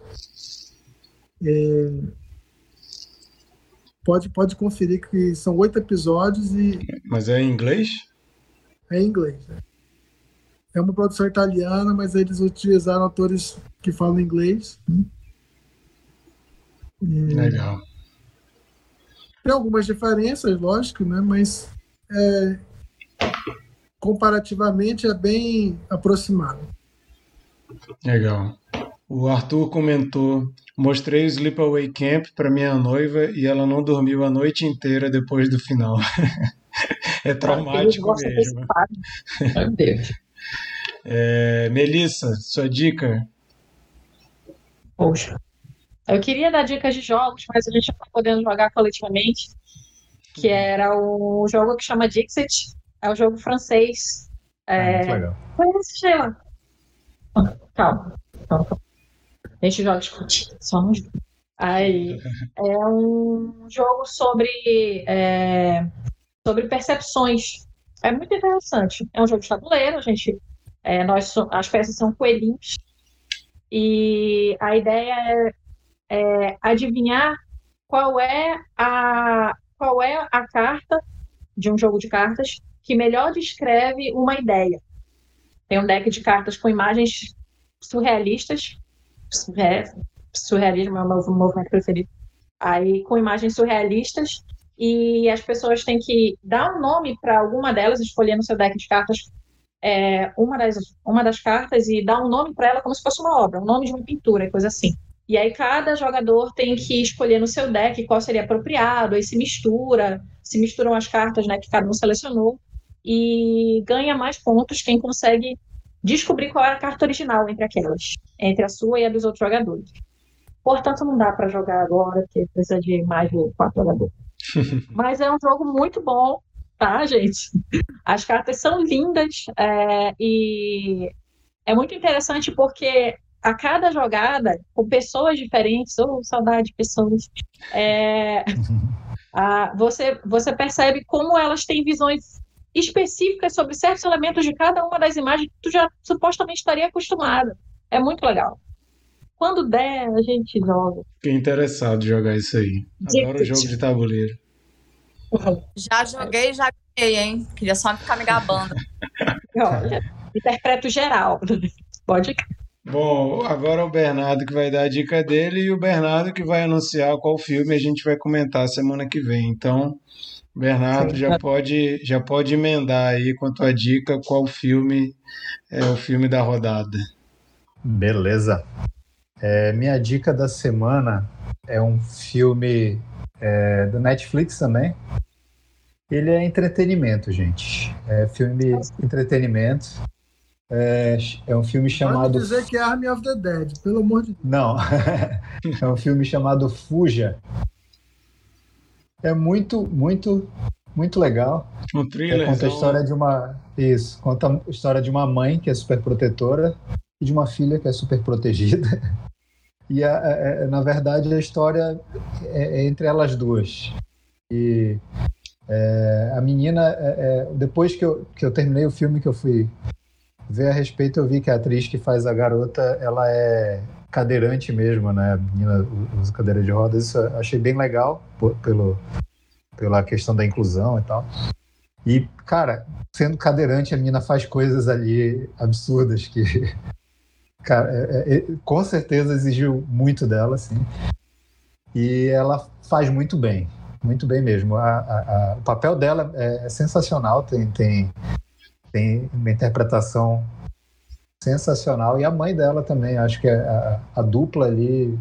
pode conferir que são 8 episódios e... Mas é em inglês? É em inglês, né? É uma produção italiana, mas eles utilizaram atores que falam inglês. Legal. Tem algumas diferenças, lógico, né? Mas comparativamente é bem aproximado. Legal. O Arthur comentou: mostrei o Sleepaway Camp para minha noiva e ela não dormiu a noite inteira depois do final. É traumático mesmo. Meu Deus. Melissa, sua dica? Poxa. Eu queria dar dicas de jogos, mas a gente não está podendo jogar coletivamente, que era um jogo que chama Dixit. É um jogo francês. Muito legal. Conhece, Sheila? Calma. A gente joga escondido, só não joga. Aí, é um jogo sobre percepções. É muito interessante. É um jogo de tabuleiro, as peças são coelhinhos, e a ideia é adivinhar qual é a carta de um jogo de cartas que melhor descreve uma ideia. Tem um deck de cartas com imagens surrealistas. Surrealismo é o meu movimento preferido. Aí, com imagens surrealistas, e as pessoas têm que dar um nome para alguma delas, escolher no seu deck de cartas uma das cartas e dar um nome para ela como se fosse uma obra, um nome de uma pintura, coisa assim. E aí cada jogador tem que escolher no seu deck qual seria apropriado, aí se misturam as cartas, né, que cada um selecionou, e ganha mais pontos quem consegue descobrir qual é a carta original entre a sua e a dos outros jogadores. Portanto, não dá para jogar agora, porque precisa de mais de 4 jogadores. Mas é um jogo muito bom, tá, gente? As cartas são lindas, e é muito interessante porque a cada jogada, com pessoas diferentes, saudade de pessoas, você percebe como elas têm visões específicas sobre certos elementos de cada uma das imagens que tu já supostamente estaria acostumado. É muito legal. Quando der, a gente joga. Fiquei interessado em jogar isso aí. Adoro jogo de tabuleiro. Já joguei, já ganhei, hein? Queria só ficar me gabando. Olha, interpreto geral. Pode. Bom, agora é o Bernardo que vai dar a dica dele e o Bernardo que vai anunciar qual filme a gente vai comentar semana que vem. Então, Bernardo já pode emendar aí com a tua dica qual filme é o filme da rodada. Beleza. Minha dica da semana é um filme do Netflix também. Ele é entretenimento, gente. É filme entretenimento. É um filme chamado... Pode dizer que é Army of the Dead, pelo amor de Deus. Não. É um filme chamado Fuja. É muito, muito, muito legal. Um thriller. Conta a história de uma... Isso. Conta a história de uma mãe que é super protetora e de uma filha que é super protegida. E, na verdade, a história é entre elas duas. E a menina... depois que eu terminei o filme, que eu fui ver a respeito, eu vi que a atriz que faz a garota, ela é cadeirante mesmo, né? A menina usa cadeira de rodas. Isso eu achei bem legal, pela questão da inclusão e tal. E, cara, sendo cadeirante, a menina faz coisas ali absurdas que, cara, com certeza exigiu muito dela, assim. E ela faz muito bem mesmo. O papel dela é sensacional, tem uma interpretação sensacional. E a mãe dela também, acho que a dupla ali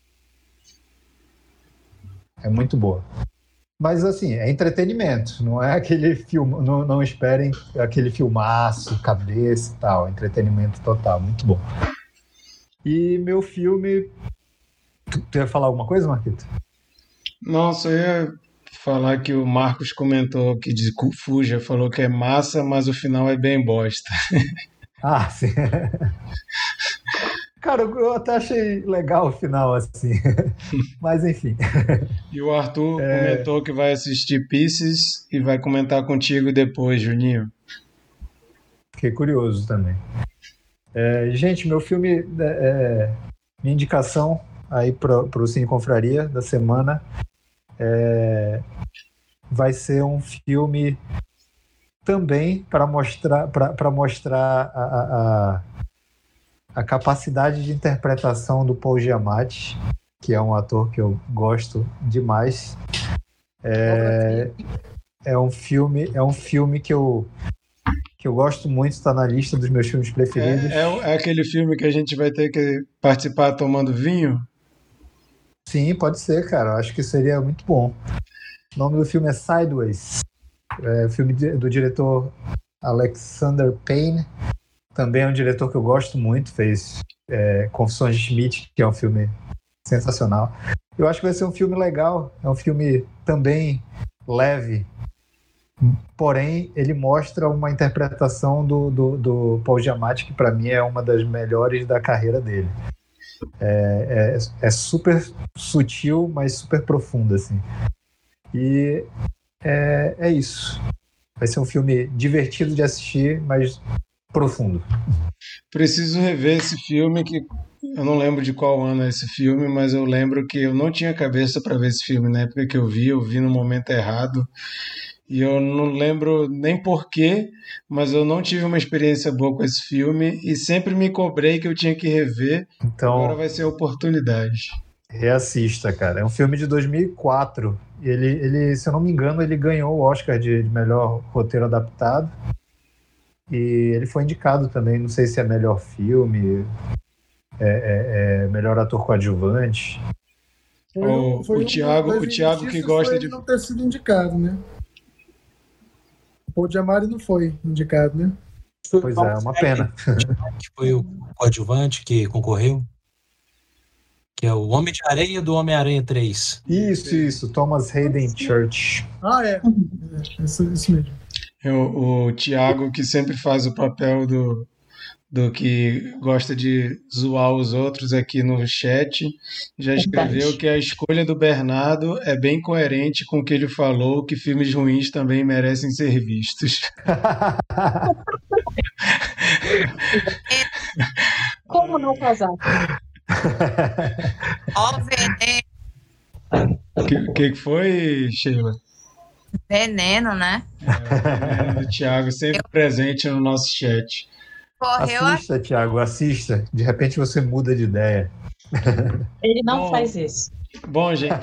é muito boa. Mas, assim, é entretenimento, não é aquele filme, não esperem aquele filmaço, cabeça e tal, entretenimento total, muito bom. E meu filme... Tu ia falar alguma coisa, Marquito? Não, só ia falar que o Marcos comentou que de Fuja, falou que é massa, mas o final é bem bosta. Ah, sim. Cara, eu até achei legal o final, assim. Mas, enfim. E o Arthur comentou que vai assistir Pieces e vai comentar contigo depois, Juninho. Fiquei curioso também. Gente, meu filme... minha indicação aí para o Cine Confraria da semana vai ser um filme também para mostrar a capacidade de interpretação do Paul Giamatti, que é um ator que eu gosto demais. É um filme que eu gosto muito, está na lista dos meus filmes preferidos. É aquele filme que a gente vai ter que participar tomando vinho? Sim, pode ser, cara. Eu acho que seria muito bom. O nome do filme é Sideways. É o filme do diretor Alexander Payne. Também é um diretor que eu gosto muito. Fez Confissões de Schmidt, que é um filme sensacional. Eu acho que vai ser um filme legal. É um filme também leve. Porém, ele mostra uma interpretação do Paul Giamatti que, para mim, é uma das melhores da carreira dele. É super sutil, mas super profundo, assim. E é isso. Vai ser um filme divertido de assistir, mas profundo. Preciso rever esse filme, que eu não lembro de qual ano é esse filme, mas eu lembro que eu não tinha cabeça para ver esse filme na época que eu vi no momento errado. E eu não lembro nem porquê, mas eu não tive uma experiência boa com esse filme e sempre me cobrei que eu tinha que rever. Então, agora vai ser a oportunidade. Reassista, cara. É um filme de 2004. Ele, se eu não me engano, ele ganhou o Oscar de melhor roteiro adaptado. E ele foi indicado também, não sei se é melhor filme, melhor ator coadjuvante. O Thiago que gosta de... não ter sido indicado, né? O Paul Giamatti não foi indicado, né? Pois é, uma pena. Que foi o coadjuvante que concorreu, que é o Homem de Areia do Homem-Aranha 3. Isso, Thomas Hayden Church. Ah, isso mesmo. O Thiago, que sempre faz o papel do que gosta de zoar os outros aqui no chat, já escreveu que a escolha do Bernardo é bem coerente com o que ele falou, que filmes ruins também merecem ser vistos. Como não casar? Ó, veneno. O que foi, Sheila? Veneno, né? O veneno do Thiago sempre presente no nosso chat. Correu aqui. Assista, Thiago, assista. De repente você muda de ideia. Ele não Bom. faz isso. Bom, gente,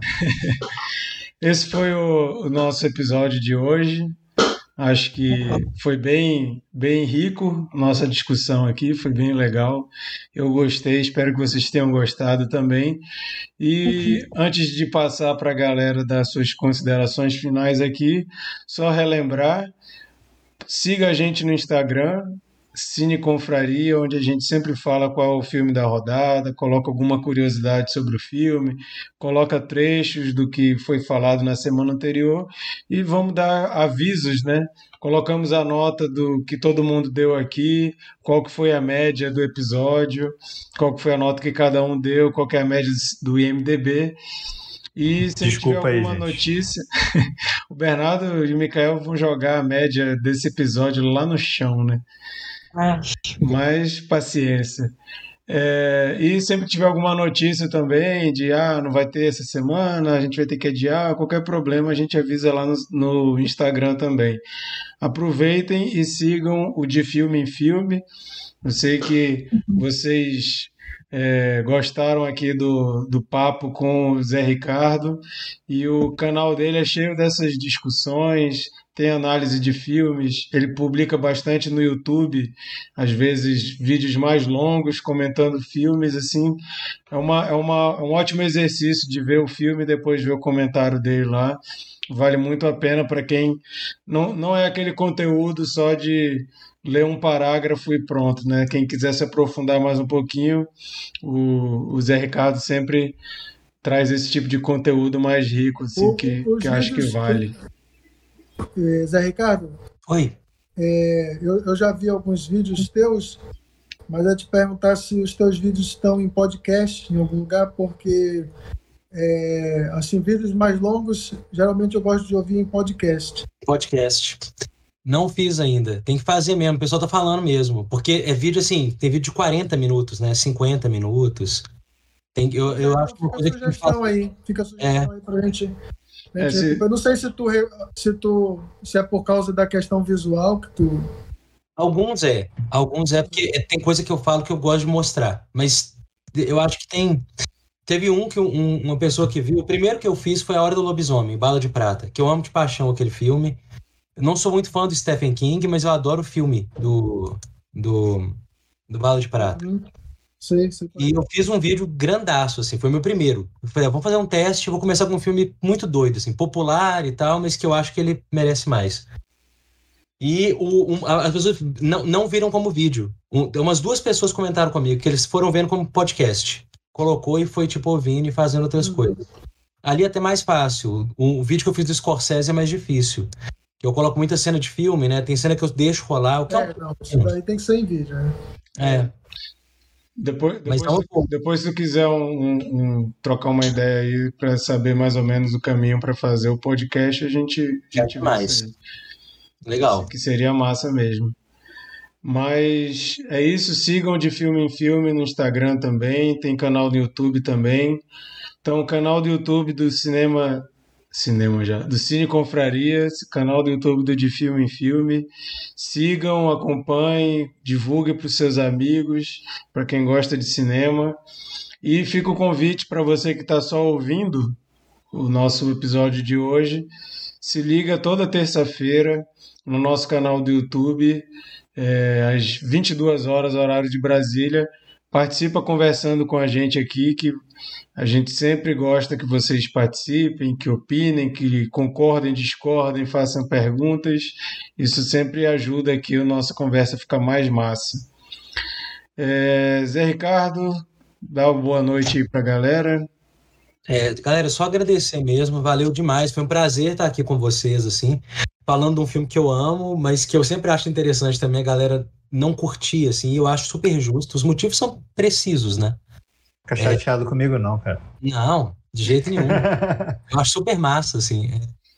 esse foi o nosso episódio de hoje. Acho que foi bem rico nossa discussão aqui, foi bem legal. Eu gostei, espero que vocês tenham gostado também. E antes de passar para a galera dar suas considerações finais aqui, só relembrar, siga a gente no Instagram, Cine Confraria, onde a gente sempre fala qual é o filme da rodada, coloca alguma curiosidade sobre o filme, coloca trechos do que foi falado na semana anterior e vamos dar avisos, né? Colocamos a nota do que todo mundo deu aqui, qual que foi a média do episódio, qual que foi a nota que cada um deu, qual que é a média do IMDb. E se Desculpa tiver aí, alguma gente. notícia, o Bernardo e o Mikael vão jogar a média desse episódio lá no chão, né? Ah, Mas paciência. E sempre que tiver alguma notícia também de não vai ter essa semana, a gente vai ter que adiar, qualquer problema a gente avisa lá no Instagram também. Aproveitem e sigam o De Filme em Filme. Eu sei que vocês gostaram aqui do papo com o Zé Ricardo e o canal dele é cheio dessas discussões, tem análise de filmes, ele publica bastante no YouTube, às vezes vídeos mais longos comentando filmes, assim, é um ótimo exercício de ver o filme e depois ver o comentário dele lá, vale muito a pena para quem não é aquele conteúdo só de ler um parágrafo e pronto, né? Quem quiser se aprofundar mais um pouquinho, o Zé Ricardo sempre traz esse tipo de conteúdo mais rico, assim, que eu acho que vale. Zé Ricardo, Oi. eu já vi alguns vídeos teus, mas eu ia te perguntar se os teus vídeos estão em podcast em algum lugar, porque assim, vídeos mais longos, geralmente eu gosto de ouvir em podcast. Podcast. Não fiz ainda. Tem que fazer mesmo. O pessoal tá falando mesmo. Porque é vídeo assim, tem vídeo de 40 minutos, né? 50 minutos. Eu acho que uma coisa que Fica a sugestão aí pra gente. Se- Eu não sei se é por causa da questão visual que tu. Alguns é porque tem coisa que eu falo que eu gosto de mostrar. Mas eu acho que teve uma pessoa que viu. O primeiro que eu fiz foi A Hora do Lobisomem, Bala de Prata, que eu amo de paixão aquele filme. Eu não sou muito fã do Stephen King, mas eu adoro o filme do Bala de Prata. Sei. E eu fiz um vídeo grandaço, assim, foi meu primeiro. Eu falei, vamos fazer um teste, vou começar com um filme muito doido, assim, popular e tal, mas que eu acho que ele merece mais. E as pessoas não viram como vídeo. Umas 2 pessoas comentaram comigo que eles foram vendo como podcast. Colocou e foi, tipo, ouvindo e fazendo outras coisas. Ali é até mais fácil. O vídeo que eu fiz do Scorsese é mais difícil. Eu coloco muita cena de filme, né? Tem cena que eu deixo rolar. Isso daí tem que ser em vídeo, né? Depois se tu quiser trocar uma ideia aí para saber mais ou menos o caminho para fazer o podcast, a gente vê mais. isso aí. Legal. Que seria massa mesmo. Mas é isso, sigam De Filme em Filme no Instagram também, tem canal no YouTube também. Então, o canal do YouTube do do Cine Confraria, canal do YouTube do De Filme em Filme. Sigam, acompanhem, divulguem para os seus amigos, para quem gosta de cinema. E fica o convite para você que está só ouvindo o nosso episódio de hoje. Se liga toda terça-feira no nosso canal do YouTube, às 22 horas, horário de Brasília. Participa conversando com a gente aqui, que a gente sempre gosta que vocês participem, que opinem, que concordem, discordem, façam perguntas. Isso sempre ajuda aqui a nossa conversa a ficar mais massa. Zé Ricardo, dá uma boa noite aí pra galera. Galera, só agradecer mesmo, valeu demais, foi um prazer estar aqui com vocês, assim, falando de um filme que eu amo, mas que eu sempre acho interessante também a galera não curtir, assim, e eu acho super justo, os motivos são precisos, né? Fica chateado comigo não, cara. Não, de jeito nenhum. Eu acho super massa, assim.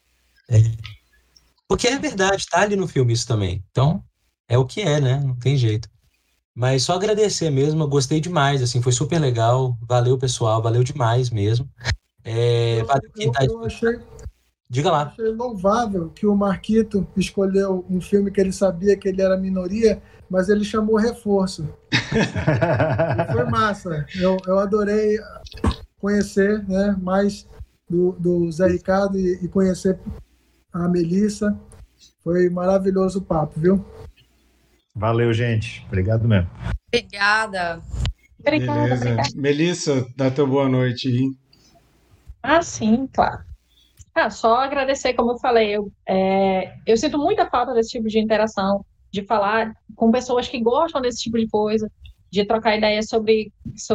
Porque é verdade, tá ali no filme isso também. Então, é o que é, né? Não tem jeito. Mas só agradecer mesmo, eu gostei demais, assim, foi super legal. Valeu, pessoal, valeu demais mesmo. Valeu quem tá... Diga lá. Achei louvável que o Marquito escolheu um filme que ele sabia que ele era minoria, mas ele chamou reforço. E foi massa. Eu adorei conhecer, né, mais do Zé Ricardo e conhecer a Melissa. Foi maravilhoso o papo, viu? Valeu, gente. Obrigado mesmo. Obrigada. Obrigada, Beleza. obrigada. Melissa, dá teu boa noite aí. Ah, sim, claro. Só agradecer, como eu falei, eu sinto muita falta desse tipo de interação, de falar com pessoas que gostam desse tipo de coisa, de trocar ideias sobre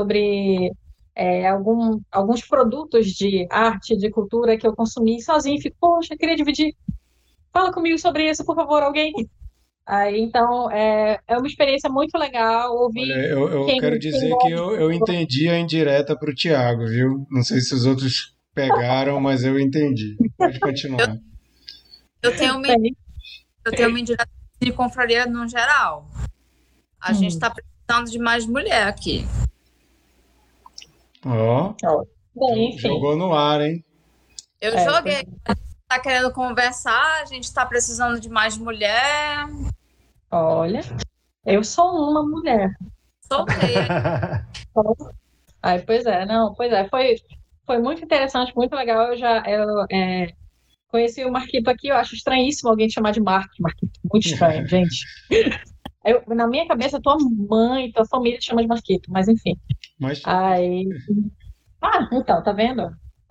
alguns produtos de arte, de cultura que eu consumi sozinho. Fico, poxa, queria dividir. Fala comigo sobre isso, por favor, alguém. Aí, então, é uma experiência muito legal ouvir. Olha, eu quero dizer que eu entendi a indireta para o Thiago, viu? Não sei se os outros pegaram, mas eu entendi. Pode continuar. Eu tenho uma indireta de confraria no geral. A gente está precisando de mais mulher aqui. Ó, Bem, enfim. jogou no ar, hein? Eu joguei. Tá querendo conversar, a gente tá precisando de mais mulher. Olha, eu sou uma mulher. Solteira. Foi muito interessante, muito legal. Eu conheci o Marquito aqui, eu acho estranhíssimo alguém te chamar de Marquito, muito estranho, gente. Na minha cabeça, tua mãe, tua família te chama de Marquito, mas enfim. Mas Então, tá vendo?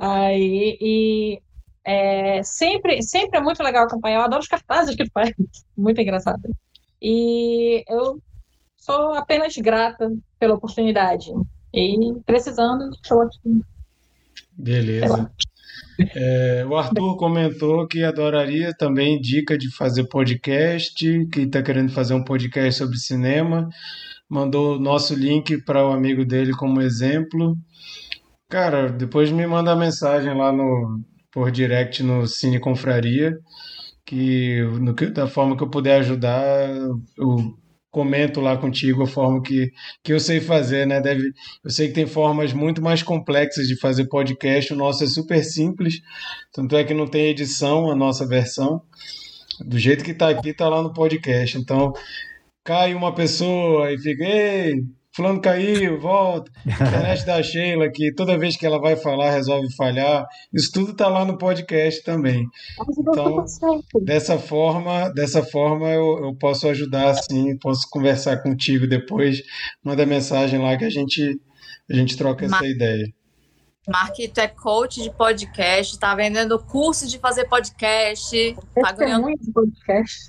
Sempre é muito legal acompanhar. Eu adoro os cartazes que ele faz, muito engraçado. E eu sou apenas grata pela oportunidade. E precisando, estou aqui. beleza. O Arthur comentou que adoraria também dica de fazer podcast, que está querendo fazer um podcast sobre cinema. Mandou o nosso link para o amigo dele como exemplo. Cara, depois me manda mensagem lá por direct no Cine Confraria, que da forma que eu puder ajudar, eu comento lá contigo a forma que eu sei fazer, né? Eu sei que tem formas muito mais complexas de fazer podcast, o nosso é super simples, tanto é que não tem edição, a nossa versão. Do jeito que tá aqui, tá lá no podcast. Então, cai uma pessoa e fica, ei, fulano caiu, volta. Internet da Sheila, que toda vez que ela vai falar, resolve falhar. Isso tudo tá lá no podcast também. Então, dessa forma eu posso ajudar, sim, posso conversar contigo depois. Manda mensagem lá que a gente troca essa ideia. Marquito é coach de podcast, tá vendendo curso de fazer podcast, tá ganhando muito podcast.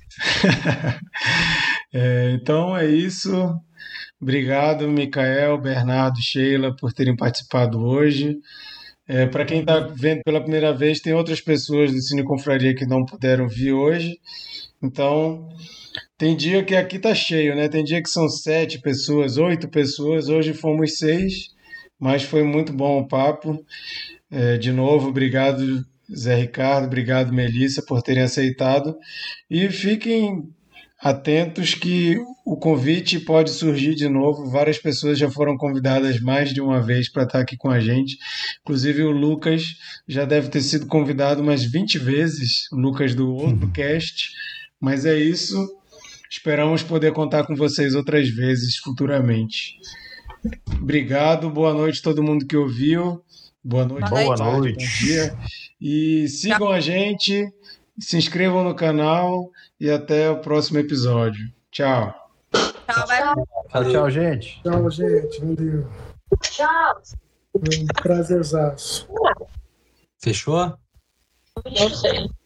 Então é isso. Obrigado, Micael, Bernardo, Sheila, por terem participado hoje. Para quem está vendo pela primeira vez, tem outras pessoas do Cine Confraria que não puderam vir hoje. Então, tem dia que aqui tá cheio, né? Tem dia que são 7 pessoas, 8 pessoas. Hoje fomos 6, mas foi muito bom o papo. De novo, obrigado, Zé Ricardo, obrigado, Melissa, por terem aceitado. E fiquem atentos que o convite pode surgir de novo. Várias pessoas já foram convidadas mais de uma vez para estar aqui com a gente. Inclusive o Lucas já deve ter sido convidado umas 20 vezes, o Lucas do outro cast. Mas é isso. Esperamos poder contar com vocês outras vezes futuramente. Obrigado, boa noite a todo mundo que ouviu. Boa noite, Boa tarde, noite. bom dia. E sigam a gente, se inscrevam no canal e até o próximo episódio. Tchau. Tchau, gente. Tchau, gente. Valeu. Tchau. Foi um prazerzaço. Fechou? Não sei.